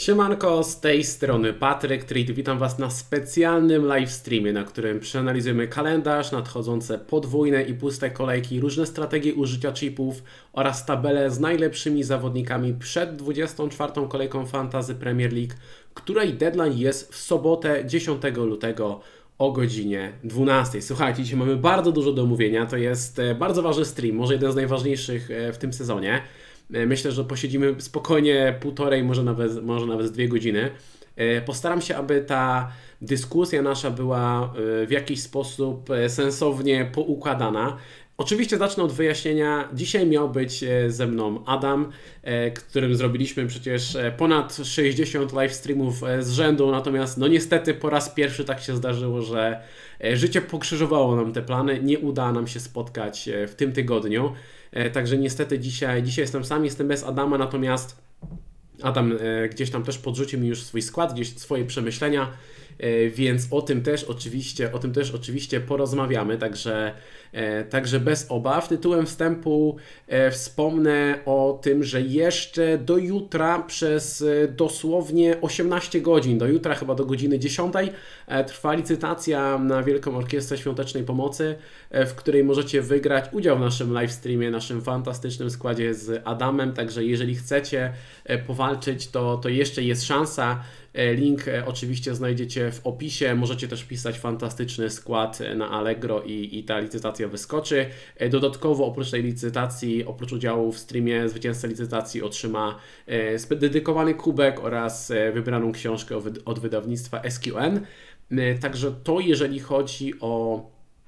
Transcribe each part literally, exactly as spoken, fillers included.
Siemanko, z tej strony Patryk Treat. Witam Was na specjalnym live streamie, na którym przeanalizujemy kalendarz, nadchodzące podwójne i puste kolejki, różne strategie użycia chipów oraz tabelę z najlepszymi zawodnikami przed dwudziestą czwartą kolejką Fantasy Premier League, której deadline jest w sobotę dziesiątego lutego o godzinie dwunastej. Słuchajcie, dzisiaj mamy bardzo dużo do omówienia, to jest bardzo ważny stream, może jeden z najważniejszych w tym sezonie. Myślę, że posiedzimy spokojnie półtorej, może nawet, może nawet z dwie godziny. Postaram się, aby ta dyskusja nasza była w jakiś sposób sensownie poukładana. Oczywiście zacznę od wyjaśnienia. Dzisiaj miał być ze mną Adam, którym zrobiliśmy przecież ponad sześćdziesiąt live streamów z rzędu, natomiast no niestety po raz pierwszy tak się zdarzyło, że życie pokrzyżowało nam te plany. Nie uda nam się spotkać w tym tygodniu. Także niestety dzisiaj, dzisiaj jestem sam, jestem bez Adama, natomiast Adam gdzieś tam też podrzucił mi już swój skład, gdzieś swoje przemyślenia, więc o tym też oczywiście, o tym też oczywiście porozmawiamy, także, także bez obaw. Tytułem wstępu wspomnę o tym, że jeszcze do jutra przez dosłownie osiemnaście godzin, do jutra chyba do godziny dziesiątej trwa licytacja na Wielką Orkiestrę Świątecznej Pomocy, w której możecie wygrać udział w naszym live streamie, naszym fantastycznym składzie z Adamem, także jeżeli chcecie powalczyć, to, to jeszcze jest szansa. Link oczywiście znajdziecie w opisie, możecie też pisać fantastyczny skład na Allegro i, i ta licytacja wyskoczy. Dodatkowo oprócz tej licytacji, oprócz udziału w streamie, zwycięzca licytacji otrzyma dedykowany kubek oraz wybraną książkę od wydawnictwa S Q N. Także to jeżeli chodzi o,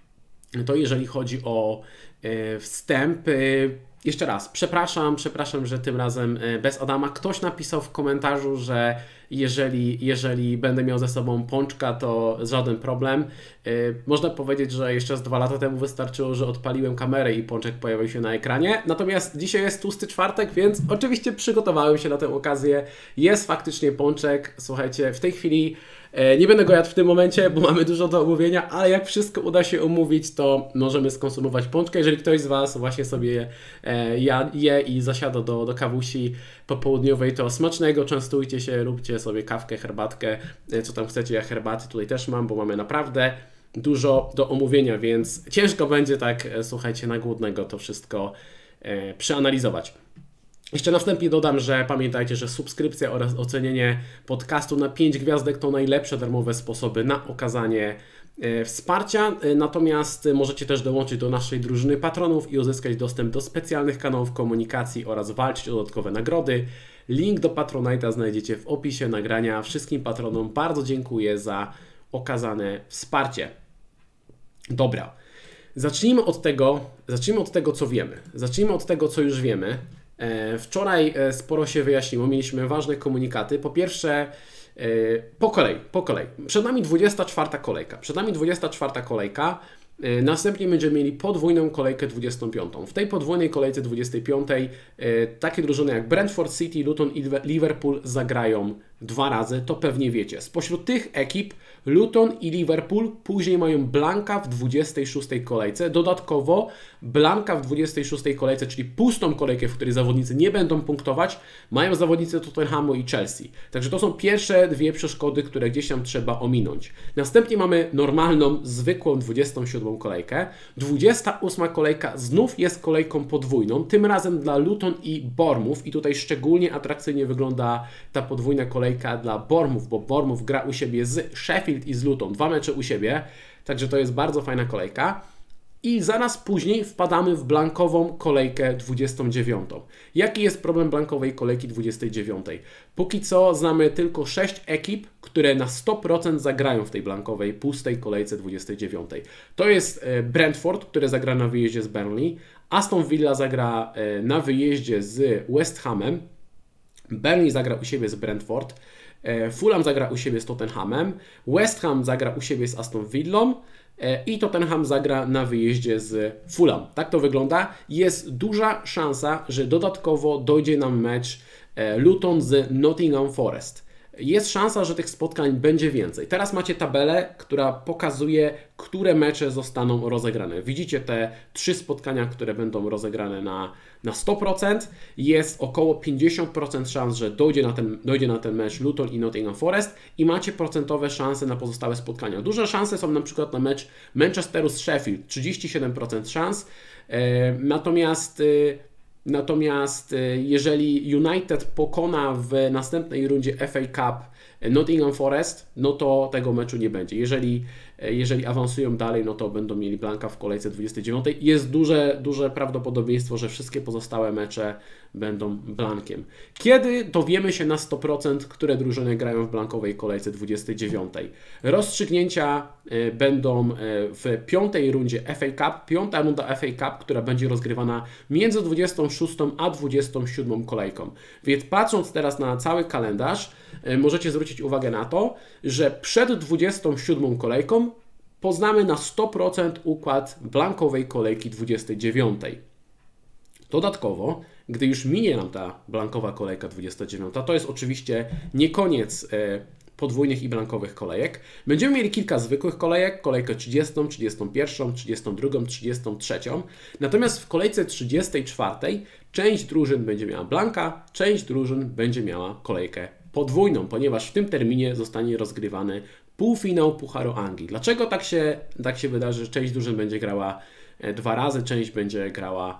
to jeżeli chodzi o wstęp. Jeszcze raz, przepraszam, przepraszam, że tym razem bez Adama. Ktoś napisał w komentarzu, że jeżeli, jeżeli będę miał ze sobą Pączka, to żaden problem. Yy, można powiedzieć, że jeszcze z dwa lata temu wystarczyło, że odpaliłem kamerę i Pączek pojawił się na ekranie. Natomiast dzisiaj jest tłusty czwartek, więc oczywiście przygotowałem się na tę okazję. Jest faktycznie Pączek. Słuchajcie, w tej chwili yy, nie będę go jadł w tym momencie, bo mamy dużo do omówienia, ale jak wszystko uda się omówić, to możemy skonsumować Pączka. Jeżeli ktoś z Was właśnie sobie yy, je, je i zasiada do, do kawusi popołudniowej, to smacznego, częstujcie się, róbcie sobie kawkę, herbatkę, co tam chcecie. Ja herbaty tutaj też mam, bo mamy naprawdę dużo do omówienia, więc ciężko będzie tak, słuchajcie, na głodnego to wszystko e, przeanalizować. Jeszcze na wstępie dodam, że pamiętajcie, że subskrypcja oraz ocenienie podcastu na pięć gwiazdek to najlepsze darmowe sposoby na okazanie e, wsparcia. E, natomiast możecie też dołączyć do naszej drużyny patronów i uzyskać dostęp do specjalnych kanałów komunikacji oraz walczyć o dodatkowe nagrody. Link do Patronite'a znajdziecie w opisie nagrania. Wszystkim patronom bardzo dziękuję za okazane wsparcie. Dobra, zacznijmy od tego, zacznijmy od tego, co wiemy. Zacznijmy od tego, co już wiemy. Wczoraj sporo się wyjaśniło, mieliśmy ważne komunikaty. Po pierwsze, po kolei, po kolei. Przed nami dwudziesta czwarta kolejka. Przed nami dwudziesta czwarta kolejka. Następnie będziemy mieli podwójną kolejkę dwudziestą piątą. W tej podwójnej kolejce dwudziestej piątej takie drużyny jak Brentford City, Luton i Liverpool zagrają dwa razy, to pewnie wiecie. Spośród tych ekip Luton i Liverpool później mają blanka w dwudziestej szóstej kolejce. Dodatkowo blanka w dwudziestej szóstej kolejce, czyli pustą kolejkę, w której zawodnicy nie będą punktować, mają zawodnicy Tottenhamu i Chelsea. Także to są pierwsze dwie przeszkody, które gdzieś tam trzeba ominąć. Następnie mamy normalną, zwykłą dwudziestą siódmą kolejkę. dwudziesta ósma kolejka znów jest kolejką podwójną, tym razem dla Luton i Bournemouth i tutaj szczególnie atrakcyjnie wygląda ta podwójna kolejka dla Bournemouth, bo Bournemouth gra u siebie z Sheffield i z Luton, dwa mecze u siebie, także to jest bardzo fajna kolejka. I zaraz później wpadamy w blankową kolejkę dwudziestą dziewiątą. Jaki jest problem blankowej kolejki dwudziestej dziewiątej? Póki co znamy tylko sześć ekip, które na sto procent zagrają w tej blankowej, pustej kolejce dwudziestej dziewiątej. To jest Brentford, który zagra na wyjeździe z Burnley, Aston Villa zagra na wyjeździe z West Hamem, Burnley zagra u siebie z Brentford, Fulham zagra u siebie z Tottenhamem, West Ham zagra u siebie z Aston Villą i Tottenham zagra na wyjeździe z Fulham. Tak to wygląda. Jest duża szansa, że dodatkowo dojdzie nam mecz Luton z Nottingham Forest. jest szansa, że tych spotkań będzie więcej. Teraz macie tabelę, która pokazuje, które mecze zostaną rozegrane. Widzicie te trzy spotkania, które będą rozegrane na, na sto procent. Jest około pięćdziesiąt procent szans, że dojdzie na, ten, dojdzie na ten mecz Luton i Nottingham Forest i macie procentowe szanse na pozostałe spotkania. Duże szanse są na przykład na mecz Manchesteru z Sheffield, trzydzieści siedem procent szans. E, natomiast... E, Natomiast jeżeli United pokona w następnej rundzie F A Cup Nottingham Forest, no to tego meczu nie będzie. Jeżeli, jeżeli awansują dalej, no to będą mieli blanka w kolejce dwudziestej dziewiątej. Jest duże, duże prawdopodobieństwo, że wszystkie pozostałe mecze będą blankiem. Kiedy dowiemy się na sto procent, które drużyny grają w blankowej kolejce dwudziestej dziewiątej? Rozstrzygnięcia będą w piątej rundzie F A Cup. Piąta runda F A Cup, która będzie rozgrywana między dwudziestą szóstą a dwudziestą siódmą kolejką. Więc patrząc teraz na cały kalendarz, możecie zwrócić uwagę na to, że przed dwudziestą siódmą kolejką poznamy na sto procent układ blankowej kolejki dwudziestej dziewiątej. Dodatkowo, gdy już minie nam ta blankowa kolejka dwudziesta dziewiąta, to jest oczywiście nie koniec e, podwójnych i blankowych kolejek. Będziemy mieli kilka zwykłych kolejek, kolejkę trzydziestą, trzydziestą pierwszą, trzydziestą drugą, trzydziestą trzecią. Natomiast w kolejce trzydziestej czwartej część drużyn będzie miała blanka, część drużyn będzie miała kolejkę podwójną, ponieważ w tym terminie zostanie rozgrywany półfinał Pucharu Anglii. Dlaczego tak się, tak się wydarzy, że część drużyn będzie grała dwa razy, część będzie grała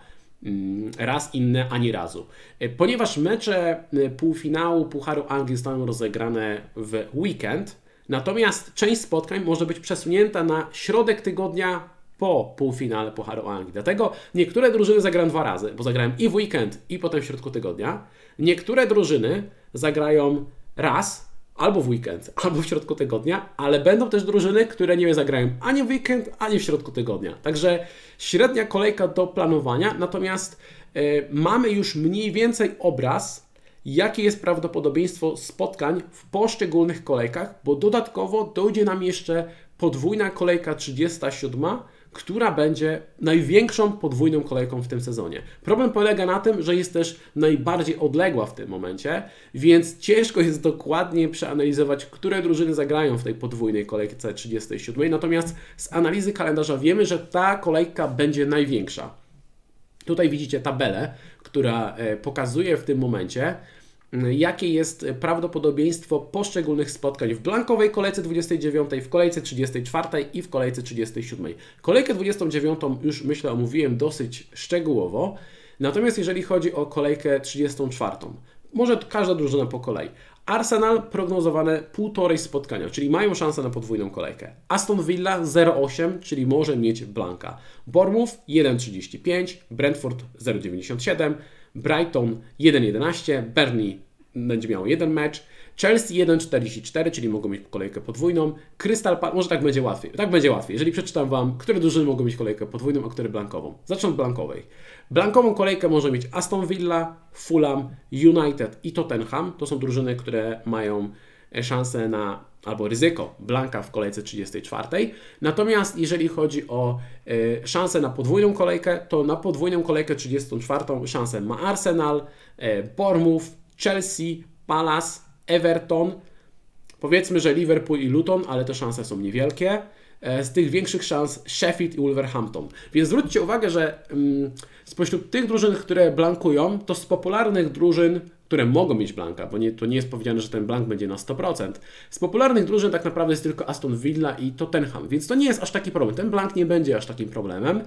raz, inne ani razu? Ponieważ mecze półfinału Pucharu Anglii zostaną rozegrane w weekend, natomiast część spotkań może być przesunięta na środek tygodnia po półfinale Pucharu Anglii. Dlatego niektóre drużyny zagrają dwa razy, bo zagrają i w weekend, i potem w środku tygodnia. Niektóre drużyny zagrają raz, albo w weekend, albo w środku tygodnia, ale będą też drużyny, które nie zagrają ani w weekend, ani w środku tygodnia. Także średnia kolejka do planowania, natomiast y, mamy już mniej więcej obraz, jakie jest prawdopodobieństwo spotkań w poszczególnych kolejkach, bo dodatkowo dojdzie nam jeszcze podwójna kolejka trzydziesta siódma, która będzie największą podwójną kolejką w tym sezonie. Problem polega na tym, że jest też najbardziej odległa w tym momencie, więc ciężko jest dokładnie przeanalizować, które drużyny zagrają w tej podwójnej kolejce trzydziestej siódmej. Natomiast z analizy kalendarza wiemy, że ta kolejka będzie największa. Tutaj widzicie tabelę, która pokazuje w tym momencie, jakie jest prawdopodobieństwo poszczególnych spotkań w blankowej kolejce dwudziestej dziewiątej, w kolejce trzydziestej czwartej i w kolejce trzydziestej siódmej. Kolejkę dwudziestą dziewiątą już myślę omówiłem dosyć szczegółowo, natomiast jeżeli chodzi o kolejkę trzydziestą czwartą, może każda drużyna po kolei. Arsenal prognozowane półtorej spotkania, czyli mają szansę na podwójną kolejkę. Aston Villa zero przecinek osiem, czyli może mieć blanka. Bournemouth jeden przecinek trzydzieści pięć, Brentford zero przecinek dziewięćdziesiąt siedem, Brighton jeden przecinek jedenaście, Burnley będzie miało jeden mecz, Chelsea jeden przecinek czterdzieści cztery, czyli mogą mieć kolejkę podwójną, Crystal Palace, może tak będzie łatwiej, tak będzie łatwiej, jeżeli przeczytam Wam, które drużyny mogą mieć kolejkę podwójną, a które blankową. Zacznę od blankowej. Blankową kolejkę może mieć Aston Villa, Fulham, United i Tottenham. To są drużyny, które mają szansę na, albo ryzyko blanka w kolejce trzydziestej czwartej. Natomiast jeżeli chodzi o y, szansę na podwójną kolejkę, to na podwójną kolejkę trzydziestą czwartą szansę ma Arsenal, y, Bournemouth, Chelsea, Palace, Everton. Powiedzmy, że Liverpool i Luton, ale te szanse są niewielkie. Z tych większych szans Sheffield i Wolverhampton. Więc zwróćcie uwagę, że mm, spośród tych drużyn, które blankują, to z popularnych drużyn, które mogą mieć blanka, bo nie, to nie jest powiedziane, że ten blank będzie na sto procent. Z popularnych drużyn tak naprawdę jest tylko Aston Villa i Tottenham, więc to nie jest aż taki problem. Ten blank nie będzie aż takim problemem.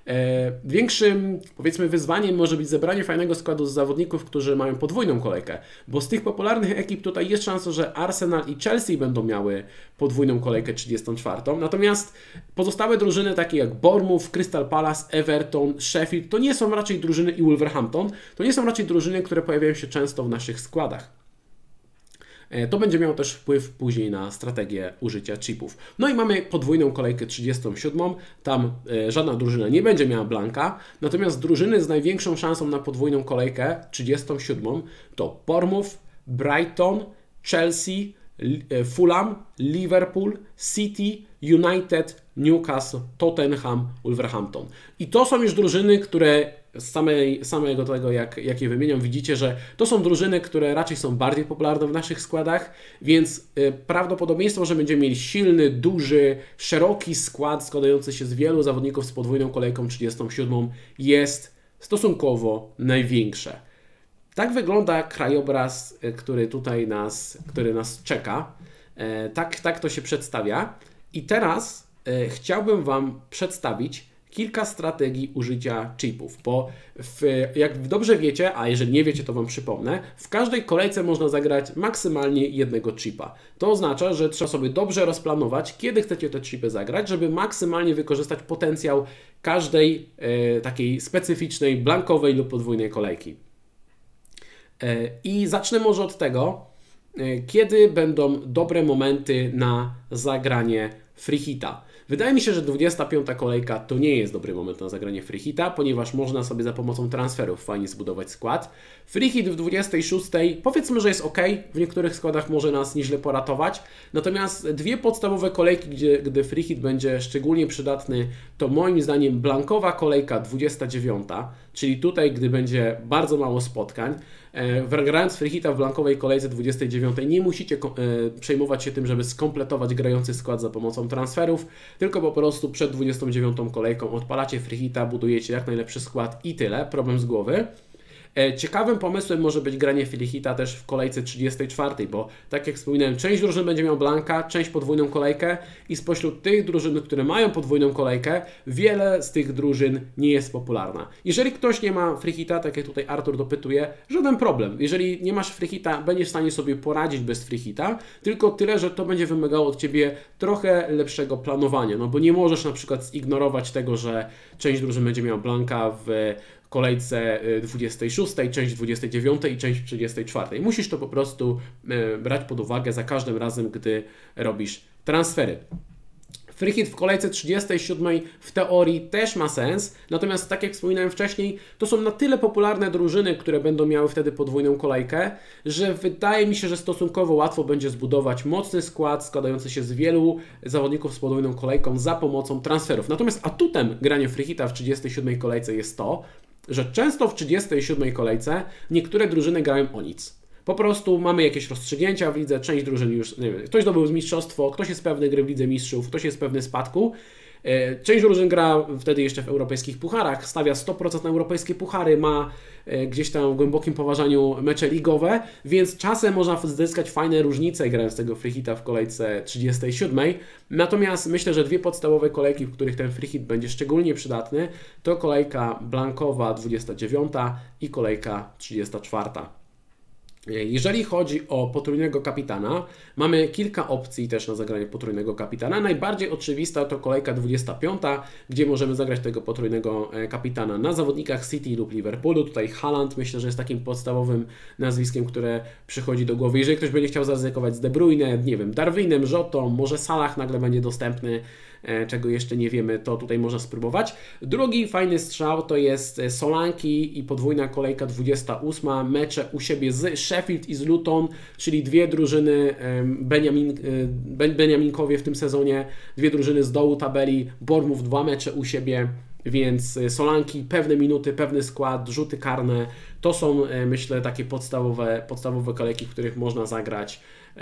E, większym, powiedzmy, wyzwaniem może być zebranie fajnego składu z zawodników, którzy mają podwójną kolejkę, bo z tych popularnych ekip tutaj jest szansa, że Arsenal i Chelsea będą miały podwójną kolejkę trzydziestą czwartą. Natomiast pozostałe drużyny takie jak Bournemouth, Crystal Palace, Everton, Sheffield, to nie są raczej drużyny i Wolverhampton, to nie są raczej drużyny, które pojawiają się często w naszych składach. To będzie miało też wpływ później na strategię użycia chipów. No i mamy podwójną kolejkę trzydziestą siódmą. Tam e, żadna drużyna nie będzie miała blanka. Natomiast drużyny z największą szansą na podwójną kolejkę trzydziestą siódmą to Bournemouth, Brighton, Chelsea, e, Fulham, Liverpool, City, United, Newcastle, Tottenham, Wolverhampton. I to są już drużyny, które z samej, samego tego, jak, jak je wymieniam, widzicie, że to są drużyny, które raczej są bardziej popularne w naszych składach, więc y, prawdopodobieństwo, że będziemy mieli silny, duży, szeroki skład składający się z wielu zawodników z podwójną kolejką trzydziestą siódmą jest stosunkowo największe. Tak wygląda krajobraz, który tutaj nas, który nas czeka. E, tak, tak to się przedstawia. I teraz e, chciałbym Wam przedstawić kilka strategii użycia chipów, bo w, jak dobrze wiecie, a jeżeli nie wiecie, to Wam przypomnę, w każdej kolejce można zagrać maksymalnie jednego chipa. To oznacza, że trzeba sobie dobrze rozplanować, kiedy chcecie te chipy zagrać, żeby maksymalnie wykorzystać potencjał każdej e, takiej specyficznej, blankowej lub podwójnej kolejki. E, I zacznę może od tego, e, kiedy będą dobre momenty na zagranie free hita. Wydaje mi się, że dwudziesta piąta kolejka to nie jest dobry moment na zagranie free hita, ponieważ można sobie za pomocą transferów fajnie zbudować skład. Free hit w dwudziestej szóstej powiedzmy, że jest ok, w niektórych składach może nas nieźle poratować, natomiast dwie podstawowe kolejki, gdzie, gdy free hit będzie szczególnie przydatny, to moim zdaniem blankowa kolejka dwudziesta dziewiąta, czyli tutaj, gdy będzie bardzo mało spotkań. Grając free hita w blankowej kolejce dwudziestej dziewiątej nie musicie przejmować się tym, żeby skompletować grający skład za pomocą transferów, tylko po prostu przed dwudziestą dziewiątą kolejką odpalacie free hita, budujecie jak najlepszy skład i tyle, problem z głowy. Ciekawym pomysłem może być granie free hita też w kolejce trzydziestej czwartej, bo tak jak wspominałem, część drużyn będzie miała blanka, część podwójną kolejkę i spośród tych drużyn, które mają podwójną kolejkę, wiele z tych drużyn nie jest popularna. Jeżeli ktoś nie ma free hita, tak jak tutaj Artur dopytuje, żaden problem. Jeżeli nie masz free hita, będziesz w stanie sobie poradzić bez free hita, tylko tyle, że to będzie wymagało od Ciebie trochę lepszego planowania, no bo nie możesz na przykład zignorować tego, że część drużyn będzie miała blanka w kolejce dwudziestej szóstej, część dwudziestej dziewiątej i część trzydziestej czwartej. Musisz to po prostu brać pod uwagę za każdym razem, gdy robisz transfery. Free hit w kolejce trzydziestej siódmej w teorii też ma sens, natomiast tak jak wspominałem wcześniej, to są na tyle popularne drużyny, które będą miały wtedy podwójną kolejkę, że wydaje mi się, że stosunkowo łatwo będzie zbudować mocny skład składający się z wielu zawodników z podwójną kolejką za pomocą transferów. Natomiast atutem grania free hita w trzydziestej siódmej kolejce jest to, że często w trzydziestej siódmej kolejce niektóre drużyny grają o nic. Po prostu mamy jakieś rozstrzygnięcia w lidze, część drużyn już, nie wiem, ktoś zdobył mistrzostwo, ktoś jest pewny gry w Lidze Mistrzów, ktoś jest pewny spadku. Część drużyn gra wtedy jeszcze w europejskich pucharach, stawia sto procent na europejskie puchary, ma gdzieś tam w głębokim poważaniu mecze ligowe, więc czasem można zyskać fajne różnice grając tego free hita w kolejce trzydziestej siódmej. Natomiast myślę, że dwie podstawowe kolejki, w których ten free hit będzie szczególnie przydatny, to kolejka blankowa dwudziesta dziewiąta i kolejka trzydziesta czwarta. Jeżeli chodzi o potrójnego kapitana, mamy kilka opcji też na zagranie potrójnego kapitana. Najbardziej oczywista to kolejka dwudziesta piąta, gdzie możemy zagrać tego potrójnego kapitana na zawodnikach City lub Liverpoolu. Tutaj Haaland myślę, że jest takim podstawowym nazwiskiem, które przychodzi do głowy. Jeżeli ktoś będzie chciał zaryzykować z De Bruyne, nie wiem, Darwinem, Jotą, może Salah nagle będzie dostępny, czego jeszcze nie wiemy, to tutaj można spróbować. Drugi fajny strzał to jest Solanki i podwójna kolejka dwudziesta ósma, mecze u siebie z Sheffield i z Luton, czyli dwie drużyny Beniamin, Beniaminkowie w tym sezonie, dwie drużyny z dołu tabeli, Bournemouth dwa mecze u siebie, więc Solanki, pewne minuty, pewny skład, rzuty karne, to są myślę takie podstawowe, podstawowe kolejki, w których można zagrać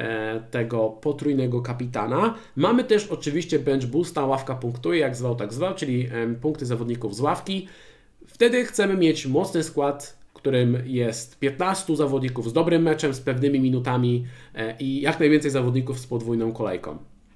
tego potrójnego kapitana. Mamy też oczywiście bench boosta, ławka punktuje, jak zwał, tak zwał, czyli punkty zawodników z ławki. Wtedy chcemy mieć mocny skład, w którym jest piętnastu zawodników z dobrym meczem, z pewnymi minutami i jak najwięcej zawodników z podwójną kolejką.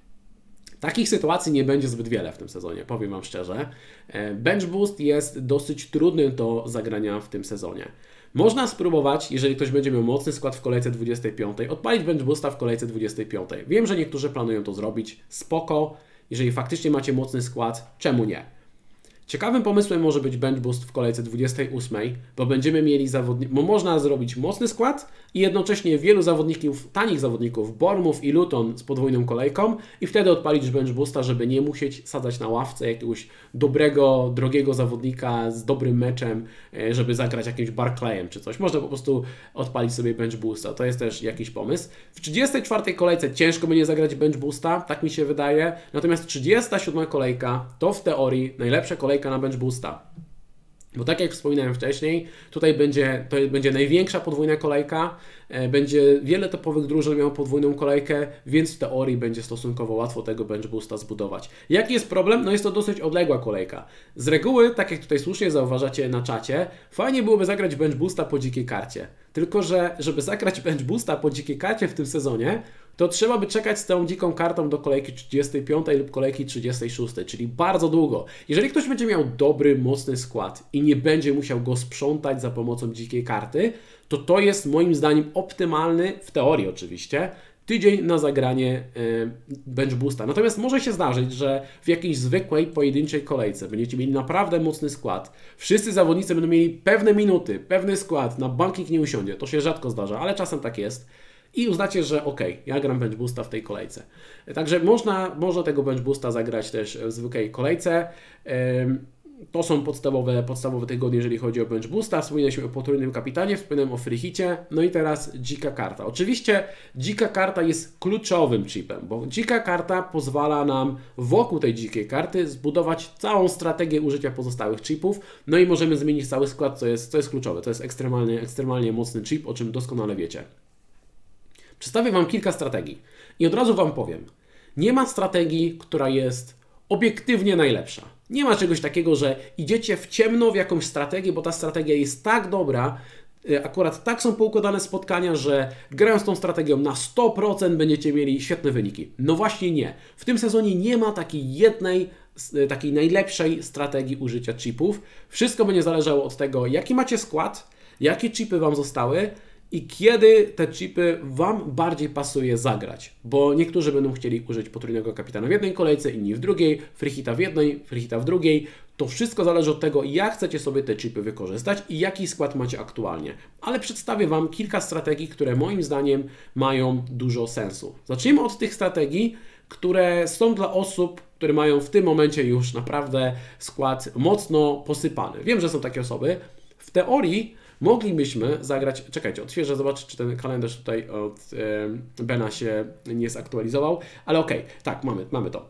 Takich sytuacji nie będzie zbyt wiele w tym sezonie, powiem Wam szczerze. Bench boost jest dosyć trudny do zagrania w tym sezonie. Można spróbować, jeżeli ktoś będzie miał mocny skład w kolejce dwudziestej piątej, odpalić bench boosta w kolejce dwudziestej piątej. Wiem, że niektórzy planują to zrobić, spoko. Jeżeli faktycznie macie mocny skład, czemu nie? Ciekawym pomysłem może być bench boost w kolejce dwudziestej ósmej, bo będziemy mieli zawodników, bo można zrobić mocny skład i jednocześnie wielu zawodników, tanich zawodników, Bournemouth i Luton z podwójną kolejką i wtedy odpalić bench boosta, żeby nie musieć sadzać na ławce jakiegoś dobrego, drogiego zawodnika z dobrym meczem, żeby zagrać jakimś Barclayem czy coś. Można po prostu odpalić sobie bench boosta, to jest też jakiś pomysł. W trzydziestej czwartej kolejce ciężko będzie zagrać bench boosta, tak mi się wydaje, natomiast trzydziesta siódma kolejka to w teorii najlepsza kolejka na bench boosta. Bo tak jak wspominałem wcześniej, tutaj będzie, to będzie największa podwójna kolejka, będzie wiele topowych drużyn miało podwójną kolejkę, więc w teorii będzie stosunkowo łatwo tego bench boosta zbudować. Jaki jest problem? No jest to dosyć odległa kolejka. Z reguły, tak jak tutaj słusznie zauważacie na czacie, fajnie byłoby zagrać bench boosta po dzikiej karcie. Tylko że, żeby zagrać bench boosta po dzikiej karcie w tym sezonie, to trzeba by czekać z tą dziką kartą do kolejki trzydziestej piątej lub kolejki trzydziestej szóstej, czyli bardzo długo. Jeżeli ktoś będzie miał dobry, mocny skład i nie będzie musiał go sprzątać za pomocą dzikiej karty, to to jest moim zdaniem optymalny, w teorii oczywiście, tydzień na zagranie bench boosta. Natomiast może się zdarzyć, że w jakiejś zwykłej, pojedynczej kolejce będziecie mieli naprawdę mocny skład. Wszyscy zawodnicy będą mieli pewne minuty, pewny skład, na bank nikt nie usiądzie. To się rzadko zdarza, ale czasem tak jest. I uznacie, że ok, ja gram bench boosta w tej kolejce. Także można, można tego bench boosta zagrać też w zwykłej kolejce. To są podstawowe, podstawowe tygodnie, jeżeli chodzi o bench boosta. Wspominaliśmy o potrójnym kapitanie, wspominałem o free hicie, no i teraz dzika karta. Oczywiście dzika karta jest kluczowym chipem, bo dzika karta pozwala nam wokół tej dzikiej karty zbudować całą strategię użycia pozostałych chipów, no i możemy zmienić cały skład, co jest, co jest kluczowe. To jest ekstremalnie, ekstremalnie mocny chip, o czym doskonale wiecie. Przedstawię Wam kilka strategii i od razu Wam powiem, nie ma strategii, która jest obiektywnie najlepsza. Nie ma czegoś takiego, że idziecie w ciemno w jakąś strategię, bo ta strategia jest tak dobra, akurat tak są poukładane spotkania, że grając tą strategią na sto procent będziecie mieli świetne wyniki. No właśnie nie. W tym sezonie nie ma takiej jednej, takiej najlepszej strategii użycia chipów. Wszystko będzie zależało od tego, jaki macie skład, jakie chipy Wam zostały, i kiedy te chipy Wam bardziej pasuje zagrać, bo niektórzy będą chcieli użyć potrójnego kapitana w jednej kolejce, inni w drugiej, free hita w jednej, free hita w drugiej. To wszystko zależy od tego, jak chcecie sobie te chipy wykorzystać i jaki skład macie aktualnie. Ale przedstawię Wam kilka strategii, które moim zdaniem mają dużo sensu. Zacznijmy od tych strategii, które są dla osób, które mają w tym momencie już naprawdę skład mocno posypany. Wiem, że są takie osoby. W teorii moglibyśmy zagrać, czekajcie, odświeżę, zobaczę, czy ten kalendarz tutaj od e, Bena się nie zaktualizował, ale okej, okay, tak, mamy, mamy to.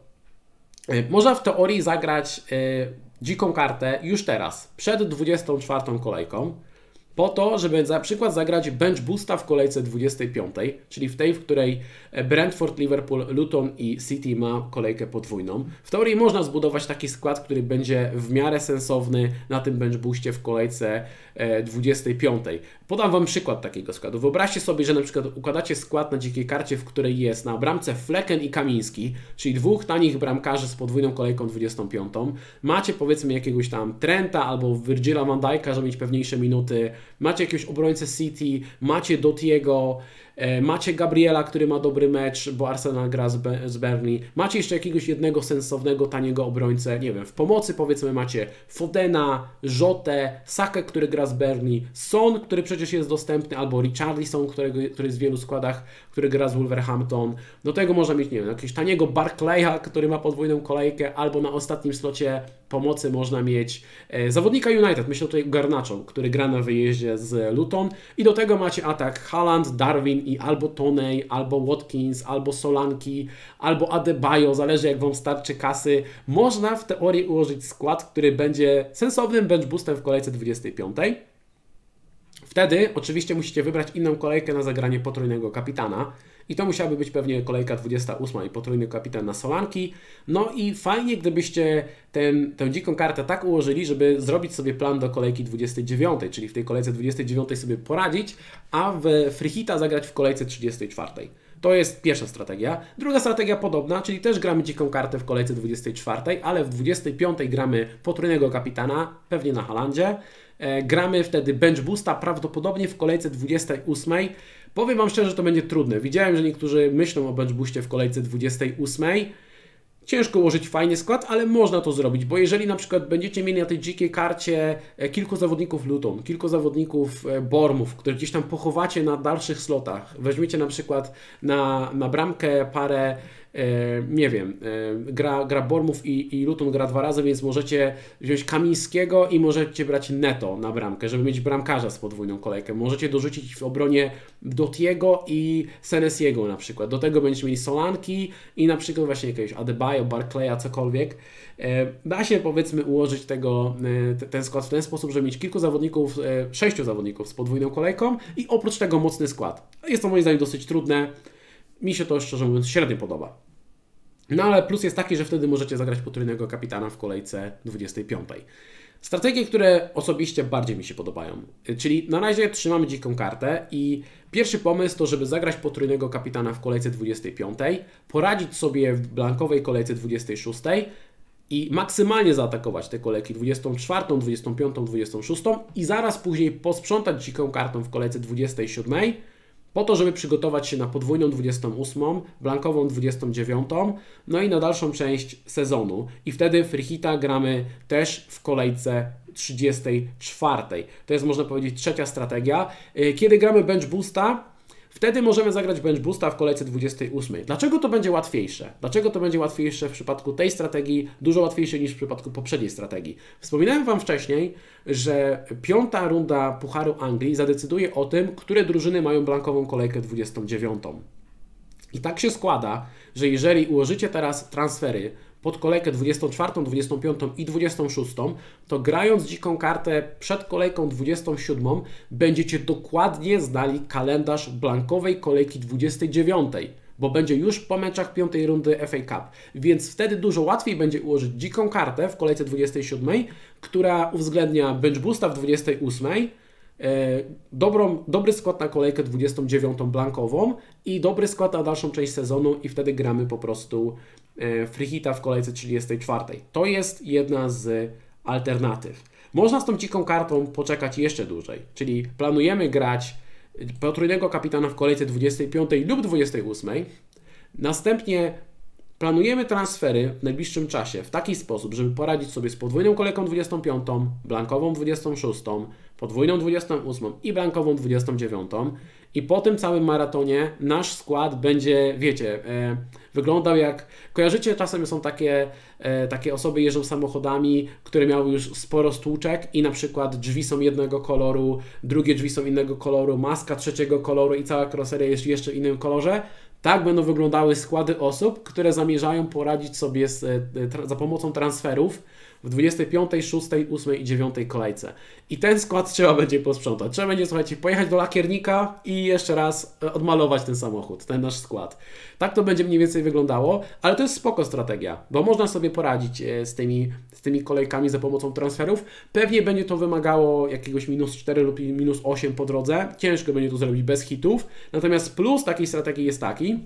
E, można w teorii zagrać e, dziką kartę już teraz, przed dwudziestą czwartą kolejką, po to, żeby na przykład zagrać bench boosta w kolejce dwudziestej piątej, czyli w tej, w której Brentford, Liverpool, Luton i City ma kolejkę podwójną. W teorii można zbudować taki skład, który będzie w miarę sensowny na tym bench boostie w kolejce dwudziestej piątej. Podam Wam przykład takiego składu. Wyobraźcie sobie, że na przykład układacie skład na dzikiej karcie, w której jest na bramce Flecken i Kamiński, czyli dwóch tanich bramkarzy z podwójną kolejką dwudziestą piątą. Macie powiedzmy jakiegoś tam Trenta albo Virgila van Dijk'a, żeby mieć pewniejsze minuty. Macie jakiegoś obrońcę City, macie Dotiego, macie Gabriela, który ma dobry mecz, bo Arsenal gra z, Be- z Burnley. Macie jeszcze jakiegoś jednego sensownego, taniego obrońcę, nie wiem, w pomocy powiedzmy macie Fodena, Jotę, Sakę, który gra z Burnley, Son, który przecież jest dostępny, albo Richarlison, którego, który jest w wielu składach, który gra z Wolverhampton. Do tego można mieć, nie wiem, jakiegoś taniego Barclaya, który ma podwójną kolejkę, albo na ostatnim slocie pomocy można mieć e, zawodnika United, myślę tutaj Garnacho, który gra na wyjeździe z Luton, i do tego macie atak Haaland, Darwin i albo Toney, albo Watkins, albo Solanki, albo Adebayo, zależy jak Wam starczy kasy. Można w teorii ułożyć skład, który będzie sensownym bench boostem w kolejce dwudziestej piątej. Wtedy oczywiście musicie wybrać inną kolejkę na zagranie potrójnego kapitana i to musiałaby być pewnie kolejka dwudziesta ósma i potrójny kapitan na Solanki. No i fajnie, gdybyście ten, tę dziką kartę tak ułożyli, żeby zrobić sobie plan do kolejki dwudziestej dziewiątej, czyli w tej kolejce dwudziestej dziewiątej sobie poradzić, a w free hita zagrać w kolejce trzydziestej czwartej. To jest pierwsza strategia. Druga strategia podobna, czyli też gramy dziką kartę w kolejce dwudziestej czwartej, ale w dwudziestej piątej gramy potrójnego kapitana, pewnie na Haalandzie. E, gramy wtedy bench boosta, prawdopodobnie w kolejce dwudziestej ósmej. Powiem Wam szczerze, że to będzie trudne. Widziałem, że niektórzy myślą o bench boostie w kolejce dwudziestej ósmej. Ciężko ułożyć fajny skład, ale można to zrobić, bo jeżeli na przykład będziecie mieli na tej dzikiej karcie kilku zawodników Luton, kilku zawodników Bournemouth, które gdzieś tam pochowacie na dalszych slotach, weźmiecie na przykład na, na bramkę parę nie wiem, gra, gra Bormów i, i Luton gra dwa razy, więc możecie wziąć Kamińskiego i możecie brać Neto na bramkę, żeby mieć bramkarza z podwójną kolejkę. Możecie dorzucić w obronie Dotiego i Senesiego na przykład. Do tego będziecie mieli Solanki i na przykład właśnie jakiegoś Adebayo, Barclaya, cokolwiek. Da się powiedzmy ułożyć tego, ten skład w ten sposób, żeby mieć kilku zawodników, sześciu zawodników z podwójną kolejką i oprócz tego mocny skład. Jest to moim zdaniem dosyć trudne. Mi się to szczerze mówiąc średnio podoba. No ale plus jest taki, że wtedy możecie zagrać potrójnego kapitana w kolejce dwudziestej piątej. Strategie, które osobiście bardziej mi się podobają. Czyli na razie trzymamy dziką kartę i pierwszy pomysł to, żeby zagrać potrójnego kapitana w kolejce dwudziestej piątej, poradzić sobie w blankowej kolejce dwudziestej szóstej i maksymalnie zaatakować te kolejki dwudziestą czwartą, dwudziestą piątą, dwudziestą szóstą i zaraz później posprzątać dziką kartą w kolejce dwudziestej siódmej, po to, żeby przygotować się na podwójną dwudziestą ósmą, blankową dwudziestą dziewiątą, no i na dalszą część sezonu. I wtedy free hita gramy też w kolejce trzydziestej czwartej. To jest, można powiedzieć, trzecia strategia. Kiedy gramy bench boosta, wtedy możemy zagrać bench boosta w kolejce dwudziestej ósmej. Dlaczego to będzie łatwiejsze? Dlaczego to będzie łatwiejsze w przypadku tej strategii, dużo łatwiejsze niż w przypadku poprzedniej strategii? Wspominałem Wam wcześniej, że piąta runda Pucharu Anglii zadecyduje o tym, które drużyny mają blankową kolejkę dwudziestą dziewiątą. I tak się składa, że jeżeli ułożycie teraz transfery pod kolejkę dwudziestą czwartą, dwudziestą piątą i dwudziestą szóstą, to grając dziką kartę przed kolejką dwudziestą siódmą będziecie dokładnie znali kalendarz blankowej kolejki dwudziestej dziewiątej, bo będzie już po meczach piątej rundy F A Cup, więc wtedy dużo łatwiej będzie ułożyć dziką kartę w kolejce dwudziestej siódmej, która uwzględnia bench boosta w dwudziestej ósmej, Dobrą, dobry skład na kolejkę dwudziestą dziewiątą blankową i dobry skład na dalszą część sezonu i wtedy gramy po prostu free hita w kolejce trzydziestej czwartej. To jest jedna z alternatyw. Można z tą dziką kartą poczekać jeszcze dłużej, czyli planujemy grać potrójnego kapitana w kolejce dwudziestej piątej lub dwudziestej ósmej, następnie planujemy transfery w najbliższym czasie w taki sposób, żeby poradzić sobie z podwójną kolejką dwudziestą piątą, blankową dwudziestą szóstą, podwójną dwudziestą ósmą i blankową dwudziestą dziewiątą i po tym całym maratonie nasz skład będzie, wiecie, e, wyglądał jak, kojarzycie, czasem są takie, e, takie osoby jeżdżą samochodami, które miały już sporo stłuczek i na przykład drzwi są jednego koloru, drugie drzwi są innego koloru, maska trzeciego koloru i cała karoseria jest jeszcze w innym kolorze. Tak będą wyglądały składy osób, które zamierzają poradzić sobie z, tra- za pomocą transferów w dwudziestej piątej, szóstej, ósmej i dziewiątej kolejce. I ten skład trzeba będzie posprzątać. Trzeba będzie, słuchajcie, pojechać do lakiernika i jeszcze raz odmalować ten samochód, ten nasz skład. Tak to będzie mniej więcej wyglądało, ale to jest spoko strategia, bo można sobie poradzić z tymi, z tymi kolejkami za pomocą transferów. Pewnie będzie to wymagało jakiegoś minus cztery lub minus osiem po drodze. Ciężko będzie to zrobić bez hitów. Natomiast plus takiej strategii jest taki,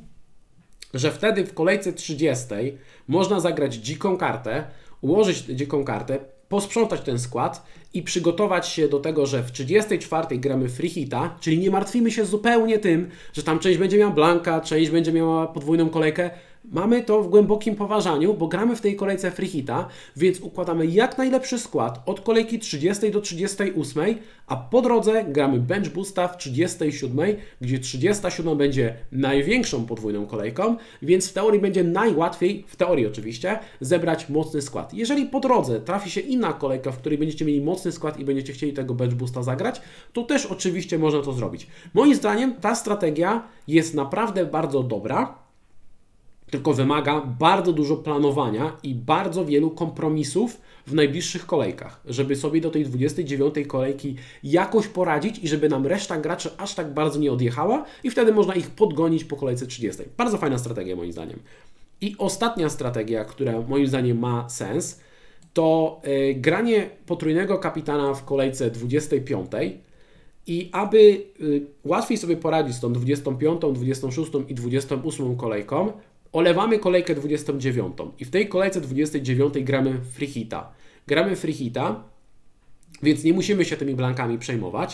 że wtedy w kolejce trzydziestej można zagrać dziką kartę, ułożyć dziką kartę, posprzątać ten skład i przygotować się do tego, że w trzydziestej czwartej gramy free hita, czyli nie martwimy się zupełnie tym, że tam część będzie miała blanka, część będzie miała podwójną kolejkę. Mamy to w głębokim poważaniu, bo gramy w tej kolejce free hita, więc układamy jak najlepszy skład od kolejki trzydziestej do trzydziestej ósmej, a po drodze gramy bench boosta w trzydziestej siódmej, gdzie trzydziesta siódma będzie największą podwójną kolejką, więc w teorii będzie najłatwiej, w teorii oczywiście, zebrać mocny skład. Jeżeli po drodze trafi się inna kolejka, w której będziecie mieli mocny skład i będziecie chcieli tego bench boosta zagrać, to też oczywiście można to zrobić. Moim zdaniem ta strategia jest naprawdę bardzo dobra, tylko wymaga bardzo dużo planowania i bardzo wielu kompromisów w najbliższych kolejkach, żeby sobie do tej dwudziestej dziewiątej kolejki jakoś poradzić i żeby nam reszta graczy aż tak bardzo nie odjechała i wtedy można ich podgonić po kolejce trzydziestej. Bardzo fajna strategia moim zdaniem. I ostatnia strategia, która moim zdaniem ma sens, to yy, granie potrójnego kapitana w kolejce dwudziestej piątej i aby yy, łatwiej sobie poradzić z tą dwudziestą piątą, dwudziestą szóstą i dwudziestą ósmą kolejką, olewamy kolejkę dwudziestą dziewiątą i w tej kolejce dwudziestej dziewiątej gramy free hita. Gramy free hita, więc nie musimy się tymi blankami przejmować.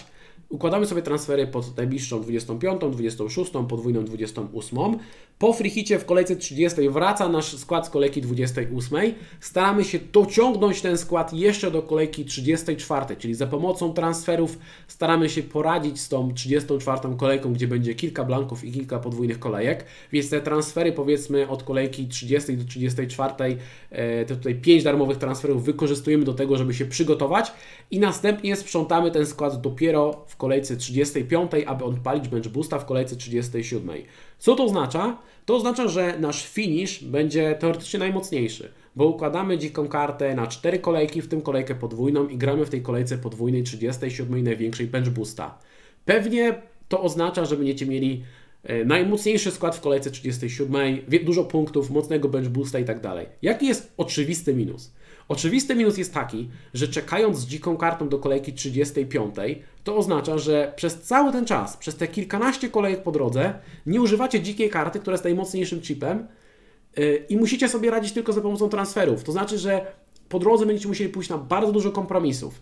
Układamy sobie transfery pod najbliższą dwudziestą piątą, dwudziestą szóstą, podwójną dwudziestą ósmą. Po free hicie w kolejce trzydziestej wraca nasz skład z kolejki dwudziestej ósmej. Staramy się dociągnąć ten skład jeszcze do kolejki trzydziestej czwartej, czyli za pomocą transferów staramy się poradzić z tą trzydziestą czwartą kolejką, gdzie będzie kilka blanków i kilka podwójnych kolejek. Więc te transfery, powiedzmy od kolejki trzydziestej do trzydziestej czwartej, te tutaj pięć darmowych transferów wykorzystujemy do tego, żeby się przygotować i następnie sprzątamy ten skład dopiero w kolejce trzydziestej piątej, aby odpalić bench boosta w kolejce trzydziestej siódmej. Co to oznacza? To oznacza, że nasz finish będzie teoretycznie najmocniejszy, bo układamy dziką kartę na cztery kolejki, w tym kolejkę podwójną i gramy w tej kolejce podwójnej trzydziestej siódmej największej bench boosta. Pewnie to oznacza, że będziecie mieli najmocniejszy skład w kolejce trzydziestej siódmej, dużo punktów, mocnego bench boosta i tak dalej. Jaki jest oczywisty minus? Oczywisty minus jest taki, że czekając z dziką kartą do kolejki trzydziestej piątej, to oznacza, że przez cały ten czas, przez te kilkanaście kolejek po drodze, nie używacie dzikiej karty, która jest najmocniejszym chipem yy, i musicie sobie radzić tylko za pomocą transferów. To znaczy, że po drodze będziecie musieli pójść na bardzo dużo kompromisów.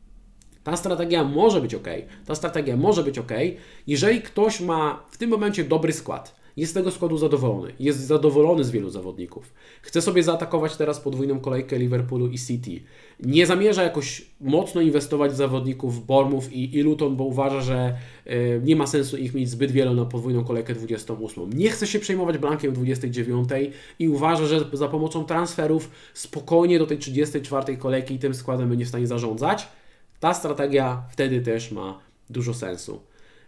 Ta strategia może być ok, ta strategia może być ok, jeżeli ktoś ma w tym momencie dobry skład, jest z tego składu zadowolony, jest zadowolony z wielu zawodników, chce sobie zaatakować teraz podwójną kolejkę Liverpoolu i City, nie zamierza jakoś mocno inwestować w zawodników Bournemouth i, i Luton, bo uważa, że y, nie ma sensu ich mieć zbyt wiele na podwójną kolejkę dwudziestą ósmą. Nie chce się przejmować blankiem dwudziestej dziewiątej i uważa, że za pomocą transferów spokojnie do tej trzydziestej czwartej kolejki i tym składem będzie w stanie zarządzać. Ta strategia wtedy też ma dużo sensu.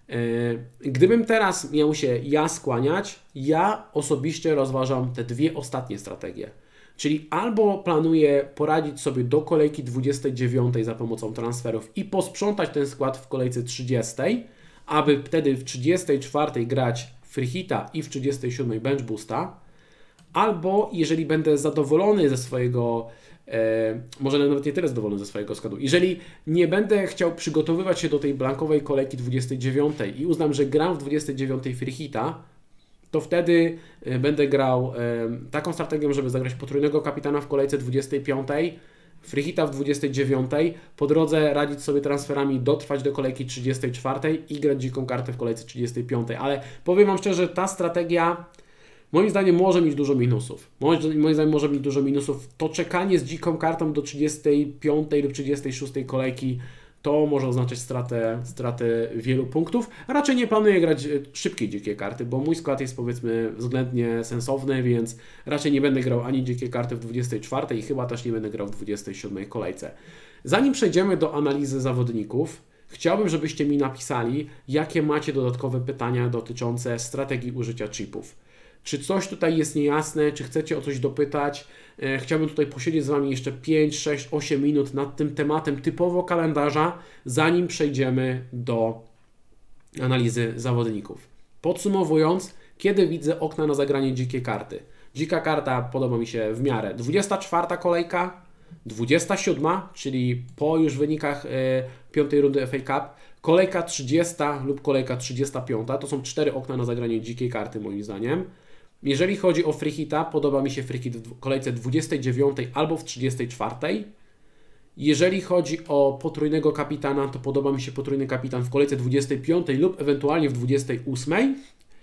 Gdybym teraz miał się ja skłaniać, ja osobiście rozważam te dwie ostatnie strategie. Czyli albo planuję poradzić sobie do kolejki dwudziestej dziewiątej za pomocą transferów i posprzątać ten skład w kolejce trzydziestej, aby wtedy w trzydziestej czwartej grać free hita i w trzydziestej siódmej bench boosta, albo jeżeli będę zadowolony ze swojego E, może nawet nie tyle zadowolony ze swojego składu. Jeżeli nie będę chciał przygotowywać się do tej blankowej kolejki dwudziestej dziewiątej i uznam, że gram w dwudziestej dziewiątej free hita, to wtedy e, będę grał e, taką strategią, żeby zagrać potrójnego kapitana w kolejce dwudziestej piątej, free hita w dwudziestej dziewiątej, po drodze radzić sobie transferami, dotrwać do kolejki trzydziestej czwartej i grać dziką kartę w kolejce trzydziestej piątej. Ale powiem Wam szczerze, ta strategia moim zdaniem może mieć dużo minusów. Moim zdaniem może mieć dużo minusów. To czekanie z dziką kartą do trzydziestej piątej lub trzydziestej szóstej kolejki to może oznaczać stratę, stratę wielu punktów. Raczej nie planuję grać szybkiej dzikiej karty, bo mój skład jest powiedzmy względnie sensowny, więc raczej nie będę grał ani dzikiej karty w dwudziestej czwartej i chyba też nie będę grał w dwudziestej siódmej kolejce. Zanim przejdziemy do analizy zawodników, chciałbym, żebyście mi napisali, jakie macie dodatkowe pytania dotyczące strategii użycia chipów. Czy coś tutaj jest niejasne, czy chcecie o coś dopytać? E, chciałbym tutaj posiedzieć z Wami jeszcze pięć, sześć, osiem minut nad tym tematem typowo kalendarza, zanim przejdziemy do analizy zawodników. Podsumowując, kiedy widzę okna na zagranie dzikiej karty? Dzika karta podoba mi się w miarę. dwudziesta czwarta kolejka, dwudziesta siódma, czyli po już wynikach e, piątej rundy F A Cup, kolejka trzydziesta lub kolejka trzydziesta piąta, to są cztery okna na zagranie dzikiej karty moim zdaniem. Jeżeli chodzi o free hita, podoba mi się free hit w kolejce dwudziestej dziewiątej albo w trzydziestej czwartej. Jeżeli chodzi o potrójnego kapitana, to podoba mi się potrójny kapitan w kolejce dwudziestej piątej lub ewentualnie w dwudziestej ósmej.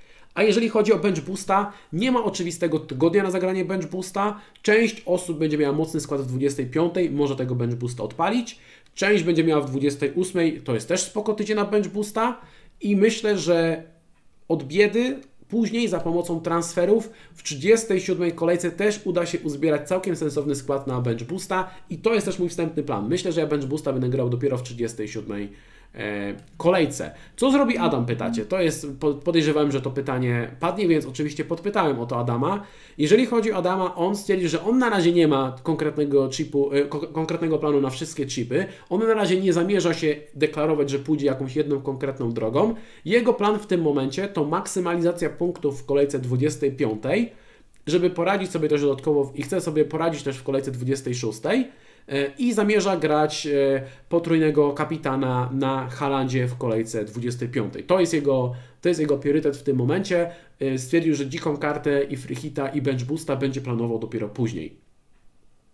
A jeżeli chodzi o bench boosta, nie ma oczywistego tygodnia na zagranie bench boosta. Część osób będzie miała mocny skład w dwudziestej piątej, może tego bench boosta odpalić. Część będzie miała w dwudziestej ósmej, to jest też spoko tydzień na bench boosta. I myślę, że od biedy później za pomocą transferów w trzydziestej siódmej kolejce też uda się uzbierać całkiem sensowny skład na bench boosta i to jest też mój wstępny plan. Myślę, że ja bench boosta będę grał dopiero w trzydziestej siódmej e, kolejce. Co zrobi Adam, pytacie? To jest, podejrzewałem, że to pytanie padnie, więc oczywiście podpytałem o to Adama. Jeżeli chodzi o Adama, on stwierdził, że on na razie nie ma konkretnego chipu, e, ko- konkretnego planu na wszystkie chipy. On na razie nie zamierza się deklarować, że pójdzie jakąś jedną konkretną drogą. Jego plan w tym momencie to maksymalizacja punktów w kolejce dwudziestej piątej, żeby poradzić sobie też dodatkowo i chce sobie poradzić też w kolejce dwudziestej szóstej i zamierza grać potrójnego kapitana na Haalandzie w kolejce dwudziestej piątej. To jest jego, to jest jego priorytet w tym momencie. Stwierdził, że dziką kartę i free hita i bench boosta będzie planował dopiero później.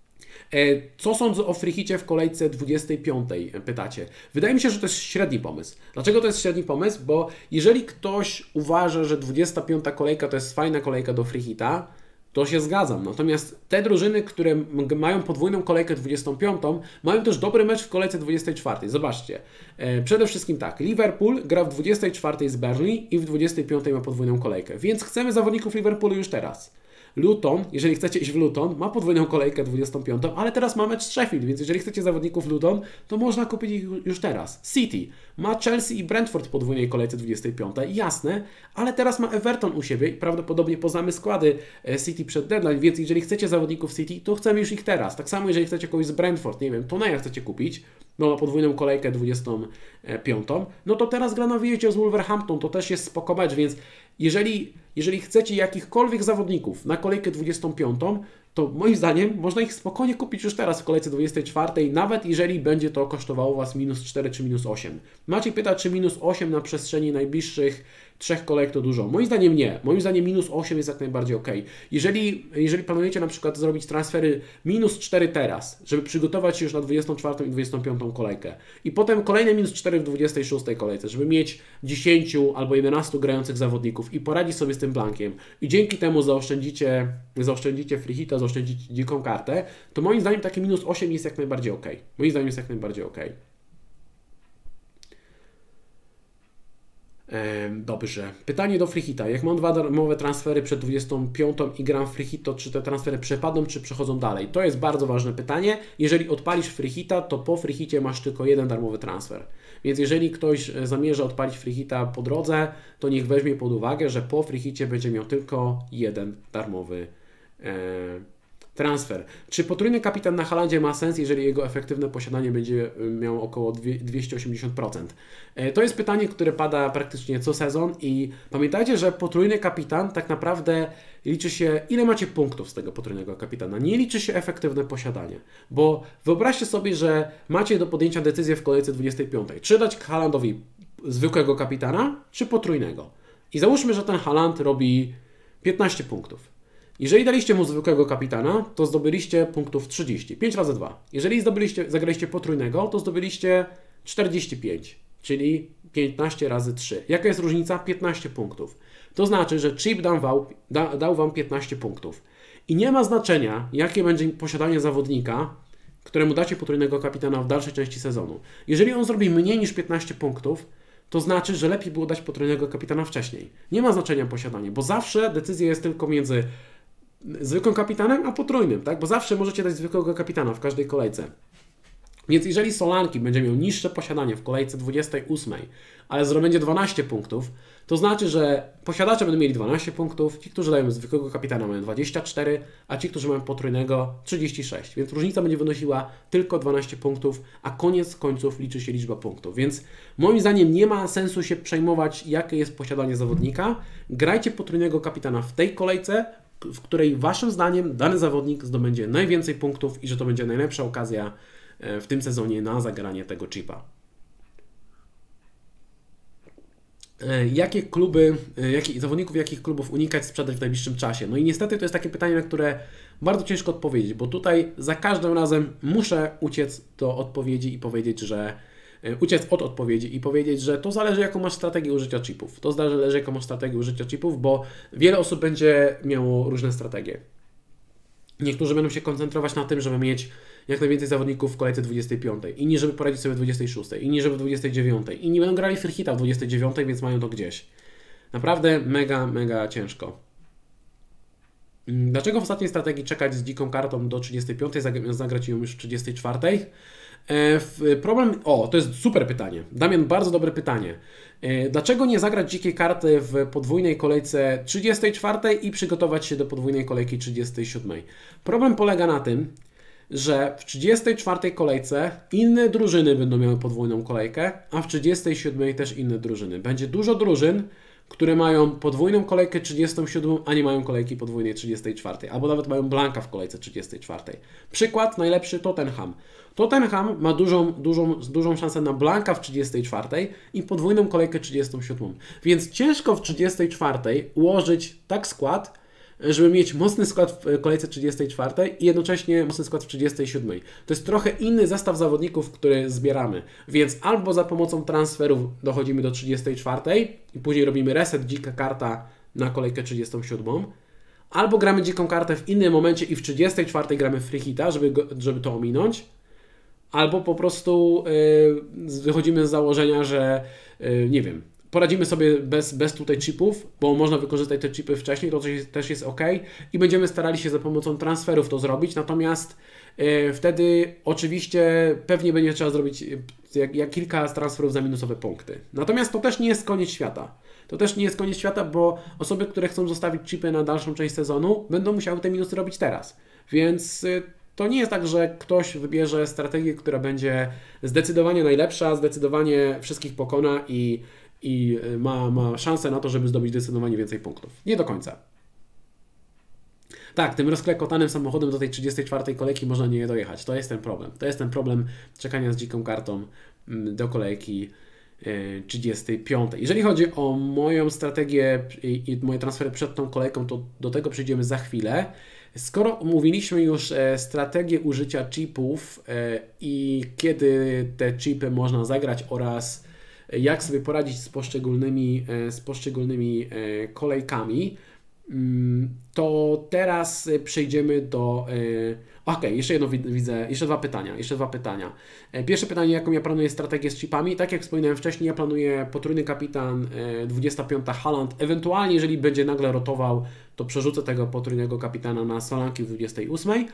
Co sądzę o free hicie w kolejce dwudziestej piątej? Pytacie. Wydaje mi się, że to jest średni pomysł. Dlaczego to jest średni pomysł? Bo jeżeli ktoś uważa, że dwudziesta piąta kolejka to jest fajna kolejka do free hita, to się zgadzam. Natomiast te drużyny, które mają podwójną kolejkę dwudziestą piątą, mają też dobry mecz w kolejce dwudziestej czwartej. Zobaczcie. Przede wszystkim tak, Liverpool gra w dwudziestej czwartej z Burnley i w dwudziestej piątej ma podwójną kolejkę. Więc chcemy zawodników Liverpoolu już teraz. Luton, jeżeli chcecie iść w Luton, ma podwójną kolejkę dwudziestą piątą, ale teraz ma mecz z Sheffield, więc jeżeli chcecie zawodników Luton, to można kupić ich już teraz. City ma Chelsea i Brentford w podwójnej kolejce dwudziestej piątej, jasne, ale teraz ma Everton u siebie i prawdopodobnie poznamy składy City przed deadline, więc jeżeli chcecie zawodników City, to chcemy już ich teraz. Tak samo jeżeli chcecie kogoś z Brentford, nie wiem, Toneja chcecie kupić, no ma podwójną kolejkę dwudziestą piątą, no to teraz gra na wyjeździe z Wolverhampton, to też jest spoko mecz, więc jeżeli, jeżeli chcecie jakichkolwiek zawodników na kolejkę dwudziestą piątą, to moim zdaniem można ich spokojnie kupić już teraz w kolejce dwudziestej czwartej, nawet jeżeli będzie to kosztowało Was minus cztery czy minus osiem. Maciej pyta, czy minus osiem na przestrzeni najbliższych trzech kolejek to dużo. Moim zdaniem nie. Moim zdaniem minus osiem jest jak najbardziej ok. Jeżeli, jeżeli planujecie na przykład zrobić transfery minus cztery teraz, żeby przygotować się już na dwudziestą czwartą i dwudziestą piątą kolejkę i potem kolejne minus cztery w dwudziestej szóstej kolejce, żeby mieć dziesięciu albo jedenastu grających zawodników i poradzić sobie z tym blankiem i dzięki temu zaoszczędzicie, zaoszczędzicie free hita, zaoszczędzicie dziką kartę, to moim zdaniem taki minus osiem jest jak najbardziej ok. Moim zdaniem jest jak najbardziej ok. Dobrze. Pytanie do free hita. Jak mam dwa darmowe transfery przed dwudziestą piątą i gram free hit, to czy te transfery przepadną, czy przechodzą dalej? To jest bardzo ważne pytanie. Jeżeli odpalisz free hita, to po free hicie masz tylko jeden darmowy transfer. Więc jeżeli ktoś zamierza odpalić free hita po drodze, to niech weźmie pod uwagę, że po free hicie będzie miał tylko jeden darmowy e, transfer. Czy potrójny kapitan na Haalandzie ma sens, jeżeli jego efektywne posiadanie będzie miało około dwieście osiemdziesiąt procent? To jest pytanie, które pada praktycznie co sezon i pamiętajcie, że potrójny kapitan tak naprawdę liczy się, ile macie punktów z tego potrójnego kapitana. Nie liczy się efektywne posiadanie, bo wyobraźcie sobie, że macie do podjęcia decyzję w kolejce dwudziestej piątej. Czy dać Haalandowi zwykłego kapitana, czy potrójnego? I załóżmy, że ten Haaland robi piętnaście punktów. Jeżeli daliście mu zwykłego kapitana, to zdobyliście punktów trzydzieści. pięć razy dwa. Jeżeli zdobyliście, zagraliście potrójnego, to zdobyliście czterdzieści pięć, czyli piętnaście razy trzy. Jaka jest różnica? piętnaście punktów. To znaczy, że chip dał wam, da, dał Wam piętnaście punktów. I nie ma znaczenia, jakie będzie posiadanie zawodnika, któremu dacie potrójnego kapitana w dalszej części sezonu. Jeżeli on zrobi mniej niż piętnaście punktów, to znaczy, że lepiej było dać potrójnego kapitana wcześniej. Nie ma znaczenia posiadanie, bo zawsze decyzja jest tylko między zwykłym kapitanem, a potrójnym, tak? Bo zawsze możecie dać zwykłego kapitana w każdej kolejce. Więc jeżeli Solanki będzie miał niższe posiadanie w kolejce dwudziestej ósmej, ale zdobędzie dwanaście punktów, to znaczy, że posiadacze będą mieli dwanaście punktów, ci, którzy dają zwykłego kapitana mają dwadzieścia cztery, a ci, którzy mają potrójnego trzydzieści sześć. Więc różnica będzie wynosiła tylko dwanaście punktów, a koniec końców liczy się liczba punktów. Więc moim zdaniem nie ma sensu się przejmować, jakie jest posiadanie zawodnika. Grajcie potrójnego kapitana w tej kolejce, w której waszym zdaniem dany zawodnik zdobędzie najwięcej punktów i że to będzie najlepsza okazja w tym sezonie na zagranie tego chipa. Jakie kluby, jakich zawodników, jakich klubów unikać sprzedać w najbliższym czasie? No i niestety to jest takie pytanie, na które bardzo ciężko odpowiedzieć, bo tutaj za każdym razem muszę uciec do odpowiedzi i powiedzieć, że uciec od odpowiedzi i powiedzieć, że to zależy, jaką masz strategię użycia chipów. To zależy, jaką masz strategię użycia chipów, bo wiele osób będzie miało różne strategie. Niektórzy będą się koncentrować na tym, żeby mieć jak najwięcej zawodników w kolejce dwudziestej piątej, inni żeby poradzić sobie w dwudziestej szóstej, inni żeby w dwudziestej dziewiątej, inni będą grali free hita w dwudziestej dziewiątej, więc mają to gdzieś. Naprawdę mega, mega ciężko. Dlaczego w ostatniej strategii czekać z dziką kartą do trzydziestej piątej, zagrać ją już w trzydziestej czwartej? Problem, o, to jest super pytanie. Damian, bardzo dobre pytanie. Dlaczego nie zagrać dzikiej karty w podwójnej kolejce trzydziestej czwartej i przygotować się do podwójnej kolejki trzydziestej siódmej? Problem polega na tym, że w trzydziestej czwartej kolejce inne drużyny będą miały podwójną kolejkę, a w trzydziestej siódmej też inne drużyny. Będzie dużo drużyn, które mają podwójną kolejkę trzydziestą siódmą, a nie mają kolejki podwójnej trzydziestej czwartej, albo nawet mają blanka w kolejce trzydziestej czwartej. Przykład najlepszy Tottenham. Tottenham ma dużą, dużą, dużą szansę na blanka w trzydziestej czwartej i podwójną kolejkę trzydziestą siódmą. Więc ciężko w trzydziestej czwartej ułożyć tak skład, żeby mieć mocny skład w kolejce trzydziestej czwartej i jednocześnie mocny skład w trzydziestej siódmej. To jest trochę inny zestaw zawodników, który zbieramy, więc albo za pomocą transferów dochodzimy do trzydziestej czwartej i później robimy reset, dzika karta na kolejkę trzydziestą siódmą, albo gramy dziką kartę w innym momencie i w trzydziestej czwartej gramy free hita, żeby, go, żeby to ominąć, albo po prostu yy, wychodzimy z założenia, że yy, nie wiem, poradzimy sobie bez, bez tutaj chipów, bo można wykorzystać te chipy wcześniej, to też jest ok i będziemy starali się za pomocą transferów to zrobić, natomiast yy, wtedy oczywiście pewnie będzie trzeba zrobić jak, jak kilka transferów za minusowe punkty. Natomiast to też nie jest koniec świata. To też nie jest koniec świata, bo osoby, które chcą zostawić chipy na dalszą część sezonu, będą musiały te minusy robić teraz. Więc yy, to nie jest tak, że ktoś wybierze strategię, która będzie zdecydowanie najlepsza, zdecydowanie wszystkich pokona i i ma, ma szansę na to, żeby zdobyć zdecydowanie więcej punktów. Nie do końca. Tak, tym rozklekotanym samochodem do tej trzydziestej czwartej kolejki można nie dojechać. To jest ten problem. To jest ten problem czekania z dziką kartą do kolejki trzydziestej piątej. Jeżeli chodzi o moją strategię i moje transfery przed tą kolejką, to do tego przejdziemy za chwilę. Skoro omówiliśmy już strategię użycia chipów i kiedy te chipy można zagrać oraz jak sobie poradzić z poszczególnymi, z poszczególnymi kolejkami, to teraz przejdziemy do... Okej, okay, jeszcze jedno widzę, jeszcze dwa pytania, jeszcze dwa pytania. Pierwsze pytanie, jaką ja planuję strategię z chipami? Tak jak wspominałem wcześniej, ja planuję potrójny kapitan, dwudziesta piąta Haaland, ewentualnie jeżeli będzie nagle rotował, to przerzucę tego potrójnego kapitana na Solanki w dwudziestej ósmej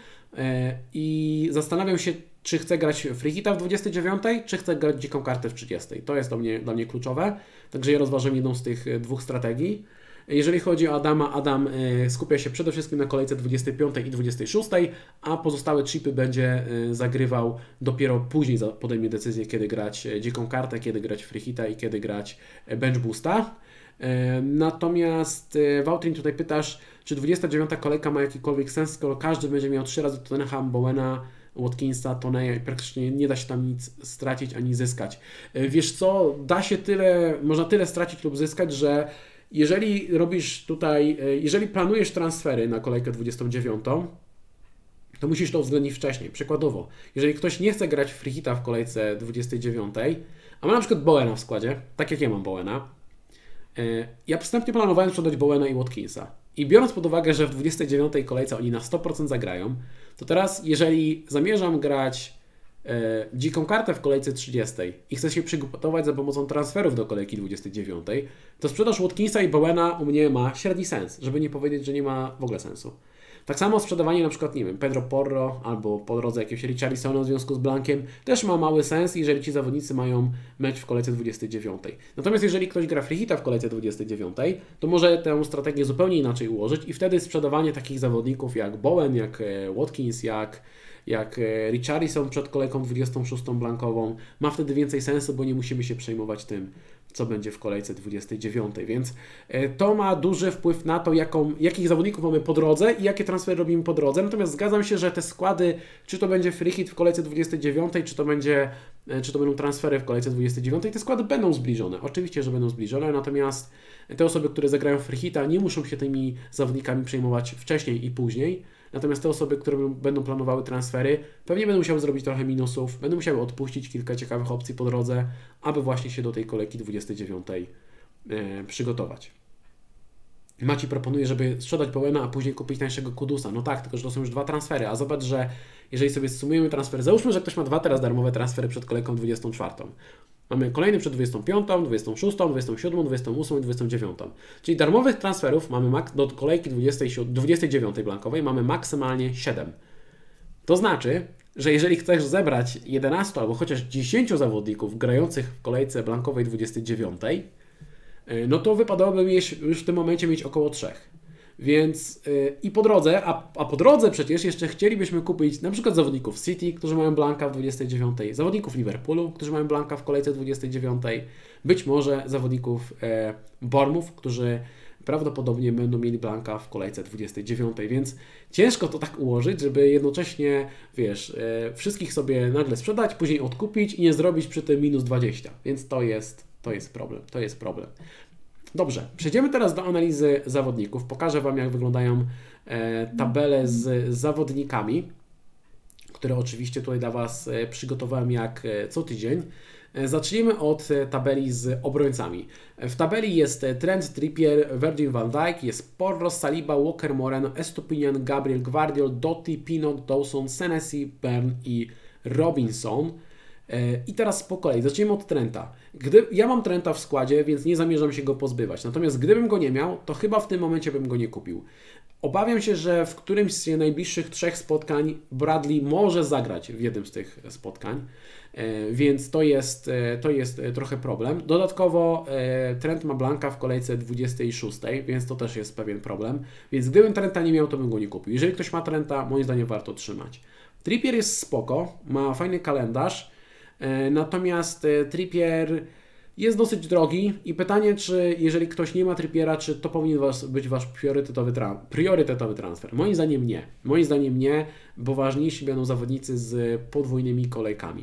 i zastanawiam się, czy chcę grać free hita w dwudziestej dziewiątej, czy chcę grać dziką kartę w trzydziestej. To jest dla mnie, dla mnie kluczowe, także ja rozważam jedną z tych dwóch strategii. Jeżeli chodzi o Adama, Adam skupia się przede wszystkim na kolejce dwudziestej piątej i dwudziestej szóstej, a pozostałe chipy będzie zagrywał dopiero później, podejmie decyzję, kiedy grać dziką kartę, kiedy grać free hita i kiedy grać bench boosta. Natomiast Wałtrin, tutaj pytasz, czy dwudziesta dziewiąta kolejka ma jakikolwiek sens, skoro każdy będzie miał trzy razy Tottenham, Bowena, Watkinsa, Toneya i praktycznie nie da się tam nic stracić ani zyskać. Wiesz co, da się tyle, można tyle stracić lub zyskać, że jeżeli robisz tutaj, jeżeli planujesz transfery na kolejkę dwudziestą dziewiątą, to musisz to uwzględnić wcześniej. Przykładowo, jeżeli ktoś nie chce grać free hita w kolejce dwudziestej dziewiątej, a ma na przykład Bowena w składzie, tak jak ja mam Bowena, ja wstępnie planowałem sprzedać Bowena i Watkinsa. I biorąc pod uwagę, że w dwudziestej dziewiątej kolejce oni na sto procent zagrają, to teraz jeżeli zamierzam grać e, dziką kartę w kolejce trzydziestej i chcę się przygotować za pomocą transferów do kolejki dwudziestej dziewiątej, to sprzedaż Watkinsa i Bowena u mnie ma średni sens, żeby nie powiedzieć, że nie ma w ogóle sensu. Tak samo sprzedawanie na przykład, nie wiem, Pedro Porro albo po drodze jakiegoś Richarlisona w związku z Blankiem też ma mały sens, jeżeli ci zawodnicy mają mecz w kolejce dwudziestej dziewiątej. Natomiast jeżeli ktoś gra free hita w kolejce dwudziestej dziewiątej, to może tę strategię zupełnie inaczej ułożyć i wtedy sprzedawanie takich zawodników jak Bowen, jak Watkins, jak jak Richarlison przed kolejką dwudziestą szóstą blankową, ma wtedy więcej sensu, bo nie musimy się przejmować tym, co będzie w kolejce dwudziestej dziewiątej, więc to ma duży wpływ na to, jaką, jakich zawodników mamy po drodze i jakie transfery robimy po drodze. Natomiast zgadzam się, że te składy, czy to będzie free hit w kolejce dwudziestej dziewiątej, czy to będzie, czy to będą transfery w kolejce dwudziestej dziewiątej, te składy będą zbliżone. Oczywiście, że będą zbliżone, natomiast te osoby, które zagrają free hita, nie muszą się tymi zawodnikami przejmować wcześniej i później. Natomiast te osoby, które będą planowały transfery, pewnie będą musiały zrobić trochę minusów, będą musiały odpuścić kilka ciekawych opcji po drodze, aby właśnie się do tej kolejki dwudziestej dziewiątej e, przygotować. Maci proponuje, żeby sprzedać Bowena, a później kupić tańszego Kudusa. No tak, tylko że to są już dwa transfery, a zobacz, że jeżeli sobie sumujemy transfery, załóżmy, że ktoś ma dwa teraz darmowe transfery przed kolejką dwudziestą czwartą. Mamy kolejny przed dwudziestą piątą, dwudziestą szóstą, dwudziestą siódmą, dwudziestą ósmą i dwudziestą dziewiątą. Czyli darmowych transferów mamy mak- do kolejki dwudziestej dziewiątej blankowej mamy maksymalnie siedem. To znaczy, że jeżeli chcesz zebrać jedenaście albo chociaż dziesięć zawodników grających w kolejce blankowej dwudziestej dziewiątej, no to wypadałoby mieć, już w tym momencie mieć około trzech. Więc yy, i po drodze, a, a po drodze przecież jeszcze chcielibyśmy kupić na przykład zawodników City, którzy mają blanka w dwudziestej dziewiątej, zawodników Liverpoolu, którzy mają blanka w kolejce dwudziestej dziewiątej, być może zawodników e, Bournemouth, którzy prawdopodobnie będą mieli blanka w kolejce dwudziestej dziewiątej, więc ciężko to tak ułożyć, żeby jednocześnie, wiesz, e, wszystkich sobie nagle sprzedać, później odkupić i nie zrobić przy tym minus dwadzieścia, więc to jest, to jest problem, to jest problem. Dobrze, przejdziemy teraz do analizy zawodników. Pokażę Wam, jak wyglądają e, tabele z zawodnikami, które oczywiście tutaj dla Was e, przygotowałem jak e, co tydzień. E, zacznijmy od e, tabeli z obrońcami. E, w tabeli jest e, Trent, Trippier, Virgil van Dijk, jest Porro, Saliba, Walker, Moreno, Estupiñán, Gabriel, Gvardiol, Doty, Pinnock, Dawson, Senesi, Bern i Robinson. I teraz po kolei, zacznijmy od Trenta. Gdy, ja mam Trenta w składzie, więc nie zamierzam się go pozbywać. Natomiast gdybym go nie miał, to chyba w tym momencie bym go nie kupił. Obawiam się, że w którymś z najbliższych trzech spotkań Bradley może zagrać w jednym z tych spotkań, więc to jest, to jest trochę problem. Dodatkowo Trent ma blanka w kolejce dwudziestej szóstej, więc to też jest pewien problem. Więc gdybym Trenta nie miał, to bym go nie kupił. Jeżeli ktoś ma Trenta, moim zdaniem warto trzymać. Trippier jest spoko, ma fajny kalendarz. Natomiast Trippier jest dosyć drogi i pytanie, czy jeżeli ktoś nie ma Trippiera, czy to powinien was, być Wasz priorytetowy, tra- priorytetowy transfer? Moim zdaniem nie. Moim zdaniem nie, bo ważniejsi będą zawodnicy z podwójnymi kolejkami.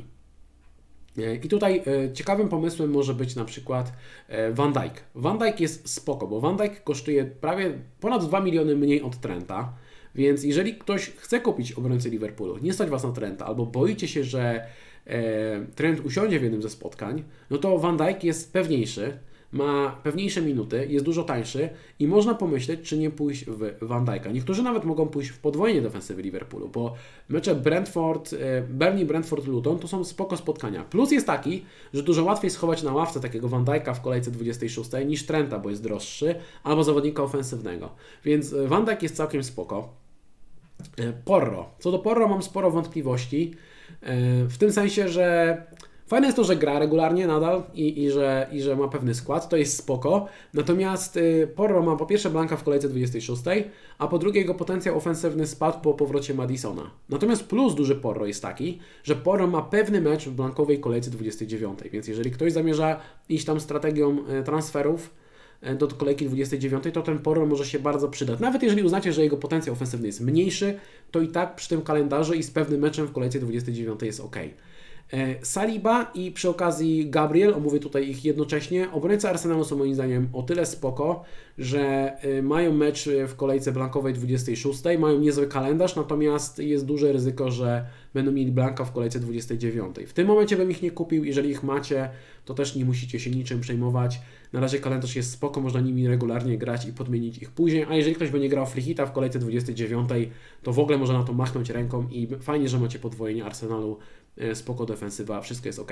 I tutaj ciekawym pomysłem może być na przykład Van Dijk. Van Dijk jest spoko, bo Van Dijk kosztuje prawie ponad dwa miliony mniej od Trenta. Więc jeżeli ktoś chce kupić obrońcę Liverpoolu, nie stać Was na Trenta, albo boicie się, że e, Trent usiądzie w jednym ze spotkań, no to Van Dijk jest pewniejszy, ma pewniejsze minuty, jest dużo tańszy i można pomyśleć, czy nie pójść w Van Dijk'a. Niektórzy nawet mogą pójść w podwojenie defensywy Liverpoolu, bo mecze Brentford, e, Burnley, Brentford, Luton to są spoko spotkania. Plus jest taki, że dużo łatwiej schować na ławce takiego Van Dijk'a w kolejce dwudziestej szóstej niż Trenta, bo jest droższy, albo zawodnika ofensywnego. Więc Van Dijk jest całkiem spoko. Porro. Co do Porro mam sporo wątpliwości, w tym sensie, że fajne jest to, że gra regularnie nadal i, i, że, i że ma pewny skład, to jest spoko, natomiast Porro ma po pierwsze blanka w kolejce dwudziestej szóstej, a po drugie jego potencjał ofensywny spadł po powrocie Madisona. Natomiast plus duży Porro jest taki, że Porro ma pewny mecz w blankowej kolejce dwudziestej dziewiątej, więc jeżeli ktoś zamierza iść tam strategią transferów do kolejki dwudziestej dziewiątej, to ten Porro może się bardzo przydać. Nawet jeżeli uznacie, że jego potencjał ofensywny jest mniejszy, to i tak przy tym kalendarzu i z pewnym meczem w kolejce dwudziestej dziewiątej jest ok. Saliba i przy okazji Gabriel, omówię tutaj ich jednocześnie. Obrońcy Arsenalu są moim zdaniem o tyle spoko, że mają mecz w kolejce blankowej dwudziestej szóstej, mają niezły kalendarz, natomiast jest duże ryzyko, że będą mieli blanka w kolejce dwudziestej dziewiątej. W tym momencie bym ich nie kupił, jeżeli ich macie, to też nie musicie się niczym przejmować. Na razie kalendarz jest spoko, można nimi regularnie grać i podmienić ich później, a jeżeli ktoś będzie grał free hita w kolejce dwudziestej dziewiątej, to w ogóle można na to machnąć ręką i fajnie, że macie podwojenie Arsenalu, spoko defensywa, wszystko jest ok.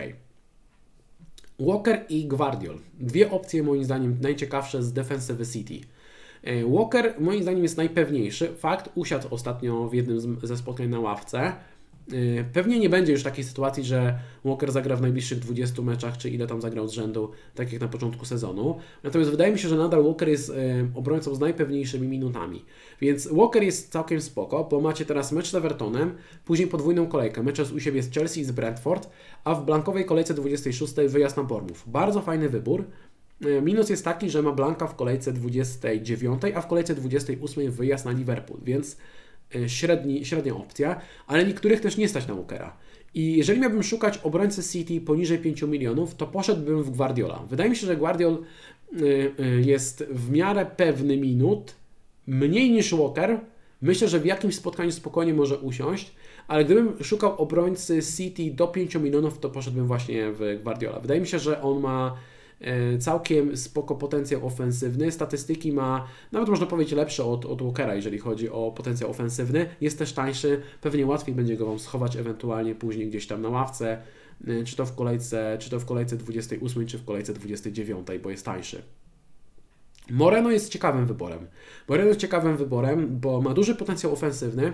Walker i Gvardiol. Dwie opcje moim zdaniem najciekawsze z defensywy City. Walker moim zdaniem jest najpewniejszy. Fakt, usiadł ostatnio w jednym ze spotkań na ławce. Pewnie nie będzie już takiej sytuacji, że Walker zagra w najbliższych dwudziestu meczach, czy ile tam zagrał z rzędu, tak jak na początku sezonu. Natomiast wydaje mi się, że nadal Walker jest obrońcą z najpewniejszymi minutami. Więc Walker jest całkiem spoko, bo macie teraz mecz z Evertonem, później podwójną kolejkę, mecze z u siebie z Chelsea i z Brentford, a w blankowej kolejce dwudziestej szóstej wyjazd na Bournemouth. Bardzo fajny wybór. Minus jest taki, że ma blanka w kolejce dwudziestej dziewiątej, a w kolejce dwudziestej ósmej wyjazd na Liverpool, więc Średni, średnia opcja, ale niektórych też nie stać na Walkera. I jeżeli miałbym szukać obrońcy City poniżej pięciu milionów, to poszedłbym w Guardiola. Wydaje mi się, że Guardiol jest w miarę pewny minut, mniej niż Walker. Myślę, że w jakimś spotkaniu spokojnie może usiąść, ale gdybym szukał obrońcy City do pięciu milionów, to poszedłbym właśnie w Guardiola. Wydaje mi się, że on ma całkiem spoko potencjał ofensywny. Statystyki ma, nawet można powiedzieć, lepsze od, od Walkera, jeżeli chodzi o potencjał ofensywny. Jest też tańszy, pewnie łatwiej będzie go Wam schować ewentualnie później gdzieś tam na ławce, czy to w kolejce, czy to w kolejce dwudziestej ósmej, czy w kolejce dwudziestej dziewiątej, bo jest tańszy. Moreno jest ciekawym wyborem. Moreno jest ciekawym wyborem, bo ma duży potencjał ofensywny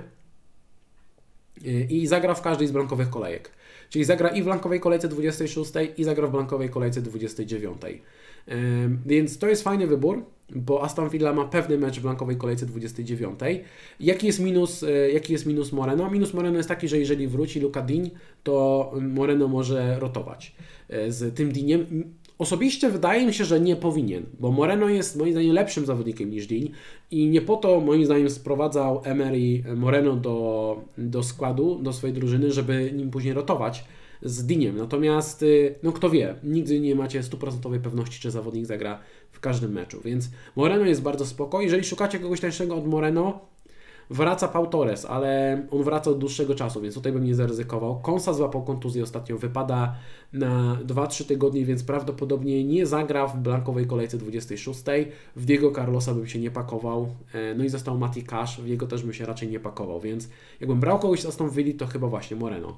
i zagra w każdej z blankowych kolejek. Czyli zagra i w blankowej kolejce dwudziestej szóstej i zagra w blankowej kolejce dwudziestej dziewiątej. Yy, więc to jest fajny wybór, bo Aston Villa ma pewny mecz w blankowej kolejce dwudziestej dziewiątej. Jaki jest minus, yy, jaki jest minus Moreno? Minus Moreno jest taki, że jeżeli wróci Luka Digne, to Moreno może rotować yy, z tym Diniem. Osobiście wydaje mi się, że nie powinien, bo Moreno jest moim zdaniem lepszym zawodnikiem niż Digne i nie po to moim zdaniem sprowadzał Emery Moreno do, do składu, do swojej drużyny, żeby nim później rotować. z Diniem. Natomiast, no kto wie, nigdy nie macie stuprocentowej pewności, czy zawodnik zagra w każdym meczu, więc Moreno jest bardzo spoko. Jeżeli szukacie kogoś tańszego od Moreno, wraca Pau Torres, ale on wraca od dłuższego czasu, więc tutaj bym nie zaryzykował. Konsa złapał kontuzję ostatnio, wypada na dwa trzy tygodnie, więc prawdopodobnie nie zagra w blankowej kolejce dwudziestej szóstej. W Diego Carlosa bym się nie pakował. No i został Mati Cash, w jego też bym się raczej nie pakował, więc jakbym brał kogoś z Aston Villa, to chyba właśnie Moreno.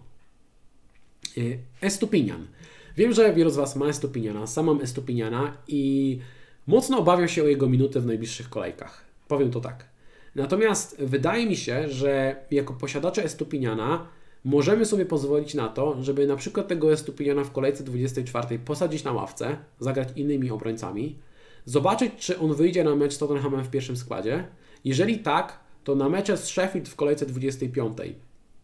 Estupinian. Wiem, że wielu z Was ma Estupiniana, sam mam Estupiniana i mocno obawiam się o jego minuty w najbliższych kolejkach. Powiem to tak. Natomiast wydaje mi się, że jako posiadacze Estupiniana możemy sobie pozwolić na to, żeby na przykład tego Estupiniana w kolejce dwudziestej czwartej posadzić na ławce, zagrać innymi obrońcami, zobaczyć, czy on wyjdzie na mecz z Tottenhamem w pierwszym składzie. Jeżeli tak, to na mecze z Sheffield w kolejce dwudziestej piątej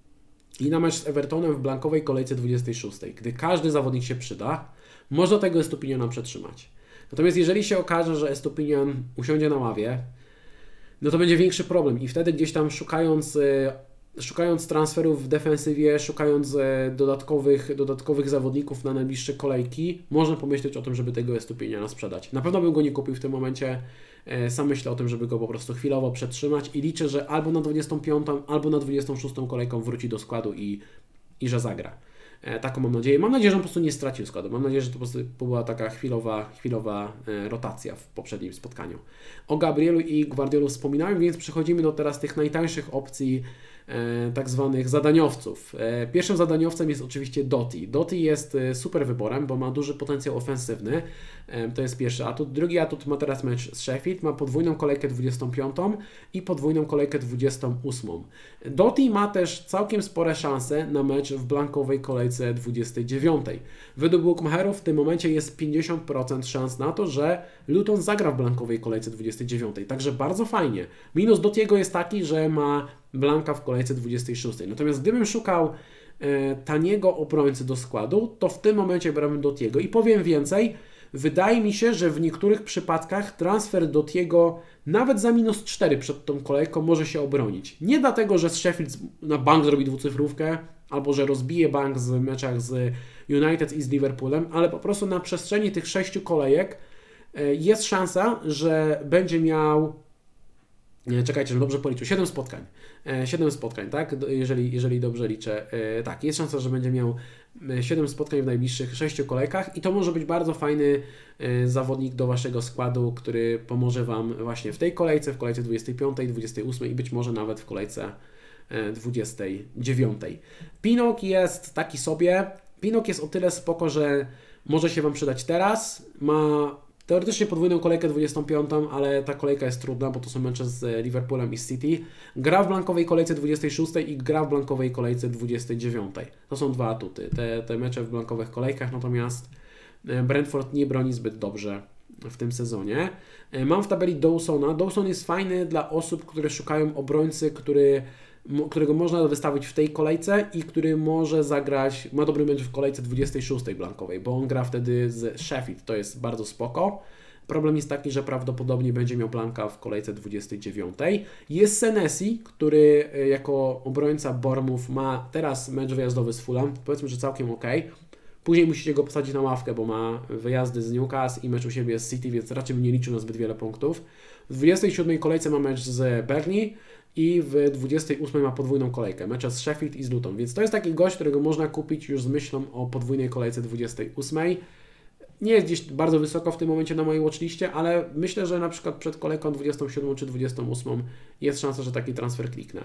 i na mecz z Evertonem w blankowej kolejce dwudziestej szóstej, gdy każdy zawodnik się przyda, można tego Estupiniana przetrzymać. Natomiast jeżeli się okaże, że Estupinian usiądzie na ławie, no to będzie większy problem i wtedy gdzieś tam szukając, szukając transferów w defensywie, szukając dodatkowych, dodatkowych zawodników na najbliższe kolejki, można pomyśleć o tym, żeby tego Estupiniana sprzedać. Na pewno bym go nie kupił w tym momencie, sam myślę o tym, żeby go po prostu chwilowo przetrzymać i liczę, że albo na dwudziestą piątą, albo na dwudziestą szóstą kolejką wróci do składu i, i że zagra. Taką mam nadzieję. Mam nadzieję, że on po prostu nie stracił składu. Mam nadzieję, że to po prostu była taka chwilowa, chwilowa rotacja w poprzednim spotkaniu. O Gabrielu i Gvardiolu wspominałem, więc przechodzimy do teraz tych najtańszych opcji e, tak zwanych zadaniowców. E, pierwszym zadaniowcem jest oczywiście Doty. Doty jest super wyborem, bo ma duży potencjał ofensywny. E, to jest pierwszy atut. Drugi atut ma teraz mecz z Sheffield. Ma podwójną kolejkę dwudziestą piątą i podwójną kolejkę dwudziestą ósmą. Doty ma też całkiem spore szanse na mecz w blankowej kolejce dwudziestej dziewiątej. Według bookmacherów w tym momencie jest pięćdziesiąt procent szans na to, że Luton zagra w blankowej kolejce dwudziestej dziewiątej. Także bardzo fajnie. Minus Dotiego jest taki, że ma blanka w kolejce dwudziestej szóstej. Natomiast gdybym szukał e, taniego obrońcy do składu, to w tym momencie brałbym Dotiego. I powiem więcej, wydaje mi się, że w niektórych przypadkach transfer Dotiego nawet za minus cztery przed tą kolejką może się obronić. Nie dlatego, że z Sheffield na bank zrobi dwucyfrówkę, albo że rozbije bank z meczach z United i z Liverpoolem, ale po prostu na przestrzeni tych sześciu kolejek jest szansa, że będzie miał, czekajcie, że dobrze policzył, siedem spotkań. siedem spotkań, tak? Jeżeli, jeżeli dobrze liczę. Tak, jest szansa, że będzie miał siedem spotkań w najbliższych sześciu kolejkach i to może być bardzo fajny zawodnik do Waszego składu, który pomoże Wam właśnie w tej kolejce, w kolejce dwudziestej piątej, dwudziestej ósmej i być może nawet w kolejce dwudziestej dziewiątej. Pinok jest taki sobie. Pinok jest o tyle spoko, że może się Wam przydać teraz. Ma teoretycznie podwójną kolejkę dwudziestą piątą, ale ta kolejka jest trudna, bo to są mecze z Liverpoolem i z City. Gra w blankowej kolejce dwudziestej szóstej i gra w blankowej kolejce dwudziestej dziewiątej. To są dwa atuty. Te, te mecze w blankowych kolejkach, natomiast Brentford nie broni zbyt dobrze w tym sezonie. Mam w tabeli Dawsona. Dawson jest fajny dla osób, które szukają obrońcy, który którego można wystawić w tej kolejce i który może zagrać, ma dobry mecz w kolejce dwudziestej szóstej blankowej, bo on gra wtedy z Sheffield, to jest bardzo spoko. Problem jest taki, że prawdopodobnie będzie miał blanka w kolejce dwudziestej dziewiątej. Jest Senesi, który jako obrońca Bournemouth ma teraz mecz wyjazdowy z Fulham, powiedzmy, że całkiem ok. Później musicie go posadzić na ławkę, bo ma wyjazdy z Newcastle i mecz u siebie z City, więc raczej bym nie liczył na zbyt wiele punktów. W dwudziestej siódmej kolejce ma mecz z Burnley i w dwudziestej ósmej ma podwójną kolejkę, mecze z Sheffield i z Luton, więc to jest taki gość, którego można kupić już z myślą o podwójnej kolejce dwudziestej ósmej. Nie jest gdzieś bardzo wysoko w tym momencie na mojej watchliście, ale myślę, że na przykład przed kolejką dwudziestą siódmą czy dwudziestą ósmą jest szansa, że taki transfer kliknę.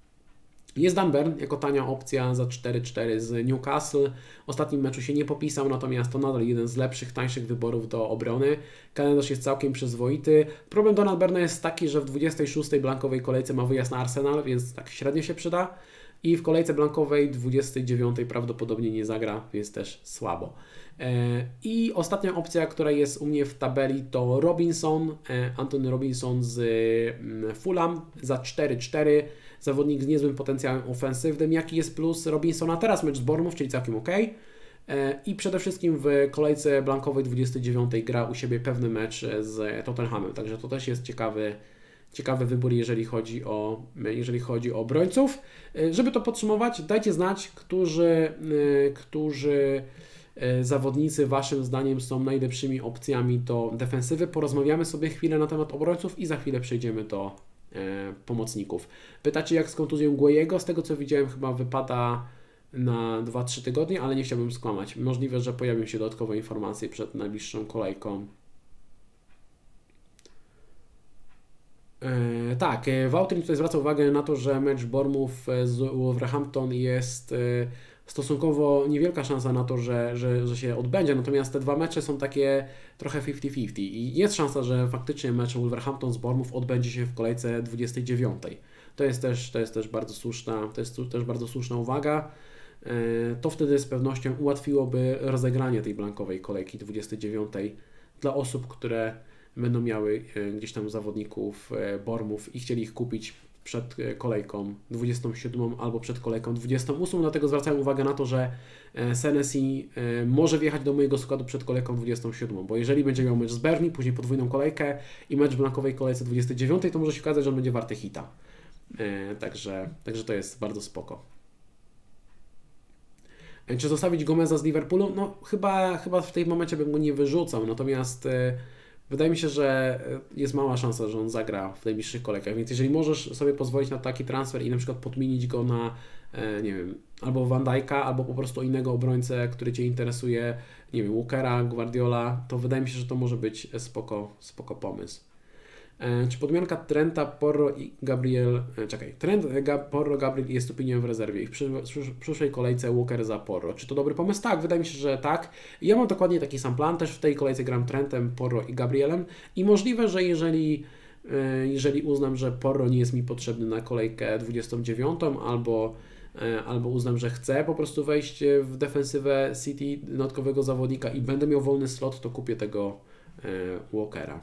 Jest Dan Burn jako tania opcja za cztery cztery z Newcastle. W ostatnim meczu się nie popisał, natomiast to nadal jeden z lepszych, tańszych wyborów do obrony. Kalendarz jest całkiem przyzwoity. Problem Donald Burna jest taki, że w dwudziestej szóstej blankowej kolejce ma wyjazd na Arsenal, więc tak średnio się przyda. I w kolejce blankowej dwudziestej dziewiątej prawdopodobnie nie zagra, więc też słabo. I ostatnia opcja, która jest u mnie w tabeli, to Robinson, Anthony Robinson z Fulham za cztery cztery. Zawodnik z niezłym potencjałem ofensywnym. Jaki jest plus Robinsona? Teraz mecz z Bournemouth, czyli całkiem ok. I przede wszystkim w kolejce blankowej dwudziestej dziewiątej gra u siebie pewny mecz z Tottenhamem. Także to też jest ciekawy, ciekawy wybór, jeżeli chodzi o, jeżeli chodzi o obrońców. Żeby to podsumować, dajcie znać, którzy, którzy zawodnicy Waszym zdaniem są najlepszymi opcjami do defensywy. Porozmawiamy sobie chwilę na temat obrońców i za chwilę przejdziemy do e, pomocników. Pytacie, jak z kontuzją Guejego? Z tego co widziałem, chyba wypada na dwa trzy tygodnie, ale nie chciałbym skłamać. Możliwe, że pojawią się dodatkowe informacje przed najbliższą kolejką. E, tak, Wałtrin tutaj zwraca uwagę na to, że mecz Bournemouth z Wolverhampton jest e, stosunkowo niewielka szansa na to, że, że, że się odbędzie, natomiast te dwa mecze są takie trochę fifty fifty i jest szansa, że faktycznie mecz Wolverhampton z Bournemouth odbędzie się w kolejce dwudziestej dziewiątej. To jest też, to jest też bardzo słuszna, to jest też bardzo słuszna uwaga. To wtedy z pewnością ułatwiłoby rozegranie tej blankowej kolejki dwudziestej dziewiątej dla osób, które będą miały gdzieś tam zawodników Bournemouth i chcieli ich kupić przed kolejką dwudziestą siódmą albo przed kolejką dwudziestą ósmą, dlatego zwracałem uwagę na to, że Senesi może wjechać do mojego składu przed kolejką dwudziestą siódmą, bo jeżeli będzie miał mecz z Burnley, później podwójną kolejkę i mecz w blankowej kolejce dwudziestej dziewiątej, to może się okazać, że on będzie warty hita. Także, także to jest bardzo spoko. Czy zostawić Gomeza z Liverpoolu? No chyba, chyba w tym momencie bym go nie wyrzucał, natomiast wydaje mi się, że jest mała szansa, że on zagra w najbliższych kolejkach, więc jeżeli możesz sobie pozwolić na taki transfer i na przykład podmienić go na, nie wiem, albo Van Dijk'a, albo po prostu innego obrońcę, który Cię interesuje, nie wiem, Walkera, Guardiola, to wydaje mi się, że to może być spoko, spoko pomysł. Czy podmianka Trenta, Porro i Gabriel, czekaj, Trent, Porro, Gabriel jest opinią w rezerwie i w przyszłej kolejce Walker za Porro. Czy to dobry pomysł? Tak, wydaje mi się, że tak. Ja mam dokładnie taki sam plan, też w tej kolejce gram Trentem, Porro i Gabrielem i możliwe, że jeżeli, jeżeli uznam, że Porro nie jest mi potrzebny na kolejkę dwudziestą dziewiątą albo, albo uznam, że chcę po prostu wejść w defensywę City dodatkowego zawodnika i będę miał wolny slot, to kupię tego Walkera.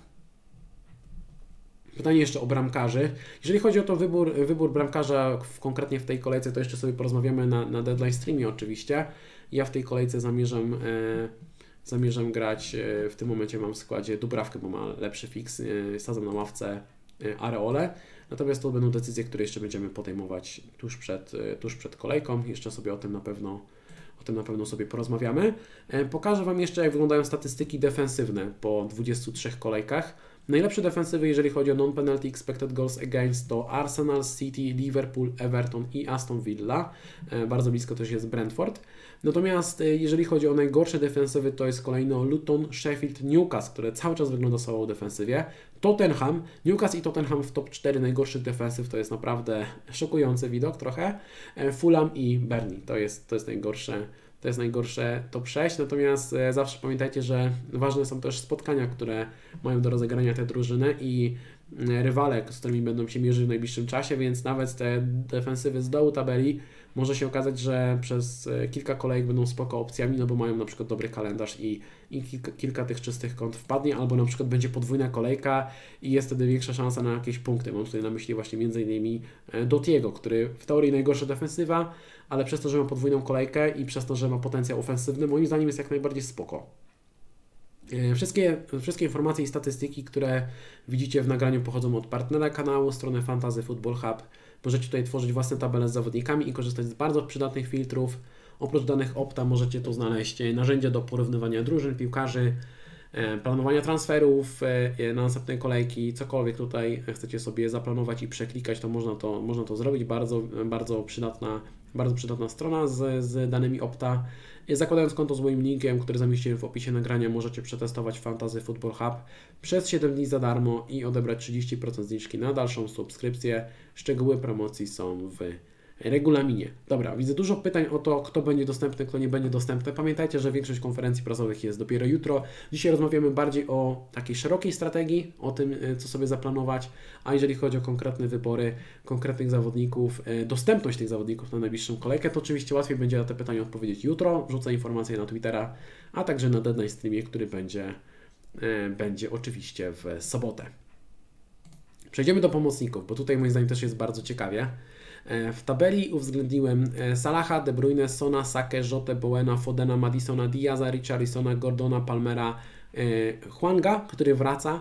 Pytanie jeszcze o bramkarzy. Jeżeli chodzi o to wybór, wybór bramkarza w, konkretnie w tej kolejce, to jeszcze sobie porozmawiamy na, na deadline streamie oczywiście. Ja w tej kolejce zamierzam, e, zamierzam grać, e, w tym momencie mam w składzie Dubrawkę, bo ma lepszy fix, e, sadzam na ławce e, Areole. Natomiast to będą decyzje, które jeszcze będziemy podejmować tuż przed, e, tuż przed kolejką. Jeszcze sobie o tym na pewno O tym na pewno sobie porozmawiamy. E, pokażę Wam jeszcze, jak wyglądają statystyki defensywne po dwudziestu trzech kolejkach. Najlepsze defensywy, jeżeli chodzi o non-penalty expected goals against, to Arsenal, City, Liverpool, Everton i Aston Villa. E, bardzo blisko też jest Brentford. Natomiast e, jeżeli chodzi o najgorsze defensywy, to jest kolejno Luton, Sheffield, Newcastle, które cały czas wygląda słabo w defensywie. Tottenham, Newcastle i Tottenham w top cztery najgorszych defensyw, to jest naprawdę szokujący widok trochę. E, Fulham i Burnley, to jest, to jest najgorsze. To jest najgorsze top sześć, natomiast e, zawsze pamiętajcie, że ważne są też spotkania, które mają do rozegrania te drużyny i e, rywale, z którymi będą się mierzyć w najbliższym czasie, więc nawet te defensywy z dołu tabeli może się okazać, że przez e, kilka kolejek będą spoko opcjami, no bo mają na przykład dobry kalendarz i, i kilka, kilka tych czystych kąt wpadnie, albo na przykład będzie podwójna kolejka i jest wtedy większa szansa na jakieś punkty. Mam tutaj na myśli właśnie między innymi Dotiego, który w teorii najgorsza defensywa, ale przez to, że ma podwójną kolejkę i przez to, że ma potencjał ofensywny, moim zdaniem jest jak najbardziej spoko. Wszystkie, wszystkie informacje i statystyki, które widzicie w nagraniu, pochodzą od partnera kanału, strony Fantasy Football Hub. Możecie tutaj tworzyć własne tabele z zawodnikami i korzystać z bardzo przydatnych filtrów. Oprócz danych Opta możecie tu znaleźć narzędzia do porównywania drużyn, piłkarzy, planowania transferów na następne kolejki, cokolwiek tutaj chcecie sobie zaplanować i przeklikać, to można to, można to zrobić. Bardzo, bardzo przydatna, bardzo przydatna strona z, z danymi Opta. Zakładając konto z moim linkiem, który zamieściłem w opisie nagrania, możecie przetestować Fantasy Football Hub przez siedem dni za darmo i odebrać trzydzieści procent zniżki na dalszą subskrypcję. Szczegóły promocji są w regulaminie. Dobra, widzę dużo pytań o to, kto będzie dostępny, kto nie będzie dostępny. Pamiętajcie, że większość konferencji prasowych jest dopiero jutro. Dzisiaj rozmawiamy bardziej o takiej szerokiej strategii, o tym, co sobie zaplanować, a jeżeli chodzi o konkretne wybory konkretnych zawodników, dostępność tych zawodników na najbliższą kolejkę, to oczywiście łatwiej będzie na te pytania odpowiedzieć jutro. Wrzucę informacje na Twittera, a także na deadline streamie, który będzie, będzie oczywiście w sobotę. Przejdziemy do pomocników, bo tutaj moim zdaniem też jest bardzo ciekawie. W tabeli uwzględniłem Salaha, De Bruyne, Sona, Sakę, Jotę, Bowena, Fodena, Madisona, Diaza, Richarlisona, Gordona, Palmera, Hwanga, który wraca,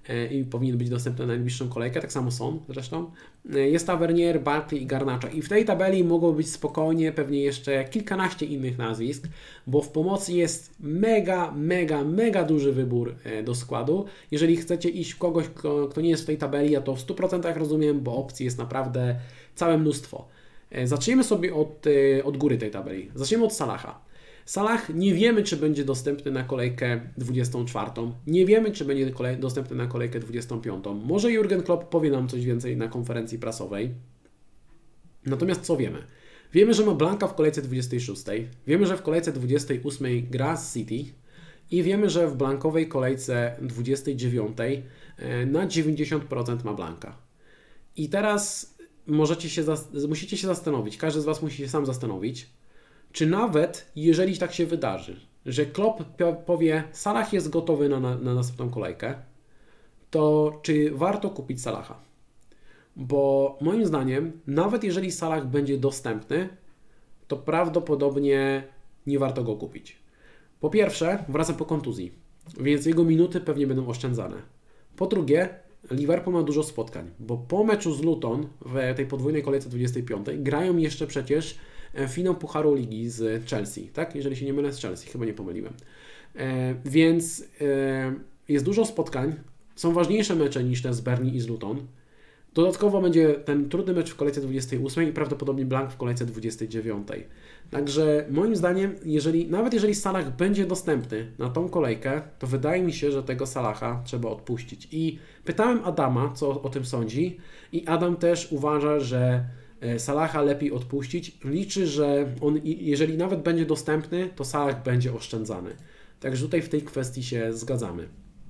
i powinien być dostępny na najbliższą kolejkę, tak samo są zresztą. Jest Tavernier, Barkley i Garnacho i w tej tabeli mogło być spokojnie pewnie jeszcze kilkanaście innych nazwisk, bo w pomocy jest mega, mega, mega duży wybór do składu. Jeżeli chcecie iść w kogoś, kto, kto nie jest w tej tabeli, ja to w stu procentach rozumiem, bo opcji jest naprawdę całe mnóstwo. Zacznijmy sobie od, od góry tej tabeli. Zacznijmy od Salaha. Salah nie wiemy, czy będzie dostępny na kolejkę dwudziestą czwartą. Nie wiemy, czy będzie kolej- dostępny na kolejkę dwudziestą piątą. Może Jurgen Klopp powie nam coś więcej na konferencji prasowej. Natomiast co wiemy? Wiemy, że ma Blanka w kolejce dwudziestej szóstej. Wiemy, że w kolejce dwudziestej ósmej gra z City. I wiemy, że w blankowej kolejce dwudziestej dziewiątej na dziewięćdziesiąt procent ma Blanka. I teraz możecie się zas- musicie się zastanowić, każdy z Was musi się sam zastanowić, czy nawet jeżeli tak się wydarzy, że Klopp powie, Salah jest gotowy na, na, na następną kolejkę, to czy warto kupić Salaha? Bo moim zdaniem, nawet jeżeli Salah będzie dostępny, to prawdopodobnie nie warto go kupić. Po pierwsze, wraca po kontuzji, więc jego minuty pewnie będą oszczędzane. Po drugie, Liverpool ma dużo spotkań, bo po meczu z Luton w tej podwójnej kolejce dwudziestej piątej grają jeszcze przecież finał Pucharu Ligi z Chelsea, tak? Jeżeli się nie mylę, z Chelsea, chyba nie pomyliłem. E, więc e, jest dużo spotkań, są ważniejsze mecze niż te z Burnley i z Luton. Dodatkowo będzie ten trudny mecz w kolejce dwudziestej ósmej i prawdopodobnie blank w kolejce dwudziestej dziewiątej. Także moim zdaniem, jeżeli, nawet jeżeli Salah będzie dostępny na tą kolejkę, to wydaje mi się, że tego Salaha trzeba odpuścić. I pytałem Adama, co o tym sądzi, i Adam też uważa, że Salaha lepiej odpuścić. Liczy, że on, jeżeli nawet będzie dostępny, to Salah będzie oszczędzany. Także tutaj w tej kwestii się zgadzamy.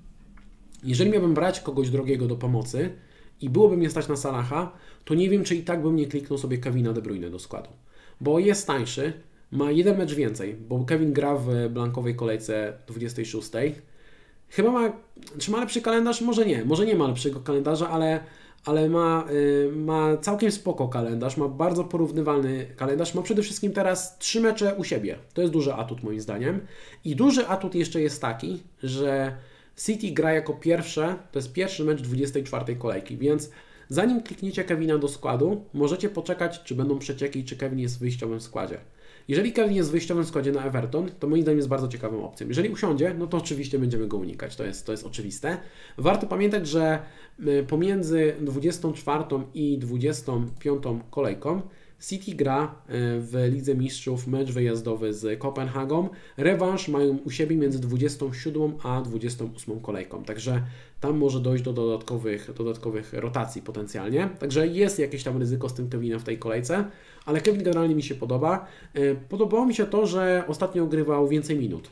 Jeżeli miałbym brać kogoś drogiego do pomocy i byłoby mnie stać na Salaha, to nie wiem, czy i tak bym nie kliknął sobie Kevina De Bruyne do składu. Bo jest tańszy, ma jeden mecz więcej, bo Kevin gra w blankowej kolejce dwudziestej szóstej. Chyba ma, czy ma lepszy kalendarz? Może nie, może nie ma lepszego kalendarza, ale ale ma, y, ma całkiem spoko kalendarz, ma bardzo porównywalny kalendarz, ma przede wszystkim teraz trzy mecze u siebie. To jest duży atut moim zdaniem. I duży atut jeszcze jest taki, że City gra jako pierwsze, to jest pierwszy mecz dwudziestej czwartej kolejki, więc zanim klikniecie Kevina do składu, możecie poczekać, czy będą przecieki, czy Kevin jest w wyjściowym składzie. Jeżeli Kevin jest w wyjściowym składzie na Everton, to moim zdaniem jest bardzo ciekawą opcją. Jeżeli usiądzie, no to oczywiście będziemy go unikać, to jest, to jest oczywiste. Warto pamiętać, że pomiędzy dwudziestą czwartą i dwudziestą piątą kolejką City gra w Lidze Mistrzów mecz wyjazdowy z Kopenhagą. Rewanż mają u siebie między dwudziestą siódmą a dwudziestą ósmą kolejką. Także tam może dojść do dodatkowych, dodatkowych rotacji potencjalnie. Także jest jakieś tam ryzyko z tym Kevinem w tej kolejce, ale Kevin generalnie mi się podoba. Podobało mi się to, że ostatnio ogrywał więcej minut.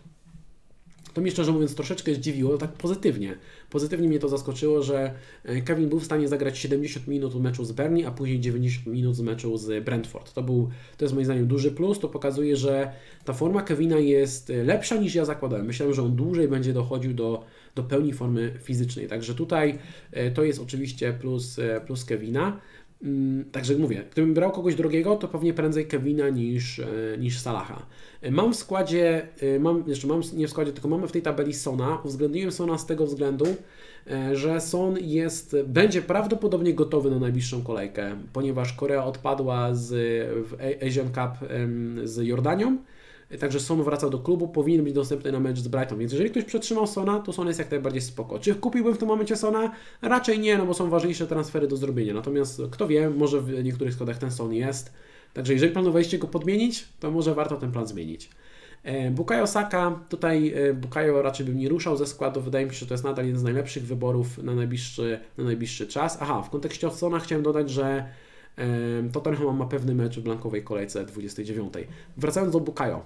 To mnie szczerze mówiąc troszeczkę zdziwiło, tak pozytywnie. Pozytywnie mnie to zaskoczyło, że Kevin był w stanie zagrać siedemdziesiąt minut w meczu z Burnley, a później dziewięćdziesiąt minut z meczu z Brentford. To, był, to jest moim zdaniem duży plus, to pokazuje, że ta forma Kevina jest lepsza niż ja zakładałem. Myślałem, że on dłużej będzie dochodził do, do pełni formy fizycznej. Także tutaj to jest oczywiście plus, plus Kevina. Także mówię, gdybym brał kogoś drogiego, to pewnie prędzej Kevina niż, niż Salaha. Mam w składzie, mam, jeszcze mam nie w składzie, tylko mamy w tej tabeli Sona. Uwzględniłem Sona z tego względu, że Son jest, będzie prawdopodobnie gotowy na najbliższą kolejkę, ponieważ Korea odpadła z w Asian Cup z Jordanią. Także Son wraca do klubu, powinien być dostępny na mecz z Brighton, więc jeżeli ktoś przetrzymał Sona, to Son jest jak najbardziej spoko. Czy kupiłbym w tym momencie Sona? Raczej nie, no bo są ważniejsze transfery do zrobienia, natomiast kto wie, może w niektórych składach ten Son jest. Także jeżeli planowaliście go podmienić, to może warto ten plan zmienić. Bukayo Saka, tutaj Bukayo raczej bym nie ruszał ze składu, wydaje mi się, że to jest nadal jeden z najlepszych wyborów na najbliższy, na najbliższy czas. Aha, w kontekście Sona chciałem dodać, że Tottenham ma pewny mecz w blankowej kolejce dwudziestej dziewiątej. Wracając do Bukayo.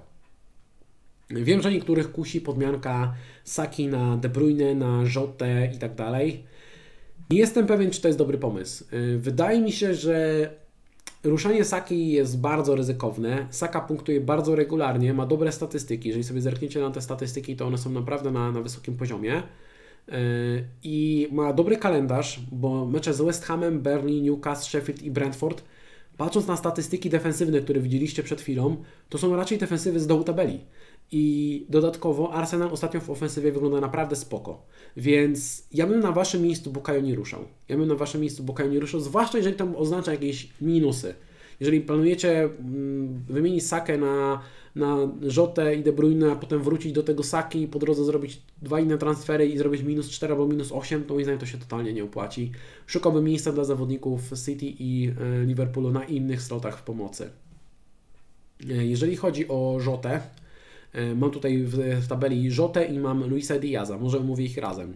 Wiem, że niektórych kusi podmianka Saki na De Bruyne, na Jotę i tak dalej. Nie jestem pewien, czy to jest dobry pomysł. Wydaje mi się, że ruszanie Saki jest bardzo ryzykowne. Saka punktuje bardzo regularnie, ma dobre statystyki. Jeżeli sobie zerkniecie na te statystyki, to one są naprawdę na, na wysokim poziomie. I ma dobry kalendarz, bo mecze z West Hamem, Burnley, Newcastle, Sheffield i Brentford patrząc na statystyki defensywne, które widzieliście przed chwilą, to są raczej defensywy z dołu tabeli. I dodatkowo Arsenal ostatnio w ofensywie wygląda naprawdę spoko. Więc ja bym na Waszym miejscu Bukayo nie ruszał. Ja bym na Waszym miejscu Bukayo nie ruszał, zwłaszcza jeżeli tam oznacza jakieś minusy. Jeżeli planujecie mm, wymienić Sakę na, na Jotę i De Bruyne, a potem wrócić do tego Saki i po drodze zrobić dwa inne transfery i zrobić minus cztery albo minus osiem, to moim zdaniem to się totalnie nie opłaci. Szukałbym miejsca dla zawodników City i e, Liverpoolu na innych slotach w pomocy. E, jeżeli chodzi o Jotę, e, mam tutaj w, w tabeli Jotę i mam Luisa Diaza, może omówię ich razem.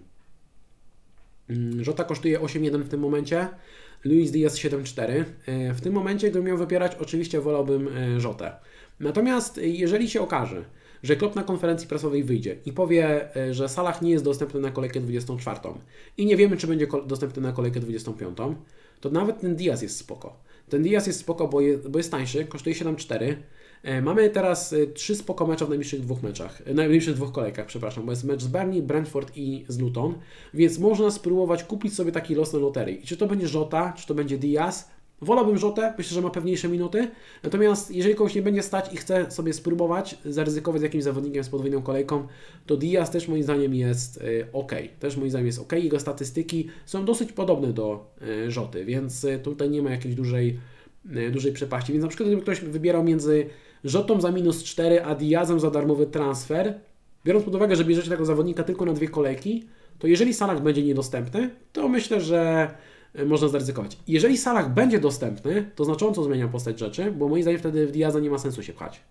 Jota kosztuje osiem jeden w tym momencie, Luis Diaz siedem cztery. W tym momencie, gdybym miał wypierać, oczywiście wolałbym Jotę. Natomiast jeżeli się okaże, że Klopp na konferencji prasowej wyjdzie i powie, że Salah nie jest dostępny na kolejkę dwudziestą czwartą i nie wiemy, czy będzie dostępny na kolejkę dwudziestą piątą, to nawet ten Diaz jest spoko. Ten Diaz jest spoko, bo jest, bo jest tańszy, kosztuje siedem cztery. Mamy teraz trzy spoko mecze w najbliższych dwóch meczach, w najbliższych dwóch kolejkach, przepraszam, bo jest mecz z Burnley, Brentford i z Luton, więc można spróbować kupić sobie taki los na loterii. I czy to będzie Jota, czy to będzie Diaz? Wolałbym Jotę, myślę, że ma pewniejsze minuty, natomiast jeżeli kogoś nie będzie stać i chce sobie spróbować zaryzykować z jakimś zawodnikiem z podwójną kolejką, to Diaz też moim zdaniem jest ok. Też moim zdaniem jest ok. Jego statystyki są dosyć podobne do Joty, więc tutaj nie ma jakiejś dużej, dużej przepaści. Więc na przykład gdyby ktoś wybierał między Jotą za minus cztery, a Diazem za darmowy transfer, biorąc pod uwagę, że bierzecie tego zawodnika tylko na dwie kolejki, to jeżeli Salah będzie niedostępny, to myślę, że można zaryzykować. Jeżeli Salah będzie dostępny, to znacząco zmienia postać rzeczy, bo moim zdaniem wtedy w Diaza nie ma sensu się pchać.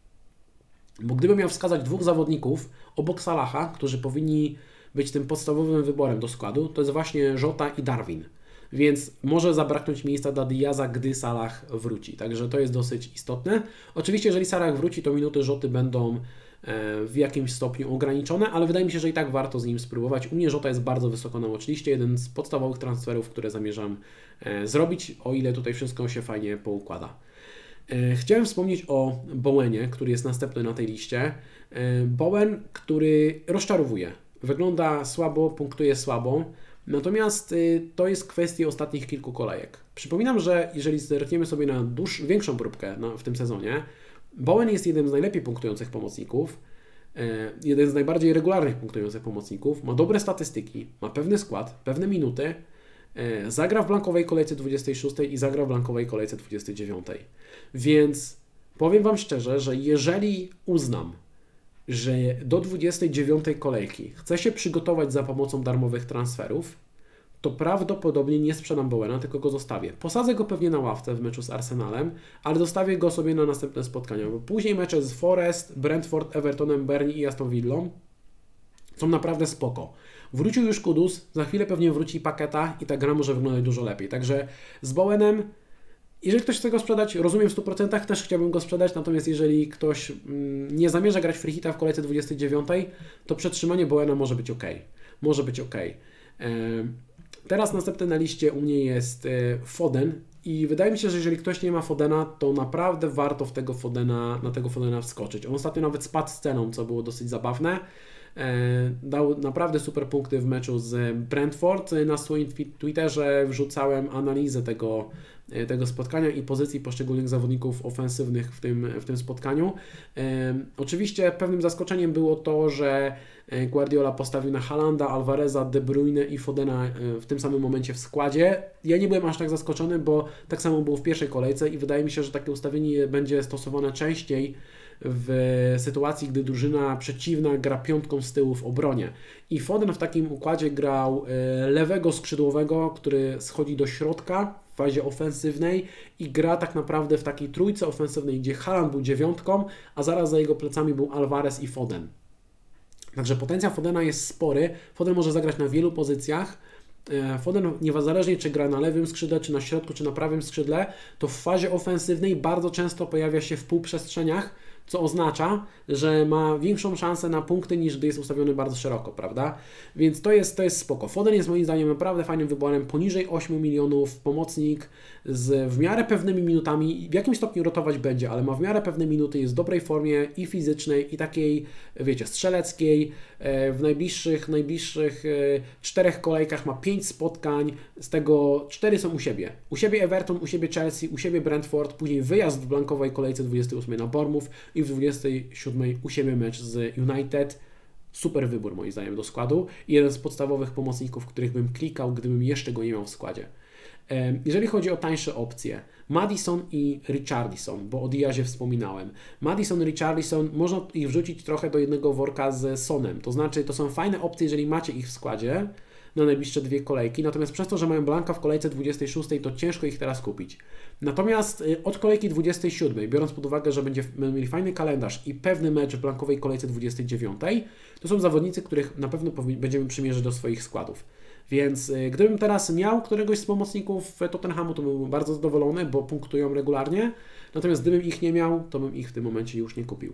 Bo gdybym miał wskazać dwóch zawodników obok Salaha, którzy powinni być tym podstawowym wyborem do składu, to jest właśnie Jota i Darwin. Więc może zabraknąć miejsca dla Diaza, gdy Salah wróci. Także to jest dosyć istotne. Oczywiście, jeżeli Salah wróci, to minuty Joty będą w jakimś stopniu ograniczone, ale wydaje mi się, że i tak warto z nim spróbować. U mnie Jota jest bardzo wysoko na watchliście, jeden z podstawowych transferów, które zamierzam zrobić, o ile tutaj wszystko się fajnie poukłada. Chciałem wspomnieć o Bowenie, który jest następny na tej liście. Bowen, który rozczarowuje. Wygląda słabo, punktuje słabo. Natomiast to jest kwestia ostatnich kilku kolejek. Przypominam, że jeżeli zerkniemy sobie na dłuż, większą próbkę na, w tym sezonie, Bowen jest jednym z najlepiej punktujących pomocników, jeden z najbardziej regularnych punktujących pomocników, ma dobre statystyki, ma pewny skład, pewne minuty, zagra w blankowej kolejce dwudziestej szóstej i zagra w blankowej kolejce dwudziestej dziewiątej. Więc powiem Wam szczerze, że jeżeli uznam, że do dwudziestej dziewiątej kolejki chcę się przygotować za pomocą darmowych transferów, to prawdopodobnie nie sprzedam Bowena, tylko go zostawię. Posadzę go pewnie na ławce w meczu z Arsenalem, ale zostawię go sobie na następne spotkania, bo później mecze z Forest, Brentford, Evertonem, Burnley i Aston Villą są naprawdę spoko. Wrócił już Kudus, za chwilę pewnie wróci Paketa i ta gra może wyglądać dużo lepiej. Także z Bowenem, jeżeli ktoś chce go sprzedać, rozumiem w stu procentach, też chciałbym go sprzedać, natomiast jeżeli ktoś mm, nie zamierza grać free hita w kolejce dwudziestej dziewiątej, to przetrzymanie Bowena może być ok. Może być ok. Eee, Teraz następny na liście u mnie jest Foden i wydaje mi się, że jeżeli ktoś nie ma Fodena, to naprawdę warto w tego Fodena, na tego Fodena wskoczyć. On ostatnio nawet spadł z ceną, co było dosyć zabawne. Dał naprawdę super punkty w meczu z Brentford. Na swoim Twitterze wrzucałem analizę tego, tego spotkania i pozycji poszczególnych zawodników ofensywnych w tym, w tym spotkaniu. Oczywiście pewnym zaskoczeniem było to, że Guardiola postawił na Haalanda, Alvareza, De Bruyne i Fodena w tym samym momencie w składzie. Ja nie byłem aż tak zaskoczony, bo tak samo było w pierwszej kolejce i wydaje mi się, że takie ustawienie będzie stosowane częściej w sytuacji, gdy drużyna przeciwna gra piątką z tyłu w obronie. I Foden w takim układzie grał lewego skrzydłowego, który schodzi do środka w fazie ofensywnej i gra tak naprawdę w takiej trójce ofensywnej, gdzie Haaland był dziewiątką, a zaraz za jego plecami był Alvarez i Foden. Także potencjał Fodena jest spory. Foden może zagrać na wielu pozycjach. Foden, niezależnie czy gra na lewym skrzydle, czy na środku, czy na prawym skrzydle, to w fazie ofensywnej bardzo często pojawia się w półprzestrzeniach, co oznacza, że ma większą szansę na punkty niż gdy jest ustawiony bardzo szeroko, prawda? Więc to jest, to jest spoko. Foden jest moim zdaniem naprawdę fajnym wyborem, poniżej ośmiu milionów, pomocnik z w miarę pewnymi minutami, w jakimś stopniu rotować będzie, ale ma w miarę pewne minuty, jest w dobrej formie i fizycznej, i takiej, wiecie, strzeleckiej. W najbliższych, najbliższych czterech kolejkach ma pięć spotkań, z tego cztery są u siebie. U siebie Everton, u siebie Chelsea, u siebie Brentford, później wyjazd w blankowej kolejce dwudziestej ósmej na Bournemouth i w dwudziestej siódmej u siebie mecz z United. Super wybór moim zdaniem do składu i jeden z podstawowych pomocników, których bym klikał, gdybym jeszcze go nie miał w składzie. Jeżeli chodzi o tańsze opcje, Maddison i Richarlison, bo o Diazie wspominałem. Maddison i Richarlison, można ich wrzucić trochę do jednego worka z Sonem, to znaczy to są fajne opcje, jeżeli macie ich w składzie na najbliższe dwie kolejki, natomiast przez to, że mają blanka w kolejce dwudziestej szóstej, to ciężko ich teraz kupić. Natomiast od kolejki dwudziestej siódmej, biorąc pod uwagę, że będziemy mieli fajny kalendarz i pewny mecz w blankowej kolejce dwudziestej dziewiątej, to są zawodnicy, których na pewno będziemy przymierzyć do swoich składów. Więc y, gdybym teraz miał któregoś z pomocników Tottenhamu, to byłbym bardzo zadowolony, bo punktują regularnie. Natomiast gdybym ich nie miał, to bym ich w tym momencie już nie kupił.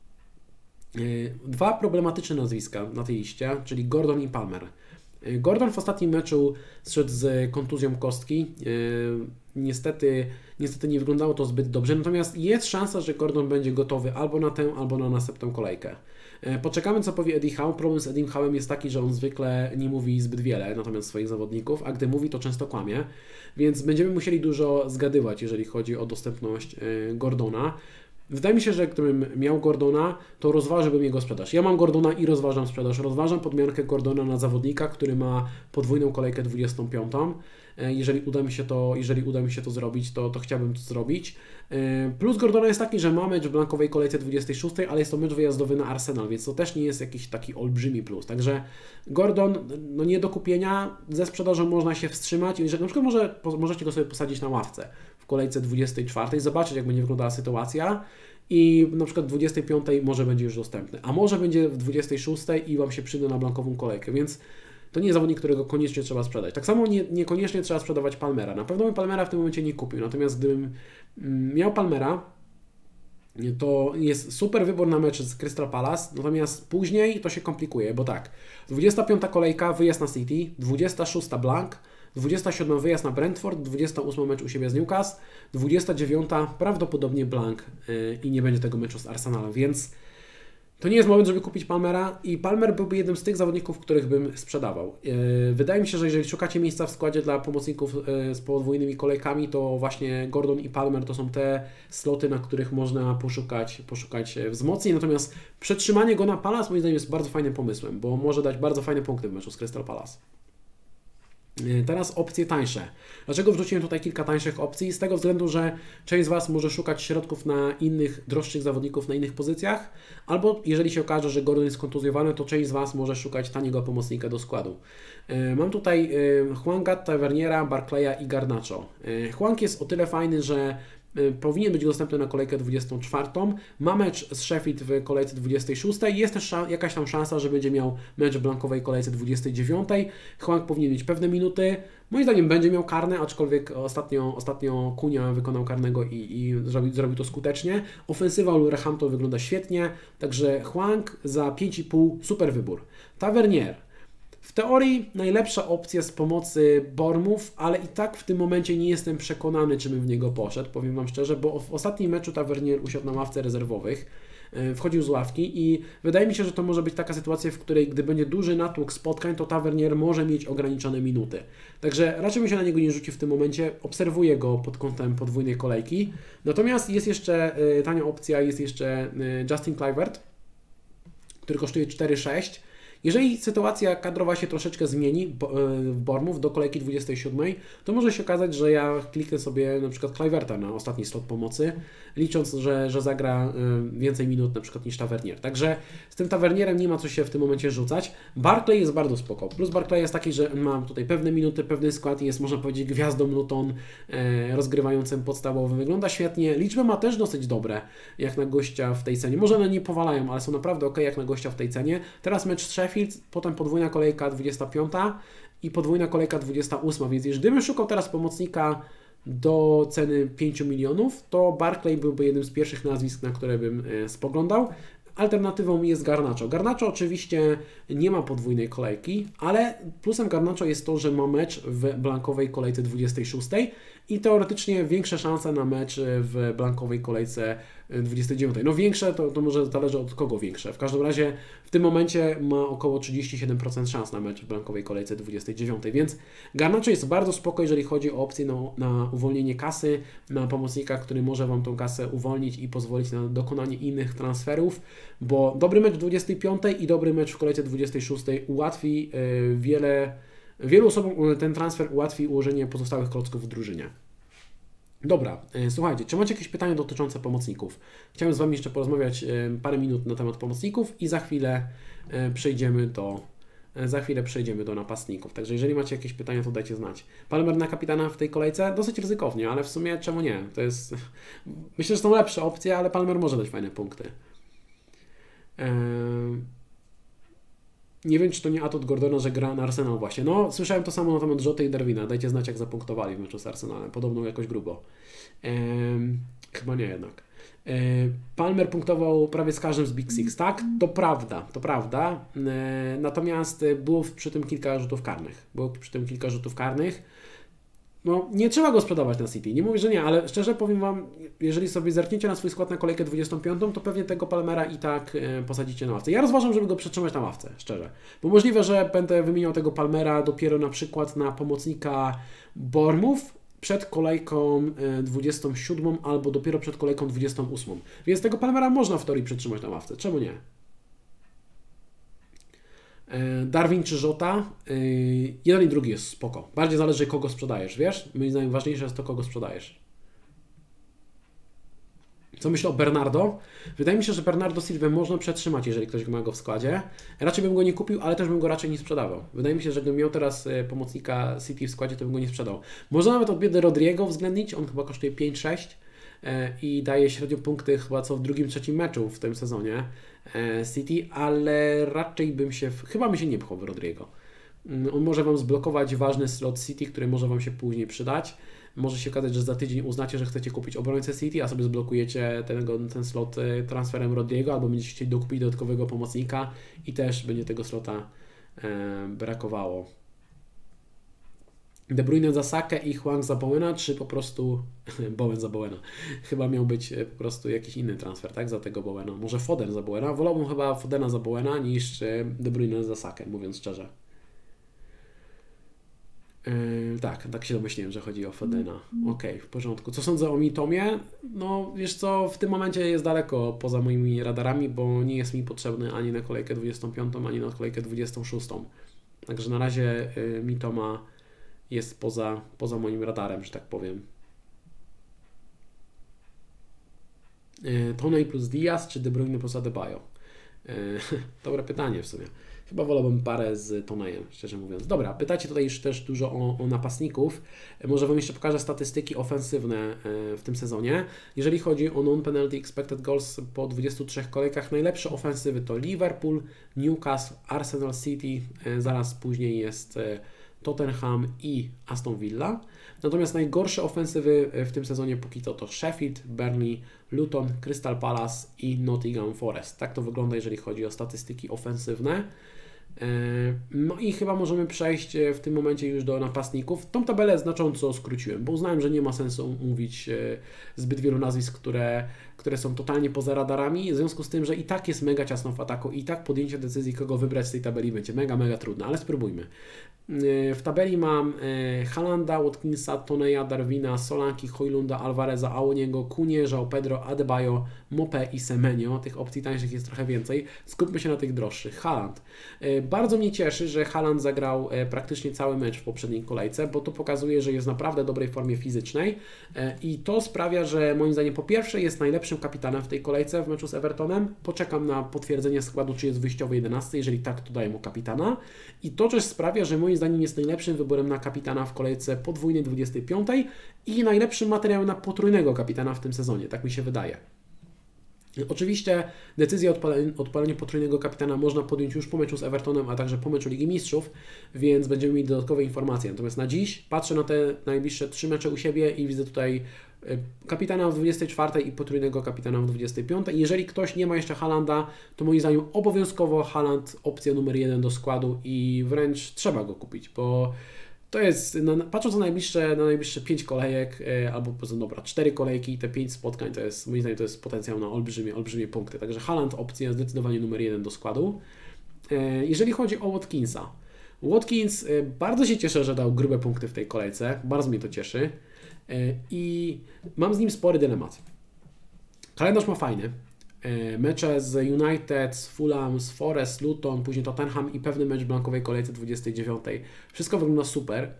Y, dwa problematyczne nazwiska na tej liście, czyli Gordon i Palmer. Y, Gordon w ostatnim meczu zszedł z kontuzją kostki. Y, niestety, niestety nie wyglądało to zbyt dobrze, natomiast jest szansa, że Gordon będzie gotowy albo na tę, albo na następną kolejkę. Poczekamy, co powie Eddie Howe. Problem z Eddie Howe'em jest taki, że on zwykle nie mówi zbyt wiele na temat swoich zawodników, a gdy mówi, to często kłamie, więc będziemy musieli dużo zgadywać, jeżeli chodzi o dostępność Gordona. Wydaje mi się, że gdybym miał Gordona, to rozważyłbym jego sprzedaż. Ja mam Gordona i rozważam sprzedaż. Rozważam podmiankę Gordona na zawodnika, który ma podwójną kolejkę dwudziestą piątą. Jeżeli uda mi się to, jeżeli uda mi się to zrobić, to, to chciałbym to zrobić. Plus Gordona jest taki, że ma mecz w blankowej kolejce dwudziestej szóstej, ale jest to mecz wyjazdowy na Arsenal, więc to też nie jest jakiś taki olbrzymi plus. Także Gordon, no nie do kupienia, ze sprzedażą można się wstrzymać. Jeżeli, na przykład może, możecie go sobie posadzić na ławce w kolejce dwudziestej czwartej, zobaczyć, jak będzie wyglądała sytuacja. I na przykład w dwudziestej piątej może będzie już dostępny, a może będzie w dwudziestej szóstej i Wam się przyda na blankową kolejkę, więc to nie jest zawodnik, którego koniecznie trzeba sprzedać. Tak samo nie, niekoniecznie trzeba sprzedawać Palmera. Na pewno bym Palmera w tym momencie nie kupił, natomiast gdybym miał Palmera, to jest super wybór na mecz z Crystal Palace, natomiast później to się komplikuje, bo tak, dwudziesta piąta kolejka, wyjazd na City, dwudziesta szósta blank, dwudziesta siódma wyjazd na Brentford, dwudziesta ósma mecz u siebie z Newcastle, dwudziesta dziewiąta prawdopodobnie blank yy, i nie będzie tego meczu z Arsenalem, więc to nie jest moment, żeby kupić Palmera i Palmer byłby jednym z tych zawodników, których bym sprzedawał. Yy, wydaje mi się, że jeżeli szukacie miejsca w składzie dla pomocników yy, z podwójnymi kolejkami, to właśnie Gordon i Palmer to są te sloty, na których można poszukać, poszukać wzmocnień. Natomiast przetrzymanie go na Palace moim zdaniem jest bardzo fajnym pomysłem, bo może dać bardzo fajne punkty w meczu z Crystal Palace. Teraz opcje tańsze. Dlaczego wrzuciłem tutaj kilka tańszych opcji? Z tego względu, że część z Was może szukać środków na innych, droższych zawodników na innych pozycjach, albo jeżeli się okaże, że Gordon jest kontuzjowany, to część z Was może szukać taniego pomocnika do składu. Mam tutaj Hwanga, Taverniera, Barclaya i Garnacho. Hwang jest o tyle fajny, że powinien być dostępny na kolejkę dwudziestą czwartą. Ma mecz z Sheffield w kolejce dwudziestej szóstej. Jest też jakaś tam szansa, że będzie miał mecz w blankowej kolejce dwudziestej dziewiątej. Hwang powinien mieć pewne minuty. Moim zdaniem będzie miał karne, aczkolwiek ostatnio, ostatnio Kunia wykonał karnego i, i zrobił, zrobił to skutecznie. Ofensywa Wolverhampton wygląda świetnie, także Hwang za pięć i pół super wybór. Tavernier. W teorii najlepsza opcja z pomocy Bournemouth, ale i tak w tym momencie nie jestem przekonany, czy bym w niego poszedł, powiem Wam szczerze, bo w ostatnim meczu Tavernier usiadł na ławce rezerwowych, wchodził z ławki i wydaje mi się, że to może być taka sytuacja, w której gdy będzie duży natłok spotkań, to Tavernier może mieć ograniczone minuty. Także raczej bym się na niego nie rzucił w tym momencie, obserwuję go pod kątem podwójnej kolejki. Natomiast jest jeszcze tania opcja, jest jeszcze Justin Kluivert, który kosztuje cztery sześć. Jeżeli sytuacja kadrowa się troszeczkę zmieni w Bournemouth do kolejki dwudziestej siódmej, to może się okazać, że ja kliknę sobie na przykład Kluiverta na ostatni slot pomocy, licząc, że, że zagra więcej minut na przykład niż Tavernier. Także z tym Tavernierem nie ma co się w tym momencie rzucać. Barclay jest bardzo spoko. Plus Barclay jest taki, że ma tutaj pewne minuty, pewny skład i jest, można powiedzieć, gwiazdą Luton, e, rozgrywającym podstawowy. Wygląda świetnie. Liczby ma też dosyć dobre, jak na gościa w tej cenie. Może one nie powalają, ale są naprawdę ok, jak na gościa w tej cenie. Teraz mecz z Sheffield, potem podwójna kolejka dwudziesta piąta i podwójna kolejka dwudziesta ósma, więc jeżeli gdybym szukał teraz pomocnika do ceny pięć milionów, to Barkley byłby jednym z pierwszych nazwisk, na które bym spoglądał. Alternatywą jest Garnacho. Garnacho oczywiście nie ma podwójnej kolejki, ale plusem Garnacho jest to, że ma mecz w blankowej kolejce dwudziestej szóstej i teoretycznie większe szanse na mecz w blankowej kolejce dwudziestej dziewiątej. No większe to, to może zależy od kogo większe. W każdym razie w tym momencie ma około trzydzieści siedem procent szans na mecz w blankowej kolejce dwudziestej dziewiątej, więc Garnacho jest bardzo spoko, jeżeli chodzi o opcję na, na uwolnienie kasy, na pomocnika, który może Wam tą kasę uwolnić i pozwolić na dokonanie innych transferów, bo dobry mecz w dwudziestej piątej i dobry mecz w kolejce dwudziestej szóstej ułatwi yy, wiele, wielu osobom ten transfer ułatwi ułożenie pozostałych klocków w drużynie. Dobra, e, słuchajcie, czy macie jakieś pytania dotyczące pomocników? Chciałem z Wami jeszcze porozmawiać e, parę minut na temat pomocników i za chwilę e, przejdziemy do e, za chwilę przejdziemy do napastników. Także jeżeli macie jakieś pytania, to dajcie znać. Palmer na kapitana w tej kolejce? Dosyć ryzykownie, ale w sumie czemu nie? To jest myślę, że są lepsze opcje, ale Palmer może dać fajne punkty. E, Nie wiem, czy to nie atut Gordona, że gra na Arsenal właśnie. No, słyszałem to samo na temat Joty i Darwina. Dajcie znać, jak zapunktowali w meczu z Arsenalem. Podobno jakoś grubo. Ehm, chyba nie jednak. Ehm, Palmer punktował prawie z każdym z Big Six. Tak, to prawda, to prawda. Ehm, natomiast było przy tym kilka rzutów karnych. Było przy tym kilka rzutów karnych. No, nie trzeba go sprzedawać na City, nie mówię, że nie, ale szczerze powiem Wam, jeżeli sobie zerkniecie na swój skład na kolejkę dwudziestą piątą, to pewnie tego Palmera i tak e, posadzicie na ławce. Ja rozważam, żeby go przetrzymać na ławce, szczerze. Bo możliwe, że będę wymieniał tego Palmera dopiero na przykład na pomocnika Bournemouth przed kolejką e, dwudziestą siódmą albo dopiero przed kolejką dwudziestą ósmą. Więc tego Palmera można w teorii przetrzymać na ławce, czemu nie? Darwin czy Jota, jeden i drugi jest spoko. Bardziej zależy, kogo sprzedajesz, wiesz? Moim zdaniem ważniejsze jest to, kogo sprzedajesz. Co myślę o Bernardo? Wydaje mi się, że Bernardo Silva można przetrzymać, jeżeli ktoś ma go w składzie. Raczej bym go nie kupił, ale też bym go raczej nie sprzedawał. Wydaje mi się, że gdybym miał teraz pomocnika City w składzie, to bym go nie sprzedał. Można nawet od biedy Rodriego uwzględnić, on chyba kosztuje pięć sześć i daje średnio punkty chyba co w drugim, trzecim meczu w tym sezonie City, ale raczej bym się, chyba bym się nie pchał w Rodriego. On może Wam zblokować ważny slot City, który może Wam się później przydać. Może się okazać, że za tydzień uznacie, że chcecie kupić obrońcę City, a sobie zblokujecie ten, ten slot transferem Rodriego, albo będziecie chcieli dokupić dodatkowego pomocnika i też będzie tego slota e, brakowało. De Bruyne za Sakę i Hwang za Bowena, czy po prostu Bowen za Bowena? Chyba miał być po prostu jakiś inny transfer, tak? Za tego Bowena. Może Foden za Bowena? Wolałbym chyba Fodena za Bowena niż De Bruyne za Sakę, mówiąc szczerze. Yy, tak, tak się domyśliłem, że chodzi o Fodena. Okej, okay, w porządku. Co sądzę o Mitomie? No, wiesz co, w tym momencie jest daleko poza moimi radarami, bo nie jest mi potrzebny ani na kolejkę dwudziestą piątą, ani na kolejkę dwudziestą szóstą. Także na razie yy, Mitoma jest poza, poza moim radarem, że tak powiem. Yy, Toney plus Diaz, czy De Bruyne plus Adebayo? Yy, dobre pytanie w sumie. Chyba wolałbym parę z Toneyem, szczerze mówiąc. Dobra, pytacie tutaj już też dużo o, o napastników. Może Wam jeszcze pokażę statystyki ofensywne w tym sezonie. Jeżeli chodzi o non-penalty expected goals po dwudziestu trzech kolejkach, najlepsze ofensywy to Liverpool, Newcastle, Arsenal City, zaraz później jest Tottenham i Aston Villa. Natomiast najgorsze ofensywy w tym sezonie póki co to Sheffield, Burnley, Luton, Crystal Palace i Nottingham Forest. Tak to wygląda, jeżeli chodzi o statystyki ofensywne. No i chyba możemy przejść w tym momencie już do napastników. Tą tabelę znacząco skróciłem, bo uznałem, że nie ma sensu mówić zbyt wielu nazwisk, które, które są totalnie poza radarami, w związku z tym, że i tak jest mega ciasno w ataku i tak podjęcie decyzji, kogo wybrać z tej tabeli będzie mega, mega trudne, ale spróbujmy. W tabeli mam Haalanda, Watkinsa, Toneya, Darwina, Solanki, Hojlunda, Alvareza, Aoniego, Kunie, João Pedro, Adebayo, Mopé i Semenyo. Tych opcji tańszych jest trochę więcej. Skupmy się na tych droższych. Haaland. Bardzo mnie cieszy, że Haaland zagrał praktycznie cały mecz w poprzedniej kolejce, bo to pokazuje, że jest w naprawdę dobrej formie fizycznej i to sprawia, że moim zdaniem po pierwsze jest najlepszym kapitanem w tej kolejce w meczu z Evertonem. Poczekam na potwierdzenie składu, czy jest wyjściowy jedenasty. Jeżeli tak, to daję mu kapitana. I to też sprawia, że moim zdaniem jest najlepszym wyborem na kapitana w kolejce podwójnej dwudziestej piątej i najlepszym materiałem na potrójnego kapitana w tym sezonie, tak mi się wydaje. Oczywiście decyzję o odpaleniu, odpaleniu potrójnego kapitana można podjąć już po meczu z Evertonem, a także po meczu Ligi Mistrzów, więc będziemy mieli dodatkowe informacje. Natomiast na dziś patrzę na te najbliższe trzy mecze u siebie i widzę tutaj kapitana w dwudziestej czwartej i potrójnego kapitana w dwudziestej piątej. Jeżeli ktoś nie ma jeszcze Haalanda, to moim zdaniem obowiązkowo Haaland opcja numer jeden do składu i wręcz trzeba go kupić, bo to jest, patrząc na najbliższe, na najbliższe pięć kolejek, albo dobra, cztery kolejki, te pięć spotkań, to jest, moim zdaniem, to jest potencjał na olbrzymie, olbrzymie punkty. Także Haaland opcja zdecydowanie numer jeden do składu. Jeżeli chodzi o Watkinsa, Watkins bardzo się cieszę, że dał grube punkty w tej kolejce, bardzo mnie to cieszy i mam z nim spory dylemat. Kalendarz ma fajny. Mecze z United, z Fulham, z Forest, Luton, później Tottenham i pewny mecz w blankowej kolejce dwudziestej dziewiątej. Wszystko wygląda super,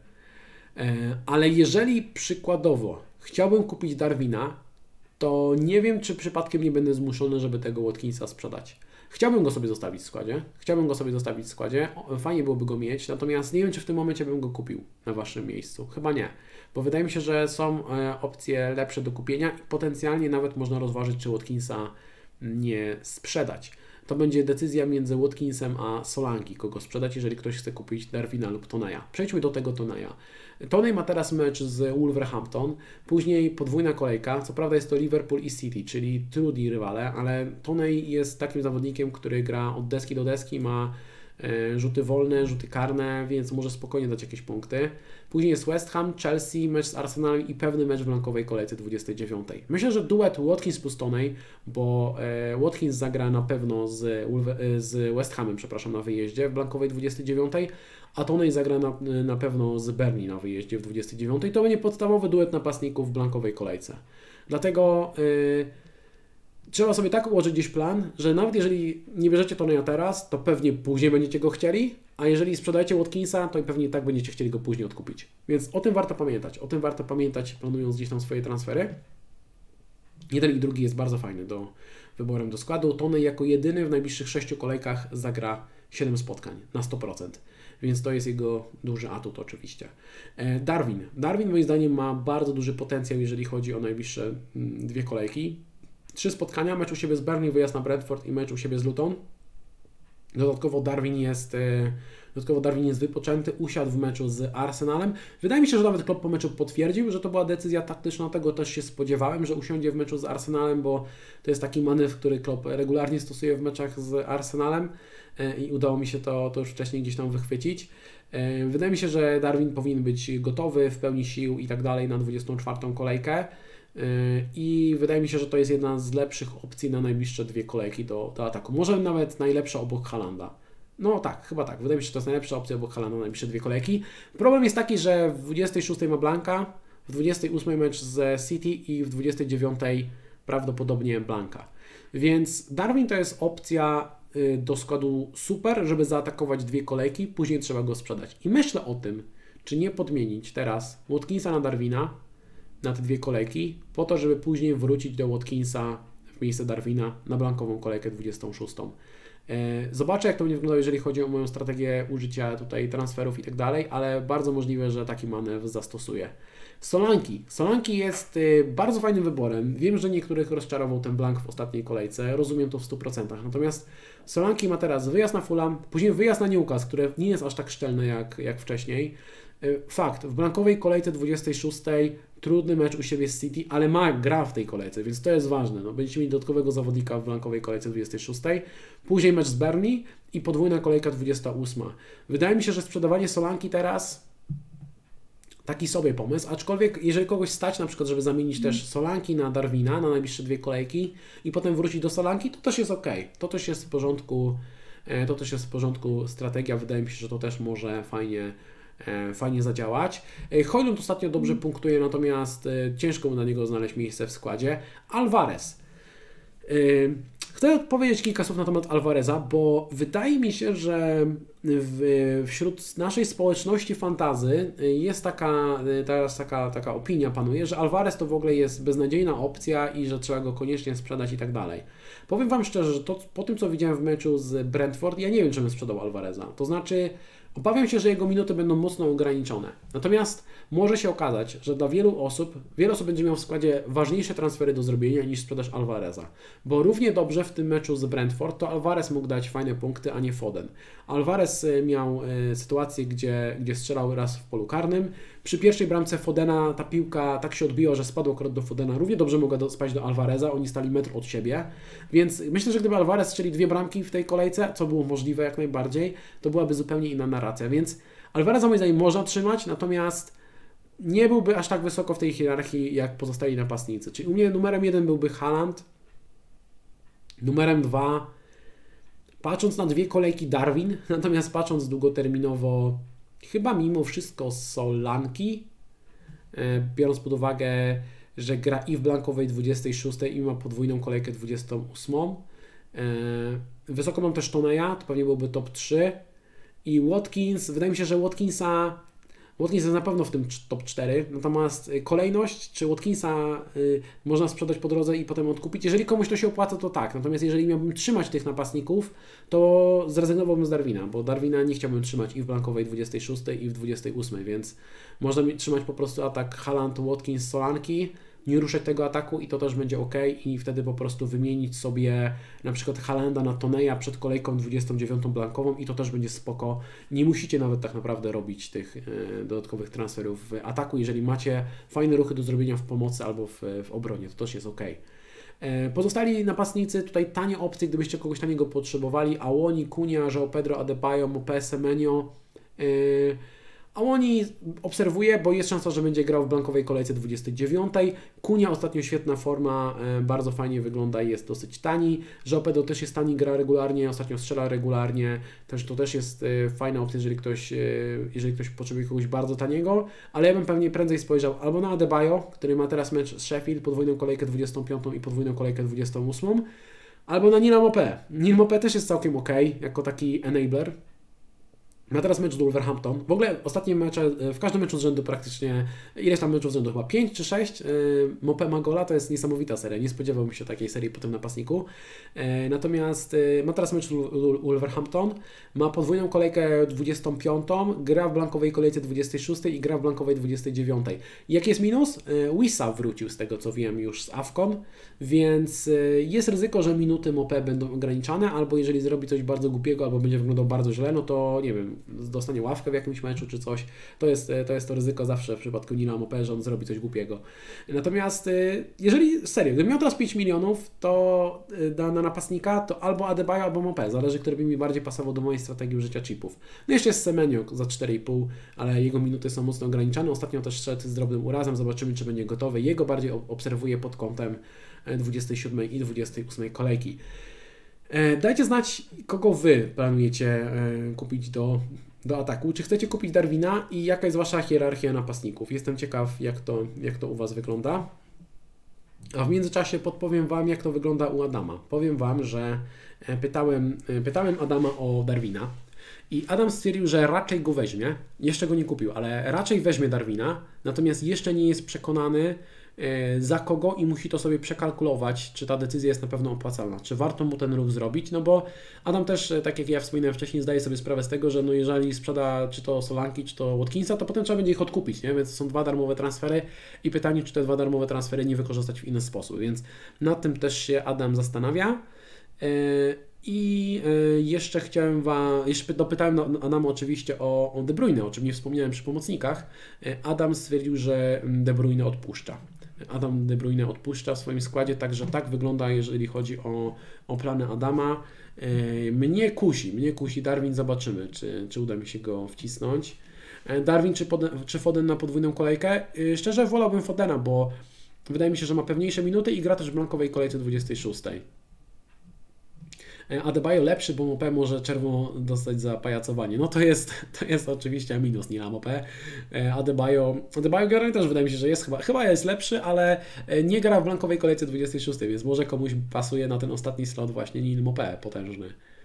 ale jeżeli przykładowo chciałbym kupić Darwina, to nie wiem, czy przypadkiem nie będę zmuszony, żeby tego Watkinsa sprzedać. Chciałbym go sobie zostawić w składzie, chciałbym go sobie zostawić w składzie, fajnie byłoby go mieć, natomiast nie wiem, czy w tym momencie bym go kupił na Waszym miejscu. Chyba nie, bo wydaje mi się, że są opcje lepsze do kupienia i potencjalnie nawet można rozważyć, czy Watkinsa nie sprzedać. To będzie decyzja między Watkinsem a Solanki, kogo sprzedać, jeżeli ktoś chce kupić Darwina lub Toneja. Przejdźmy do tego Toneja. Tonej ma teraz mecz z Wolverhampton, później podwójna kolejka, co prawda jest to Liverpool i City, czyli trudni rywale, ale Tonej jest takim zawodnikiem, który gra od deski do deski, ma rzuty wolne, rzuty karne, więc może spokojnie dać jakieś punkty. Później jest West Ham, Chelsea, mecz z Arsenalem i pewny mecz w blankowej kolejce dwudziestej dziewiątej. Myślę, że duet Watkins plus Toney, bo Watkins zagra na pewno z, z West Hamem, przepraszam, na wyjeździe w blankowej dwudziestej dziewiątej, a Toney zagra na, na pewno z Burnley na wyjeździe w dwudziestej dziewiątej. To będzie podstawowy duet napastników w blankowej kolejce. Dlatego yy, trzeba sobie tak ułożyć gdzieś plan, że nawet jeżeli nie bierzecie Toneja teraz, to pewnie później będziecie go chcieli, a jeżeli sprzedajecie Watkinsa, to pewnie i tak będziecie chcieli go później odkupić. Więc o tym warto pamiętać. O tym warto pamiętać, planując gdzieś tam swoje transfery. Jeden i drugi jest bardzo fajny do wyborem do składu. Tonej jako jedyny w najbliższych sześciu kolejkach zagra siedem spotkań na sto procent. Więc to jest jego duży atut oczywiście. Darwin. Darwin moim zdaniem ma bardzo duży potencjał, jeżeli chodzi o najbliższe dwie kolejki. Trzy spotkania, mecz u siebie z Burnley, wyjazd na Brentford i mecz u siebie z Luton. Dodatkowo Darwin jest, dodatkowo Darwin jest wypoczęty, usiadł w meczu z Arsenalem. Wydaje mi się, że nawet Klopp po meczu potwierdził, że to była decyzja taktyczna, tego też się spodziewałem, że usiądzie w meczu z Arsenalem, bo to jest taki manewr, który Klopp regularnie stosuje w meczach z Arsenalem i udało mi się to, to już wcześniej gdzieś tam wychwycić. Wydaje mi się, że Darwin powinien być gotowy, w pełni sił i tak dalej na dwudziestą czwartą kolejkę. I wydaje mi się, że to jest jedna z lepszych opcji na najbliższe dwie kolejki do, do ataku. Może nawet najlepsza obok Haalanda. No tak, chyba tak. Wydaje mi się, że to jest najlepsza opcja obok Haalanda na najbliższe dwie kolejki. Problem jest taki, że w dwudziestej szóstej ma Blanka, w dwudziestej ósmej mecz z City i w dwudziestej dziewiątej prawdopodobnie Blanka. Więc Darwin to jest opcja do składu super, żeby zaatakować dwie kolejki, później trzeba go sprzedać. I myślę o tym, czy nie podmienić teraz Watkinsa na Darwina na te dwie kolejki, po to, żeby później wrócić do Watkinsa w miejsce Darwina na blankową kolejkę dwudziestą szóstą. Zobaczę, jak to będzie wyglądało, jeżeli chodzi o moją strategię użycia tutaj transferów i tak dalej, ale bardzo możliwe, że taki manewr zastosuję. Solanki. Solanki jest bardzo fajnym wyborem. Wiem, że niektórych rozczarował ten blank w ostatniej kolejce, rozumiem to w stu procentach. Natomiast Solanki ma teraz wyjazd na Fulham, później wyjazd na Newcastle, które nie jest aż tak szczelne jak, jak wcześniej. Fakt, w blankowej kolejce dwudziestej szóstej trudny mecz u siebie z City, ale ma gra w tej kolejce, więc to jest ważne. No, będziecie mieli dodatkowego zawodnika w blankowej kolejce dwudziestej szóstej. Później mecz z Burnley i podwójna kolejka dwudziesta ósma. Wydaje mi się, że sprzedawanie Solanki teraz taki sobie pomysł, aczkolwiek jeżeli kogoś stać na przykład, żeby zamienić mm. też Solanki na Darwina na najbliższe dwie kolejki i potem wrócić do Solanki, to też jest ok. To też jest w porządku, to też jest w porządku strategia. Wydaje mi się, że to też może fajnie fajnie zadziałać. Højlund ostatnio dobrze punktuje, natomiast ciężko mu na niego znaleźć miejsce w składzie. Alvarez. Chcę powiedzieć kilka słów na temat Alvareza, bo wydaje mi się, że w, wśród naszej społeczności fantazy jest taka, teraz taka, taka opinia panuje, że Alvarez to w ogóle jest beznadziejna opcja i że trzeba go koniecznie sprzedać i tak dalej. Powiem Wam szczerze, że to, po tym co widziałem w meczu z Brentford, ja nie wiem, czy bym sprzedał Alvareza. To znaczy, Obawiam się, że jego minuty będą mocno ograniczone. Natomiast może się okazać, że dla wielu osób, wiele osób będzie miało w składzie ważniejsze transfery do zrobienia niż sprzedaż Alvareza. Bo równie dobrze w tym meczu z Brentford to Alvarez mógł dać fajne punkty, a nie Foden. Alvarez miał y, sytuację, gdzie, gdzie strzelał raz w polu karnym. Przy pierwszej bramce Fodena ta piłka tak się odbiła, że spadła akurat do Fodena. Równie dobrze mogła do, spaść do Alvareza, oni stali metr od siebie. Więc myślę, że gdyby Alvarez strzelił dwie bramki w tej kolejce, co było możliwe jak najbardziej, to byłaby zupełnie inna narracja. Więc Alvareza moim zdaniem można trzymać, natomiast nie byłby aż tak wysoko w tej hierarchii jak pozostali napastnicy. Czyli u mnie numerem jeden byłby Haaland, numerem dwa, patrząc na dwie kolejki Darwin, natomiast patrząc długoterminowo, chyba mimo wszystko Solanki, biorąc pod uwagę, że gra i w blankowej dwudziestej szóstej i ma podwójną kolejkę dwudziestą ósmą. Wysoko mam też Toneja, to pewnie byłby top trzy. I Watkins, wydaje mi się, że Watkinsa, Watkins jest na pewno w tym top cztery, natomiast kolejność, czy Watkinsa y, można sprzedać po drodze i potem odkupić. Jeżeli komuś to się opłaca, to tak. Natomiast jeżeli miałbym trzymać tych napastników, to zrezygnowałbym z Darwina, bo Darwina nie chciałbym trzymać i w blankowej dwudziestej szóstej i w dwudziestej ósmej, więc można mi trzymać po prostu atak Haaland, Watkins, Solanki, nie ruszać tego ataku i to też będzie ok i wtedy po prostu wymienić sobie na przykład Haalanda na Toneja przed kolejką dwudziestą dziewiątą blankową i to też będzie spoko. Nie musicie nawet tak naprawdę robić tych e, dodatkowych transferów w ataku, jeżeli macie fajne ruchy do zrobienia w pomocy albo w, w obronie, to też jest ok. E, pozostali napastnicy, tutaj tanie opcje, gdybyście kogoś taniego potrzebowali, Awoni, Cunha, João Pedro, Adebayo, Mopé, Semenyo. E, A oni obserwuję, bo jest szansa, że będzie grał w blankowej kolejce dwudziestej dziewiątej. Cunha ostatnio świetna forma, bardzo fajnie wygląda i jest dosyć tani. João Pedro też jest tani, gra regularnie, ostatnio strzela regularnie. Także to też jest fajna opcja, jeżeli ktoś, jeżeli ktoś potrzebuje kogoś bardzo taniego. Ale ja bym pewnie prędzej spojrzał albo na Adebayo, który ma teraz mecz z Sheffield, podwójną kolejkę dwudziestą piątą i podwójną kolejkę dwudziestą ósmą. Albo na Neila Mopé. Neil Mopé też jest całkiem ok, jako taki enabler. Ma teraz mecz z Wolverhampton. W ogóle ostatnie mecze, w każdym meczu z rzędu praktycznie, ileś tam meczów z rzędu, chyba pięć czy sześć, Mopé ma gola, to jest niesamowita seria. Nie spodziewałbym się takiej serii po tym napastniku. Natomiast ma teraz mecz z Wolverhampton, ma podwójną kolejkę dwudziestą piątą, gra w blankowej kolejce dwudziestej szóstej i gra w blankowej dwudziestej dziewiątej. Jaki jest minus? Wissa wrócił z tego co wiem już z AFCON, więc jest ryzyko, że minuty Mopé będą ograniczane, albo jeżeli zrobi coś bardzo głupiego, albo będzie wyglądał bardzo źle, no to nie wiem, dostanie ławkę w jakimś meczu czy coś, to jest to, jest to ryzyko zawsze w przypadku Neila Mopé, że on zrobi coś głupiego. Natomiast jeżeli, serio, gdybym miał teraz pięć milionów to na, na napastnika, to albo Adebayo, albo Mopé, zależy, który by mi bardziej pasował do mojej strategii użycia chipów. No jeszcze jest Semenyo za cztery i pół, ale jego minuty są mocno ograniczane. Ostatnio też szedł z drobnym urazem, zobaczymy, czy będzie gotowy. Jego bardziej obserwuję pod kątem dwudziestej siódmej i dwudziestej ósmej kolejki. Dajcie znać, kogo Wy planujecie kupić do, do ataku. Czy chcecie kupić Darwina i jaka jest Wasza hierarchia napastników? Jestem ciekaw, jak to, jak to u Was wygląda. A w międzyczasie podpowiem Wam, jak to wygląda u Adama. Powiem Wam, że pytałem, pytałem Adama o Darwina i Adam stwierdził, że raczej go weźmie. Jeszcze go nie kupił, ale raczej weźmie Darwina, natomiast jeszcze nie jest przekonany, za kogo i musi to sobie przekalkulować, czy ta decyzja jest na pewno opłacalna, czy warto mu ten ruch zrobić, no bo Adam też, tak jak ja wspominałem wcześniej, zdaje sobie sprawę z tego, że no jeżeli sprzeda czy to Solanki, czy to Watkinsa, to potem trzeba będzie ich odkupić, nie? Więc to są dwa darmowe transfery i pytanie, czy te dwa darmowe transfery nie wykorzystać w inny sposób, więc nad tym też się Adam zastanawia. I jeszcze chciałem Wam, jeszcze dopytałem Adama oczywiście o, o De Bruyne, o czym nie wspomniałem przy pomocnikach. Adam stwierdził, że De Bruyne odpuszcza. Adam De Bruyne odpuszcza w swoim składzie, także tak wygląda, jeżeli chodzi o, o plany Adama. Mnie kusi, mnie kusi Darwin, zobaczymy, czy, czy uda mi się go wcisnąć. Darwin czy, Foden, czy Foden na podwójną kolejkę? Szczerze wolałbym Fodena, bo wydaje mi się, że ma pewniejsze minuty i gra też w blankowej kolejce dwudziestej szóstej. Adebayo lepszy, bo Mopé może czerwono dostać za pajacowanie. No to jest, to jest oczywiście minus Neila Mopé. Adebayo, Adebayo generalnie też wydaje mi się, że jest chyba, chyba jest lepszy, ale nie gra w blankowej kolejce dwudziestej szóstej, więc może komuś pasuje na ten ostatni slot właśnie Neil Mopé, potężny.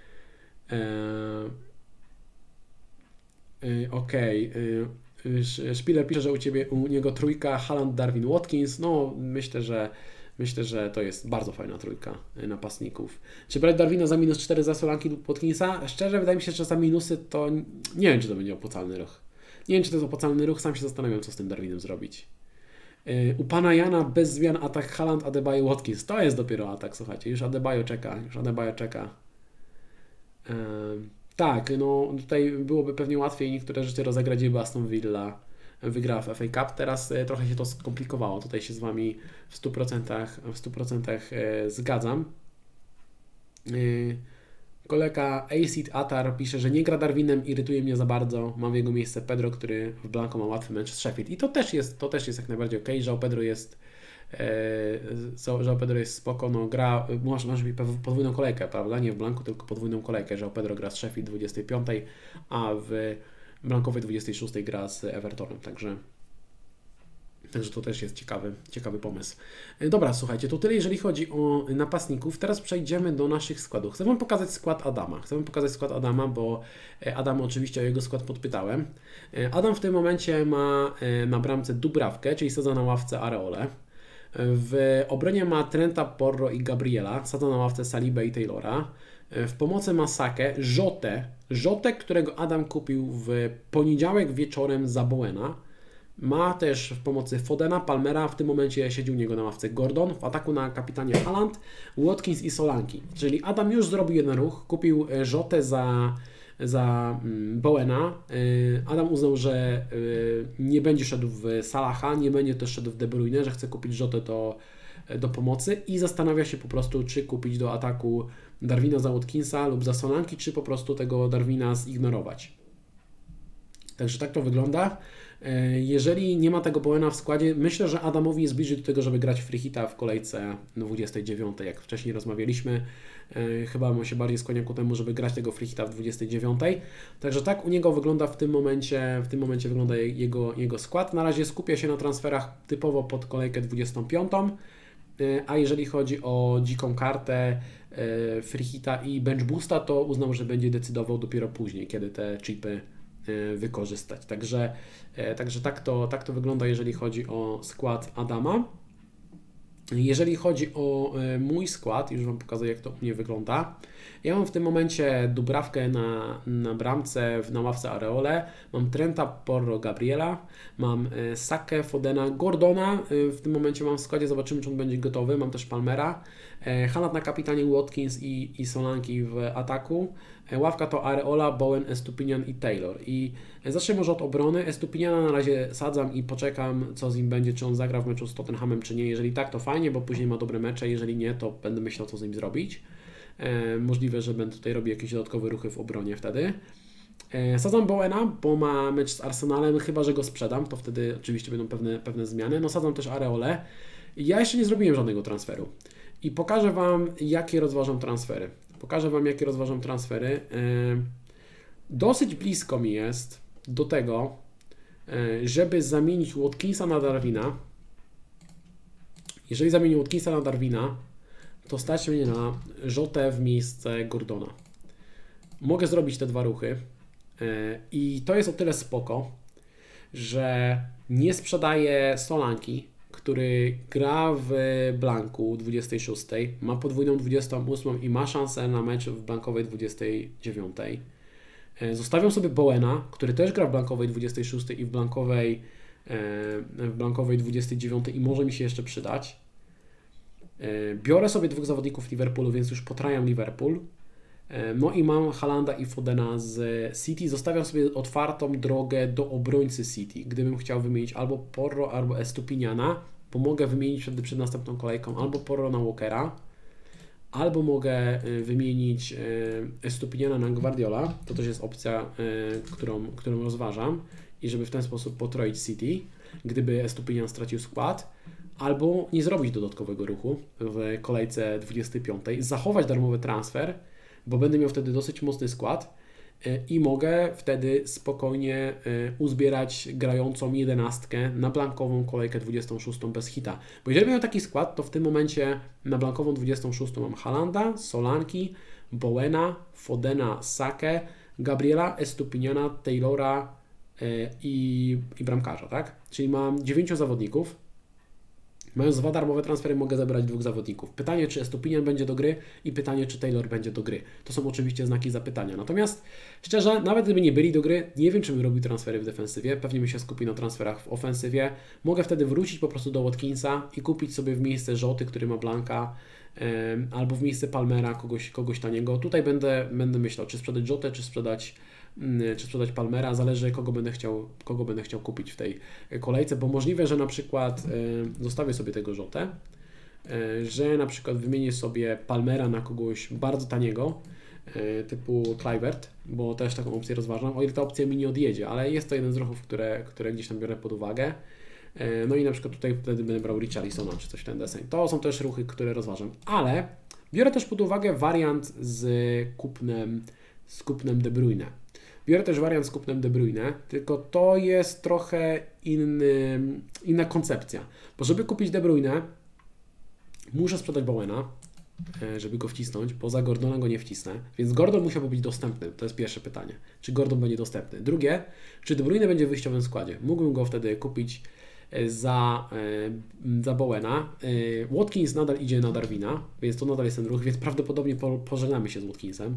Eee, Okej. Okay. Szpiler pisze, że u Ciebie, u niego trójka, Haaland, Darwin, Watkins. No myślę, że Myślę, że to jest bardzo fajna trójka napastników. Czy brać Darwina za minus cztery za Solanki lub Watkinsa? Szczerze, wydaje mi się, że za minusy to nie wiem, czy to będzie opłacalny ruch. Nie wiem, czy to jest opłacalny ruch, sam się zastanawiam, co z tym Darwinem zrobić. U pana Jana bez zmian atak Haaland, Adebayo, Watkins. To jest dopiero atak, słuchajcie. Już Adebayo czeka, już Adebayo czeka. Ehm, tak, no tutaj byłoby pewnie łatwiej niektóre rzeczy rozegrać, gdyby Aston Villa wygrała w F A Cup. Teraz e, trochę się to skomplikowało. Tutaj się z Wami w stu procentach, w stu procentach e, zgadzam. E, kolega Acid Atar pisze, że nie gra Darwinem, irytuje mnie za bardzo. Mam w jego miejsce Pedro, który w Blanco ma łatwy mecz z Sheffield. I to też jest, to też jest jak najbardziej okej, że Pedro jest e, że Pedro jest spoko, no gra, może, może mieć podwójną kolejkę, prawda? Nie w Blanco, tylko podwójną kolejkę, że Pedro gra z Sheffield dwudziestej piątej, a w Blankowej dwudziestej szóstej gra z Evertonem, także Także to też jest ciekawy, ciekawy pomysł. Dobra, słuchajcie, to tyle jeżeli chodzi o napastników. Teraz przejdziemy do naszych składów. Chcę Wam pokazać skład Adama. Chcę Wam pokazać skład Adama, bo Adam oczywiście o jego skład podpytałem. Adam w tym momencie ma na bramce Dubrawkę, czyli sadza na ławce Areole. W obronie ma Trenta, Porro i Gabriela, sadza na ławce Salibę i Taylora. W pomocy ma Sakę, Jotę, Jotę, którego Adam kupił w poniedziałek wieczorem za Bowena. Ma też w pomocy Fodena, Palmera, w tym momencie siedzi u niego na ławce Gordon, w ataku na kapitanie Haaland, Watkins i Solanki. Czyli Adam już zrobił jeden ruch, kupił Jotę za, za Bowena. Adam uznał, że nie będzie szedł w Salaha, nie będzie też szedł w De Bruyne, że chce kupić Jotę do, do pomocy i zastanawia się po prostu, czy kupić do ataku Darwina za Watkinsa lub za Solanki, czy po prostu tego Darwina zignorować. Także tak to wygląda. Jeżeli nie ma tego Bowena w składzie, myślę, że Adamowi jest bliżej do tego, żeby grać free hita w kolejce dwudziestej dziewiątej, jak wcześniej rozmawialiśmy. Chyba mu się bardziej skłania ku temu, żeby grać tego free hita w dwudziestej dziewiątej. Także tak u niego wygląda w tym momencie, w tym momencie wygląda jego, jego skład. Na razie skupia się na transferach typowo pod kolejkę dwudziestą piątą, a jeżeli chodzi o dziką kartę, free hita i bench boosta, to uznał, że będzie decydował dopiero później, kiedy te chipy wykorzystać. Także, także tak, to, tak to wygląda, jeżeli chodzi o skład Adama. Jeżeli chodzi o mój skład, już Wam pokazuję, jak to u mnie wygląda. Ja mam w tym momencie Dubrawkę na, na bramce, na ławce Areole, mam Trenta, Porro, Gabriela, mam Sakę, Fodena, Gordona, w tym momencie mam w składzie, zobaczymy, czy on będzie gotowy, mam też Palmera, Haaland na kapitanie, Watkins i, i Solanki w ataku. Ławka to Areola, Bowen, Estupinian i Taylor. I zacznę może od obrony. Estupiniana na razie sadzam i poczekam, co z nim będzie, czy on zagra w meczu z Tottenhamem, czy nie. Jeżeli tak, to fajnie, bo później ma dobre mecze. Jeżeli nie, to będę myślał, co z nim zrobić. E, możliwe, że będę tutaj robił jakieś dodatkowe ruchy w obronie wtedy. E, sadzam Bowena, bo ma mecz z Arsenalem, chyba że go sprzedam, to wtedy oczywiście będą pewne, pewne zmiany. No sadzam też Areolę. Ja jeszcze nie zrobiłem żadnego transferu. I pokażę Wam, jakie rozważam transfery. Pokażę Wam, jakie rozważam transfery. Dosyć blisko mi jest do tego, żeby zamienić Watkinsa na Darwina. Jeżeli zamienię Watkinsa na Darwina, to stać mnie na Jotę w miejsce Gordona. Mogę zrobić te dwa ruchy i to jest o tyle spoko, że nie sprzedaję Solanki, który gra w Blanku dwudziestej szóstej, ma podwójną dwudziestą ósmą i ma szansę na mecz w Blankowej dwudziestej dziewiątej. Zostawiam sobie Bowena, który też gra w Blankowej dwudziestej szóstej i w Blankowej, w Blankowej dwudziestej dziewiątej i może mi się jeszcze przydać. Biorę sobie dwóch zawodników Liverpoolu, więc już potrajam Liverpool. No i mam Haalanda i Fodena z City. Zostawiam sobie otwartą drogę do obrońcy City. Gdybym chciał wymienić albo Porro, albo Estupiniana, bo mogę wymienić wtedy przed następną kolejką albo Porro na Walkera, albo mogę wymienić Estupiniana na Guardiola. To też jest opcja, którą, którą rozważam i żeby w ten sposób potroić City, gdyby Estupinian stracił skład. Albo nie zrobić dodatkowego ruchu w kolejce dwudziestej piątej, zachować darmowy transfer, bo będę miał wtedy dosyć mocny skład i mogę wtedy spokojnie uzbierać grającą jedenastkę na blankową kolejkę dwudziestą szóstą bez hita. Bo jeżeli miał taki skład, to w tym momencie na blankową dwudziestą szóstą mam Haalanda, Solanki, Bowena, Fodena, Sakę, Gabriela, Estupiniana, Taylora i, i bramkarza, tak? Czyli mam dziewięciu zawodników. Mając dwa darmowe transfery mogę zebrać dwóch zawodników. Pytanie, czy Estupinian będzie do gry i pytanie, czy Taylor będzie do gry. To są oczywiście znaki zapytania. Natomiast szczerze, nawet gdyby nie byli do gry, nie wiem, czy bym robił transfery w defensywie. Pewnie bym się skupił na transferach w ofensywie. Mogę wtedy wrócić po prostu do Watkinsa i kupić sobie w miejsce Żoty, który ma Blanka, um, albo w miejsce Palmera kogoś, kogoś taniego. Tutaj będę, będę myślał, czy sprzedać Żotę, czy sprzedać czy sprzedać Palmera, zależy kogo będę chciał, kogo będę chciał kupić w tej kolejce, bo możliwe, że na przykład e, zostawię sobie tego Żotę, e, że na przykład wymienię sobie Palmera na kogoś bardzo taniego, e, typu Kluivert, bo też taką opcję rozważam, o ile ta opcja mi nie odjedzie, ale jest to jeden z ruchów, które, które gdzieś tam biorę pod uwagę. E, no i na przykład tutaj wtedy będę brał Richarlisona czy coś w ten deseń. To są też ruchy, które rozważam, ale biorę też pod uwagę wariant z kupnem, z kupnem De Bruyne. Biorę też wariant z kupnem De Bruyne, tylko to jest trochę inny, inna koncepcja. Bo żeby kupić De Bruyne, muszę sprzedać Bowena, żeby go wcisnąć, bo za Gordona go nie wcisnę, więc Gordon musiałby być dostępny. To jest pierwsze pytanie. Czy Gordon będzie dostępny? Drugie, czy De Bruyne będzie w wyjściowym składzie? Mógłbym go wtedy kupić za, za Bowena. Watkins nadal idzie na Darwina, więc to nadal jest ten ruch, więc prawdopodobnie pożegnamy się z Watkinsem.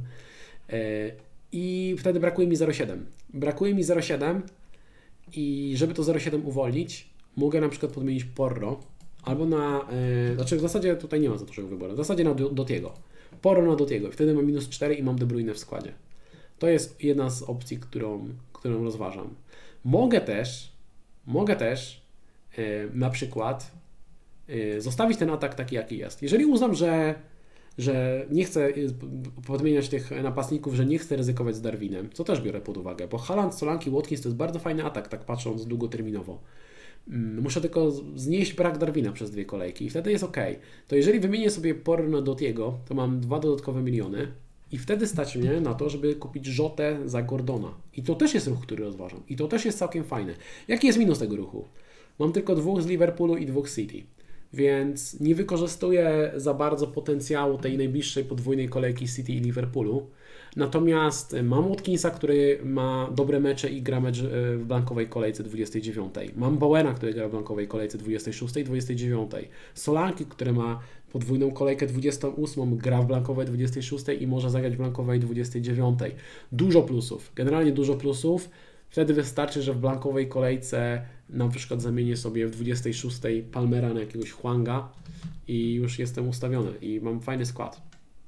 I wtedy brakuje mi zero przecinek siedem. Brakuje mi zero przecinek siedem i żeby to zero przecinek siedem uwolnić, mogę na przykład podmienić Porro albo na, yy, znaczy w zasadzie tutaj nie ma za dużego wyboru, w zasadzie na Dotiego. Porro na Dotiego i wtedy mam minus cztery i mam De Bruyne w składzie. To jest jedna z opcji, którą, którą rozważam. Mogę też, mogę też yy, na przykład yy, zostawić ten atak taki, jaki jest. Jeżeli uznam, że że nie chcę podmieniać tych napastników, że nie chcę ryzykować z Darwinem, co też biorę pod uwagę, bo Haaland, Solanke, Watkins to jest bardzo fajny atak, tak patrząc długoterminowo. Muszę tylko znieść brak Darwina przez dwie kolejki i wtedy jest ok. To jeżeli wymienię sobie Porro na Dotiego, to mam dwa dodatkowe miliony i wtedy stać mnie na to, żeby kupić Żotę za Gordona. I to też jest ruch, który rozważam. I to też jest całkiem fajne. Jaki jest minus tego ruchu? Mam tylko dwóch z Liverpoolu i dwóch z City. Więc nie wykorzystuję za bardzo potencjału tej najbliższej podwójnej kolejki City i Liverpoolu. Natomiast mam Watkinsa, który ma dobre mecze i gra mecz w blankowej kolejce dwudziestej dziewiątej. Mam Bowena, który gra w blankowej kolejce dwudziestej szóstej i dwudziestej dziewiątej. Solanke, który ma podwójną kolejkę dwudziestą ósmą, gra w blankowej dwudziestej szóstej i może zagrać w blankowej dwudziestej dziewiątej. Dużo plusów, generalnie dużo plusów. Wtedy wystarczy, że w blankowej kolejce na przykład zamienię sobie w dwudziestej szóstej Palmera na jakiegoś Hwanga i już jestem ustawiony i mam fajny skład.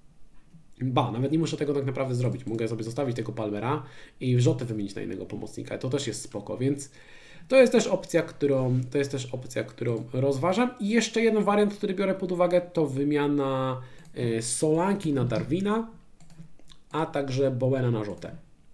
Ba, nawet nie muszę tego tak naprawdę zrobić. Mogę sobie zostawić tego Palmera i w Żotę wymienić na innego pomocnika. To też jest spoko, więc to jest też opcja, którą, to jest też opcja, którą rozważam. I jeszcze jeden wariant, który biorę pod uwagę, to wymiana Solanki na Darwina, a także Bowena na Żotę.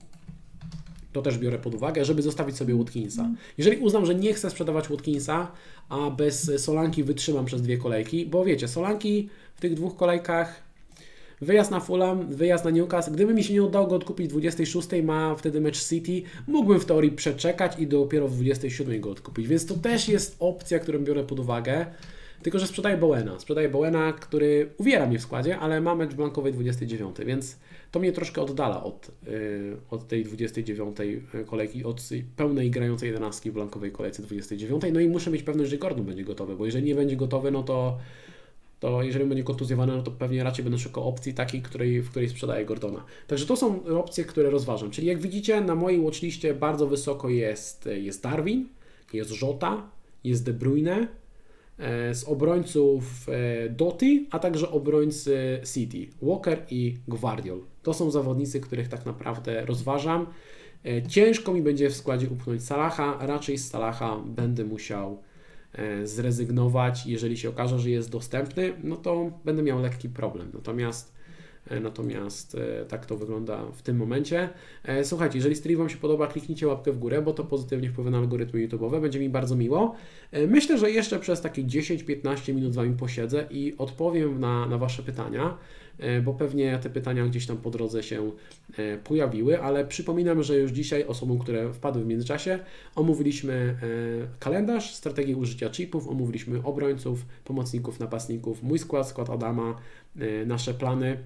To też biorę pod uwagę, żeby zostawić sobie Watkinsa. Jeżeli uznam, że nie chcę sprzedawać Watkinsa, a bez Solanki wytrzymam przez dwie kolejki, bo wiecie, Solanki w tych dwóch kolejkach, wyjazd na Fulham, wyjazd na Newcastle, gdyby mi się nie udało go odkupić w dwudziestej szóstej, ma wtedy mecz City, mógłbym w teorii przeczekać i dopiero w dwudziestej siódmej go odkupić, więc to też jest opcja, którą biorę pod uwagę. Tylko że sprzedaję Bowena. Sprzedaję Bowena, który uwiera mnie w składzie, ale ma mecz blankowej dwudziestej dziewiątej, więc to mnie troszkę oddala od, yy, od tej dwudziestej dziewiątej kolejki, od pełnej grającej jedenastki w blankowej kolejce dwudziestej dziewiątej. No i muszę mieć pewność, że Gordon będzie gotowy, bo jeżeli nie będzie gotowy, no to, to jeżeli będzie kontuzjowany, no to pewnie raczej będę szukał opcji takiej, której, w której sprzedaję Gordona. Także to są opcje, które rozważam. Czyli jak widzicie, na mojej watchliście bardzo wysoko jest, jest Darwin, jest Żota, jest De Bruyne, z obrońców Doty, a także obrońcy City, Walker i Gvardiol. To są zawodnicy, których tak naprawdę rozważam. Ciężko mi będzie w składzie upchnąć Salaha, raczej z Salaha będę musiał zrezygnować. Jeżeli się okaże, że jest dostępny, no to będę miał lekki problem. Natomiast Natomiast tak to wygląda w tym momencie. Słuchajcie, jeżeli stream Wam się podoba, kliknijcie łapkę w górę, bo to pozytywnie wpływa na algorytmy YouTube'owe. Będzie mi bardzo miło. Myślę, że jeszcze przez takie dziesięć piętnaście minut z Wami posiedzę i odpowiem na, na Wasze pytania, bo pewnie te pytania gdzieś tam po drodze się pojawiły, ale przypominam, że już dzisiaj osobom, które wpadły w międzyczasie, omówiliśmy kalendarz, strategię użycia chipów, omówiliśmy obrońców, pomocników, napastników, mój skład, skład Adama, nasze plany.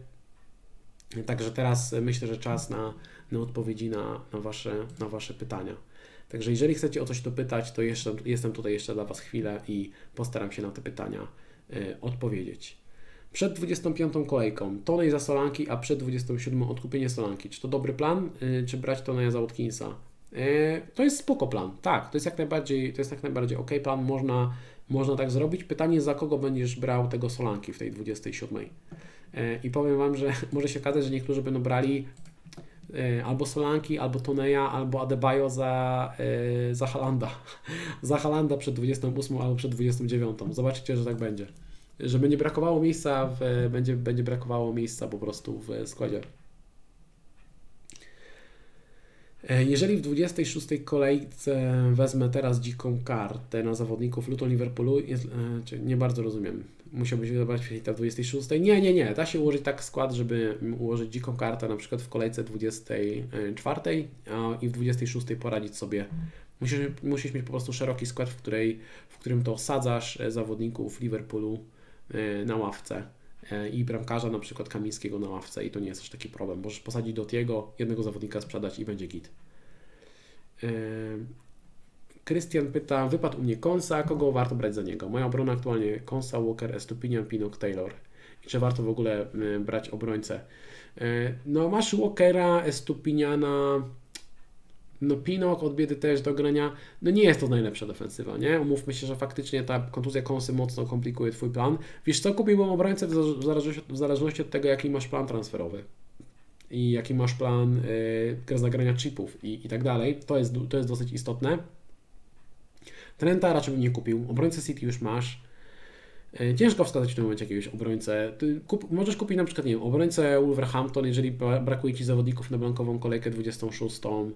Także teraz myślę, że czas na, na odpowiedzi na, na, wasze, na Wasze pytania. Także jeżeli chcecie o coś dopytać, to jeszcze, jestem tutaj jeszcze dla Was chwilę i postaram się na te pytania y, odpowiedzieć. Przed dwudziestą piątą kolejką Toney za Solanki, a przed dwudziestą siódmą odkupienie Solanki. Czy to dobry plan, y, czy brać Toneya za Watkinsa? Y, to jest spoko plan, tak, to jest jak najbardziej, to jest jak najbardziej ok plan, można, można tak zrobić. Pytanie, za kogo będziesz brał tego Solanki w tej dwudziestej siódmej. Y, I powiem Wam, że może się okazać, że niektórzy będą brali y, albo Solanki, albo Toneya, albo Adebayo za, y, za Haalanda. za Haalanda przed dwudziestą ósmą albo przed dwudziestą dziewiątą. Zobaczycie, że tak będzie. Że będzie brakowało miejsca, w, będzie, będzie brakowało miejsca po prostu w składzie. Jeżeli w dwudziestej szóstej kolejce wezmę teraz dziką kartę na zawodników Luton Liverpoolu, jest, e, nie bardzo rozumiem. Musiałbyś wybrać w dwudziestej szóstej. Nie, nie, nie. Da się ułożyć tak skład, żeby ułożyć dziką kartę na przykład w kolejce dwudziestej czwartej a, i w dwudziestej szóstej poradzić sobie. Musisz, musisz mieć po prostu szeroki skład, w, której, w którym to sadzasz zawodników Liverpoolu na ławce i bramkarza, na przykład Kamińskiego na ławce i to nie jest aż taki problem. Możesz posadzić Dotiego, jednego zawodnika sprzedać i będzie git. Krystian pyta, wypadł u mnie Konsa, kogo warto brać za niego? Moja obrona aktualnie Konsa, Walker, Estupinian, Pinnock, Taylor. I czy warto w ogóle brać obrońcę? No masz Walkera, Estupiniana, no Pinnock od biedy też do grania, no nie jest to najlepsza defensywa, nie? Umówmy się, że faktycznie ta kontuzja Konsy mocno komplikuje Twój plan. Wiesz co, kupiłbym obrońcę w zależności, w zależności od tego, jaki masz plan transferowy i jaki masz plan yy, zagrania chipów i, i tak dalej. To jest, to jest dosyć istotne. Trenta raczej bym nie kupił, obrońcę City już masz. Yy, ciężko wskazać w tym momencie jakiegoś obrońcę. Ty kup, możesz kupić na przykład, nie wiem, obrońcę Wolverhampton, jeżeli brakuje Ci zawodników na blankową kolejkę dwudziestą szóstą.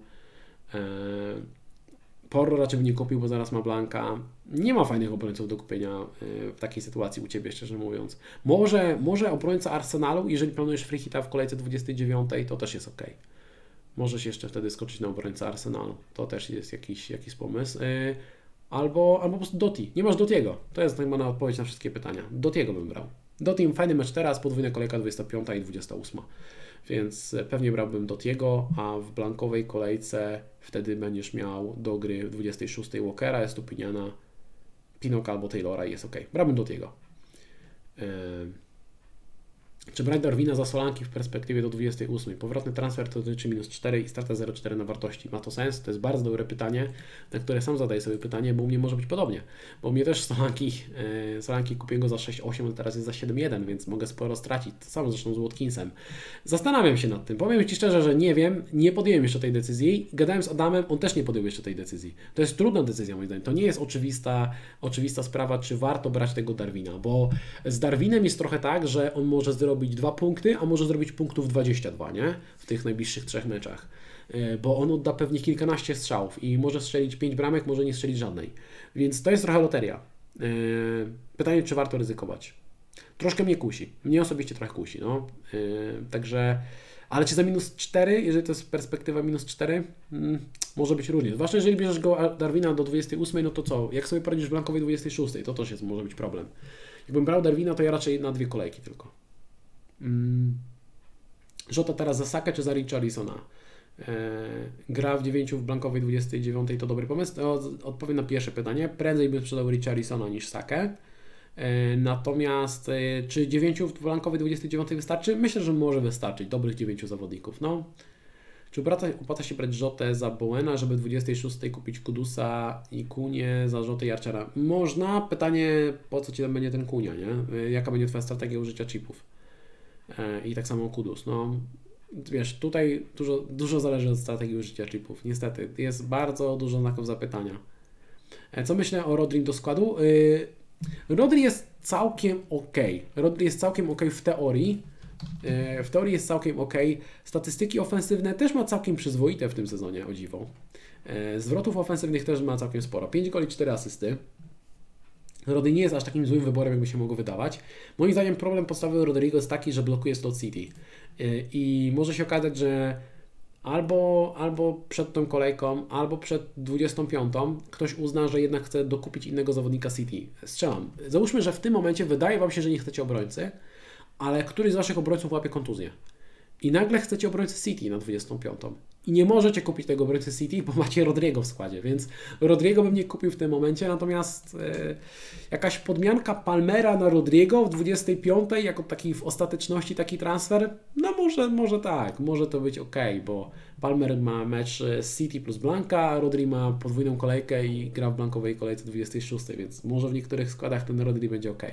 Porro raczej by nie kupił, bo zaraz ma blanka. Nie ma fajnych obrońców do kupienia w takiej sytuacji u Ciebie, szczerze mówiąc. Może, może obrońca Arsenalu, jeżeli planujesz free hita w kolejce dwudziestej dziewiątej, to też jest ok. Możesz jeszcze wtedy skoczyć na obrońcę Arsenalu. To też jest jakiś, jakiś pomysł. Albo, albo po prostu Doti. Nie masz Dotiego. To jest moja odpowiedź na wszystkie pytania. Dotiego bym brał. Doти, fajny mecz teraz, podwójna kolejka dwudziesta piąta i dwudziesta ósma. Więc pewnie brałbym Dotiego, a w blankowej kolejce wtedy będziesz miał do gry w dwudziestej szóstej Walkera, Estupiniana, Pinnocka albo Taylora i jest ok. Brałbym Dotiego. Yy. Czy brać Darwina za Solanki w perspektywie do dwudziestej ósmej? Powrotny transfer to dotyczy minus cztery i strata zero przecinek cztery na wartości. Ma to sens? To jest bardzo dobre pytanie, na które sam zadaję sobie pytanie, bo u mnie może być podobnie. Bo u mnie też Solanki, yy, Solanki kupiłem go za sześć osiem, ale teraz jest za siedem jeden, więc mogę sporo stracić. To samo zresztą z Watkinsem. Zastanawiam się nad tym. Powiem Ci szczerze, że nie wiem, nie podjąłem jeszcze tej decyzji. Gadałem z Adamem, on też nie podjął jeszcze tej decyzji. To jest trudna decyzja moim zdaniem. To nie jest oczywista, oczywista sprawa, czy warto brać tego Darwina, bo z Darwinem jest trochę tak, że on może zrobić zrobić dwa punkty, a może zrobić punktów dwadzieścia dwa, nie? W tych najbliższych trzech meczach. Bo on odda pewnie kilkanaście strzałów i może strzelić pięć bramek, może nie strzelić żadnej. Więc to jest trochę loteria. Pytanie, czy warto ryzykować. Troszkę mnie kusi. Mnie osobiście trochę kusi, no. Także, ale czy za minus cztery, jeżeli to jest perspektywa minus cztery, hmm, może być różnie. Zwłaszcza jeżeli bierzesz go Darwina do dwudziestej ósmej, no to co? Jak sobie poradzisz w blankowej dwudziestej szóstej, to też jest, może być problem. Jakbym brał Darwina, to ja raczej na dwie kolejki tylko. Hmm. Żota teraz za Sakę czy za Richarlisona? Eee, gra w dziewięciu w blankowej dwudziestej dziewiątej to dobry pomysł? To odpowiem na pierwsze pytanie. Prędzej bym sprzedał Richarlisona niż Sakę. Eee, natomiast e, czy dziewięciu w blankowej dwudziestej dziewiątej wystarczy? Myślę, że może wystarczyć. Dobrych dziewięciu zawodników. No. Czy opłaca, opłaca się brać Żotę za Bowena, żeby w dwudziestej szóstej kupić Kudusa i Kunię za Żotę i Archera? Można. Pytanie, po co Ci tam będzie ten Kunia, nie? E, jaka będzie Twoja strategia użycia chipów? E, I tak samo Kudus. No. Wiesz, tutaj dużo, dużo zależy od strategii użycia chipów. Niestety, jest bardzo dużo znaków zapytania. Co myślę o Rodrim do składu? Yy, Rodri jest całkiem ok. Rodri jest całkiem ok w teorii. Yy, w teorii jest całkiem ok. Statystyki ofensywne też ma całkiem przyzwoite w tym sezonie, o dziwo. Yy, zwrotów ofensywnych też ma całkiem sporo. pięć goli, cztery asysty. Rodri nie jest aż takim złym wyborem, jakby się mogło wydawać. Moim zdaniem problem podstawowy Rodrigo jest taki, że blokuje slot City. I może się okazać, że albo, albo przed tą kolejką, albo przed dwudziestą piątą ktoś uzna, że jednak chce dokupić innego zawodnika City. Strzelam. Załóżmy, że w tym momencie wydaje Wam się, że nie chcecie obrońcy, ale któryś z Waszych obrońców łapie kontuzję. I nagle chcecie obrońcę City na dwudziestą piątą. i nie możecie kupić tego obrońcy City, bo macie Rodrigo w składzie, więc Rodrigo bym nie kupił w tym momencie, natomiast e, jakaś podmianka Palmera na Rodrigo w dwudziestej piątej jako taki w ostateczności taki transfer, no może, może tak, może to być ok, bo Palmer ma mecz z City plus Blanka, a Rodri ma podwójną kolejkę i gra w blankowej kolejce dwudziestej szóstej, więc może w niektórych składach ten Rodri będzie ok.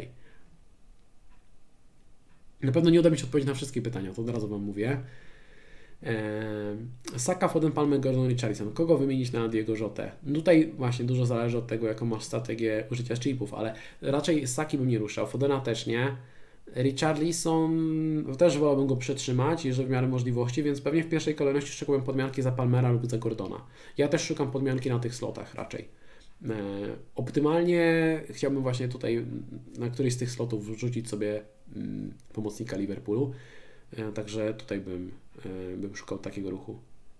Na pewno nie uda mi się odpowiedzieć na wszystkie pytania, to od razu Wam mówię. Eee, Saka, Foden, Palmer, Gordon, Richarlison. Kogo wymienić na Diego Jotę? Tutaj właśnie dużo zależy od tego, jaką masz strategię użycia chipów, ale raczej Saki bym nie ruszał, Fodena też nie. Richarlison też wolałbym go przetrzymać, jeżeli w miarę możliwości, więc pewnie w pierwszej kolejności szukałbym podmianki za Palmera lub za Gordona. Ja też szukam podmianki na tych slotach raczej. Eee, optymalnie chciałbym właśnie tutaj na któryś z tych slotów wrzucić sobie mm, pomocnika Liverpoolu. Także tutaj bym, bym szukał takiego ruchu.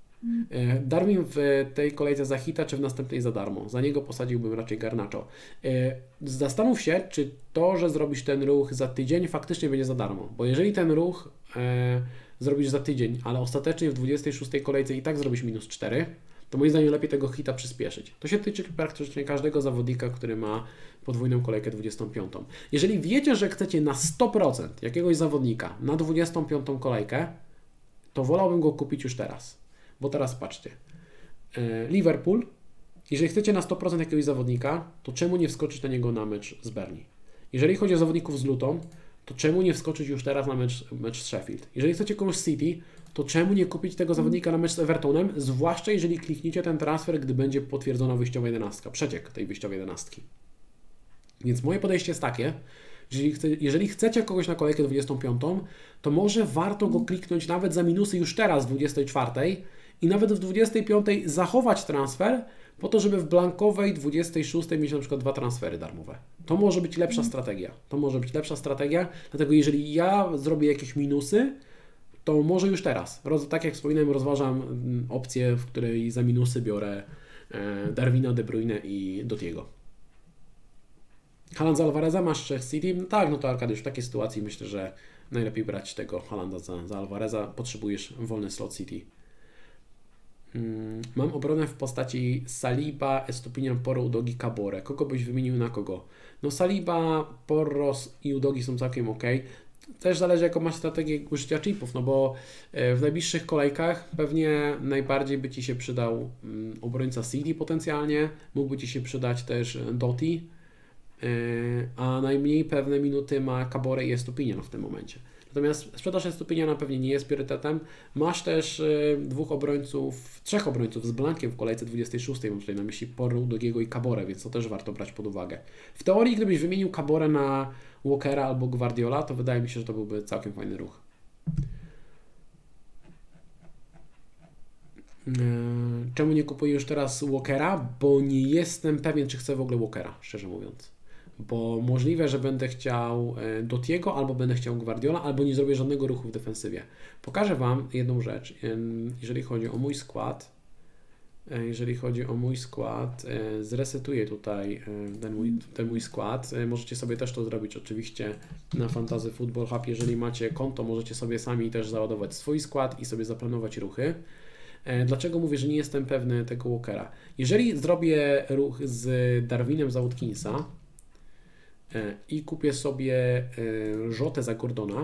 Mm. Darwin w tej kolejce za hita, czy w następnej za darmo? Za niego posadziłbym raczej Garnacho. Zastanów się, czy to, że zrobisz ten ruch za tydzień, faktycznie będzie za darmo. Bo jeżeli ten ruch e, zrobisz za tydzień, ale ostatecznie w dwudziestej szóstej kolejce i tak zrobisz minus cztery, to moim zdaniem lepiej tego hita przyspieszyć. To się tyczy praktycznie każdego zawodnika, który ma podwójną kolejkę dwudziestą piątą. Jeżeli wiecie, że chcecie na sto procent jakiegoś zawodnika na dwudziestą piątą kolejkę, to wolałbym go kupić już teraz. Bo teraz patrzcie. Liverpool, jeżeli chcecie na sto procent jakiegoś zawodnika, to czemu nie wskoczyć na niego na mecz z Burnley? Jeżeli chodzi o zawodników z Luton, to czemu nie wskoczyć już teraz na mecz, mecz z Sheffield? Jeżeli chcecie kogoś z City, to czemu nie kupić tego zawodnika na mecz z Evertonem, zwłaszcza jeżeli klikniecie ten transfer, gdy będzie potwierdzona wyjściowa jedenastka, przeciek tej wyjściowej jedenastki. Więc moje podejście jest takie, że jeżeli, chce, jeżeli chcecie kogoś na kolejkę dwudziestą piątą, to może warto go kliknąć nawet za minusy już teraz w dwudziestej czwartej i nawet w dwudziestej piątej zachować transfer, po to, żeby w blankowej dwudziestej szóstej mieć na przykład dwa transfery darmowe. To może być lepsza strategia. To może być lepsza strategia, dlatego jeżeli ja zrobię jakieś minusy, to może już teraz. Roz, tak jak wspominałem, rozważam opcję, w której za minusy biorę e, Darwina, De Bruyne i Dotiego. Haaland z Alvareza, masz Czech City? No tak, no to Arkadiusz, w takiej sytuacji myślę, że najlepiej brać tego Haalanda za, za Alvareza. Potrzebujesz wolny slot City. Hmm, mam obronę w postaci Saliba, Estupinian, Porro, Udogi, Kabore. Kogo byś wymienił na kogo? No Saliba, Porros i Udogi są całkiem ok. Też zależy, jaką masz strategię użycia chipów, no bo w najbliższych kolejkach pewnie najbardziej by Ci się przydał obrońca City potencjalnie, mógłby Ci się przydać też Doty, a najmniej pewne minuty ma Kabore i Estupinian w tym momencie. Natomiast sprzedaż Estupiniana pewnie nie jest priorytetem. Masz też dwóch obrońców, trzech obrońców z Blankiem w kolejce dwudziestej szóstej, mam tutaj na myśli Porro, Udogiego i Kabore, więc to też warto brać pod uwagę. W teorii, gdybyś wymienił Kabore na Walkera albo Guardiola, to wydaje mi się, że to byłby całkiem fajny ruch. Czemu nie kupuję już teraz Walkera? Bo nie jestem pewien, czy chcę w ogóle Walkera, szczerze mówiąc. Bo możliwe, że będę chciał Dotiego, albo będę chciał Guardiola, albo nie zrobię żadnego ruchu w defensywie. Pokażę Wam jedną rzecz, jeżeli chodzi o mój skład. Jeżeli chodzi o mój skład, zresetuję tutaj ten mój, ten mój skład. Możecie sobie też to zrobić oczywiście na Fantasy Football Hub. Jeżeli macie konto, możecie sobie sami też załadować swój skład i sobie zaplanować ruchy. Dlaczego mówię, że nie jestem pewny tego Walkera? Jeżeli zrobię ruch z Darwinem za Watkinsa i kupię sobie Jotę za Gordona,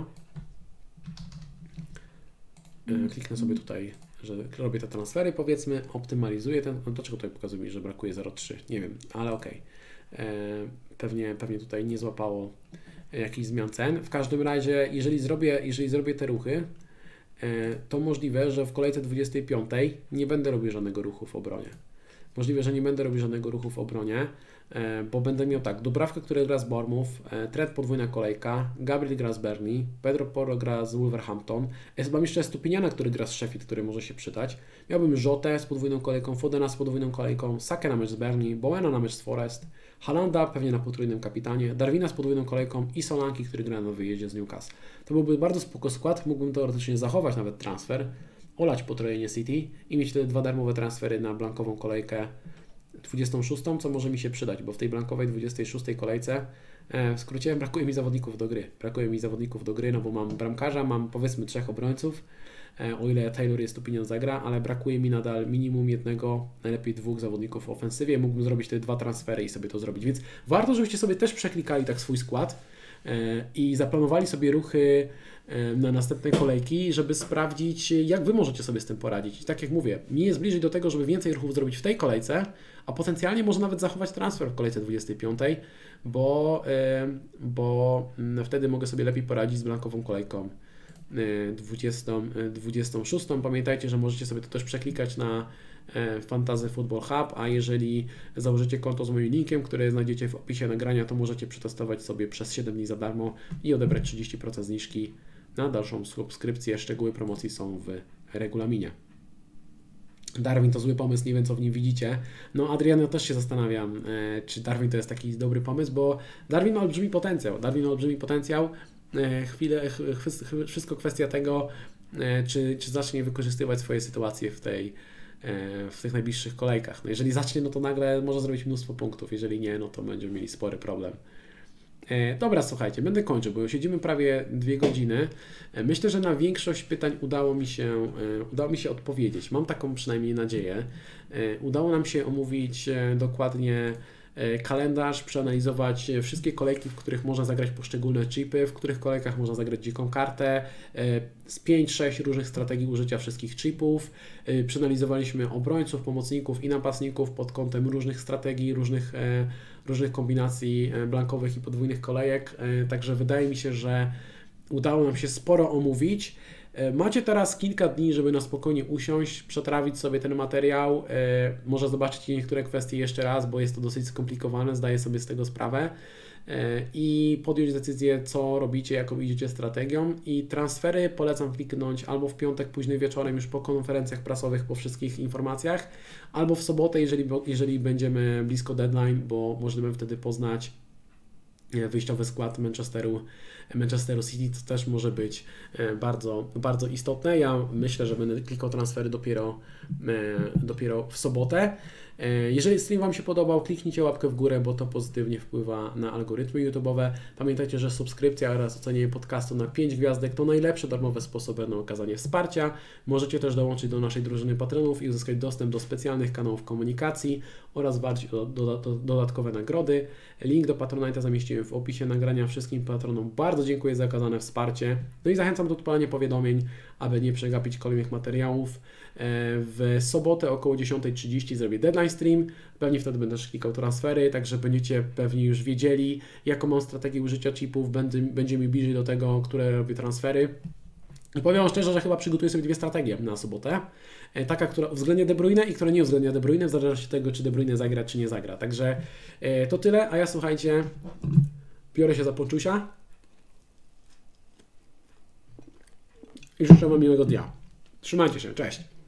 kliknę sobie tutaj, że robię te transfery, powiedzmy, optymalizuję ten, no dlaczego tutaj pokazuje mi, że brakuje zero przecinek trzy, nie wiem, ale okej. Okay. Pewnie, pewnie tutaj nie złapało jakichś zmian cen. W każdym razie, jeżeli zrobię, jeżeli zrobię te ruchy, to możliwe, że w kolejce dwudziestej piątej nie będę robił żadnego ruchu w obronie. Możliwe, że nie będę robił żadnego ruchu w obronie, bo będę miał tak, Dubravka, który gra z Bournemouth, Trent podwójna kolejka, Gabriel gra z Burnley, Pedro Porro gra z Wolverhampton, mam jeszcze Estupiniana, który gra z Sheffield, który może się przydać. Miałbym Jotę z podwójną kolejką, Fodena z podwójną kolejką, Sakę na mecz z Burnley, Bowena na mecz z Forest, Haalanda pewnie na potrójnym kapitanie, Darwina z podwójną kolejką i Solanki, który gra na wyjeździe z Newcastle. To byłby bardzo spoko skład, mógłbym teoretycznie zachować nawet transfer, olać potrojenie City i mieć wtedy dwa darmowe transfery na blankową kolejkę dwudziestą szóstą, co może mi się przydać, bo w tej blankowej dwudziestej szóstej kolejce w skrócie brakuje mi zawodników do gry. Brakuje mi zawodników do gry, no bo mam bramkarza, mam powiedzmy trzech obrońców, o ile Taylor jest opinią zagra, ale brakuje mi nadal minimum jednego, najlepiej dwóch zawodników w ofensywie. Mógłbym zrobić te dwa transfery i sobie to zrobić, więc warto, żebyście sobie też przeklikali tak swój skład i zaplanowali sobie ruchy na następne kolejki, żeby sprawdzić, jak Wy możecie sobie z tym poradzić. I tak jak mówię, mi jest bliżej do tego, żeby więcej ruchów zrobić w tej kolejce, a potencjalnie może nawet zachować transfer w kolejce dwudziestej piątej, bo, bo wtedy mogę sobie lepiej poradzić z blankową kolejką dwudziestą, dwudziestą szóstą. Pamiętajcie, że możecie sobie to też przeklikać na Fantasy Football Hub, a jeżeli założycie konto z moim linkiem, które znajdziecie w opisie nagrania, to możecie przetestować sobie przez siedem dni za darmo i odebrać trzydzieści procent zniżki na dalszą subskrypcję. Szczegóły promocji są w regulaminie. Darwin to zły pomysł, nie wiem co w nim widzicie. No Adriano też się zastanawiam, czy Darwin to jest taki dobry pomysł, bo Darwin ma olbrzymi potencjał. Darwin ma olbrzymi potencjał. Chwilę, ch- wszystko kwestia tego, czy, czy zacznie wykorzystywać swoje sytuacje w tej w tych najbliższych kolejkach. No jeżeli zacznie, no to nagle może zrobić mnóstwo punktów, jeżeli nie, no to będziemy mieli spory problem. Dobra, słuchajcie, będę kończył, bo już siedzimy prawie dwie godziny. Myślę, że na większość pytań udało mi się, udało mi się odpowiedzieć. Mam taką przynajmniej nadzieję. Udało nam się omówić dokładnie kalendarz, przeanalizować wszystkie kolejki, w których można zagrać poszczególne chipy, w których kolejkach można zagrać dziką kartę, z pięć sześć różnych strategii użycia wszystkich chipów. Przeanalizowaliśmy obrońców, pomocników i napastników pod kątem różnych strategii, różnych, różnych kombinacji blankowych i podwójnych kolejek, także wydaje mi się, że udało nam się sporo omówić. Macie teraz kilka dni, żeby na spokojnie usiąść, przetrawić sobie ten materiał, może zobaczyć niektóre kwestie jeszcze raz, bo jest to dosyć skomplikowane, zdaję sobie z tego sprawę, i podjąć decyzję, co robicie, jaką idziecie strategią. I transfery polecam kliknąć albo w piątek późnym wieczorem już po konferencjach prasowych, po wszystkich informacjach, albo w sobotę, jeżeli, jeżeli będziemy blisko deadline, bo możemy wtedy poznać wyjściowy skład Manchesteru, Manchesteru City, to też może być bardzo, bardzo istotne. Ja myślę, że będę klikał transfery dopiero, dopiero w sobotę. Jeżeli stream Wam się podobał, kliknijcie łapkę w górę, bo to pozytywnie wpływa na algorytmy YouTube'owe. Pamiętajcie, że subskrypcja oraz ocenienie podcastu na pięć gwiazdek to najlepsze darmowe sposoby na okazanie wsparcia. Możecie też dołączyć do naszej drużyny patronów i uzyskać dostęp do specjalnych kanałów komunikacji oraz walczyć o do, do, dodatkowe nagrody. Link do Patronite'a zamieściłem w opisie nagrania. Wszystkim patronom bardzo dziękuję za okazane wsparcie. No i zachęcam do odpalania powiadomień, aby nie przegapić kolejnych materiałów. W sobotę około dziesiąta trzydzieści zrobię deadline stream, pewnie wtedy będę też klikał transfery, także będziecie pewnie już wiedzieli, jaką mam strategię użycia chipów, będzie, będzie mi bliżej do tego, które robię transfery. I powiem Wam szczerze, że chyba przygotuję sobie dwie strategie na sobotę. Taka, która uwzględnia De Bruyne i która nie uwzględnia De Bruyne, w zależności od tego, czy De Bruyne zagra, czy nie zagra. Także to tyle, a ja słuchajcie, biorę się za poczusia i życzę Wam miłego dnia. Trzymajcie się, cześć!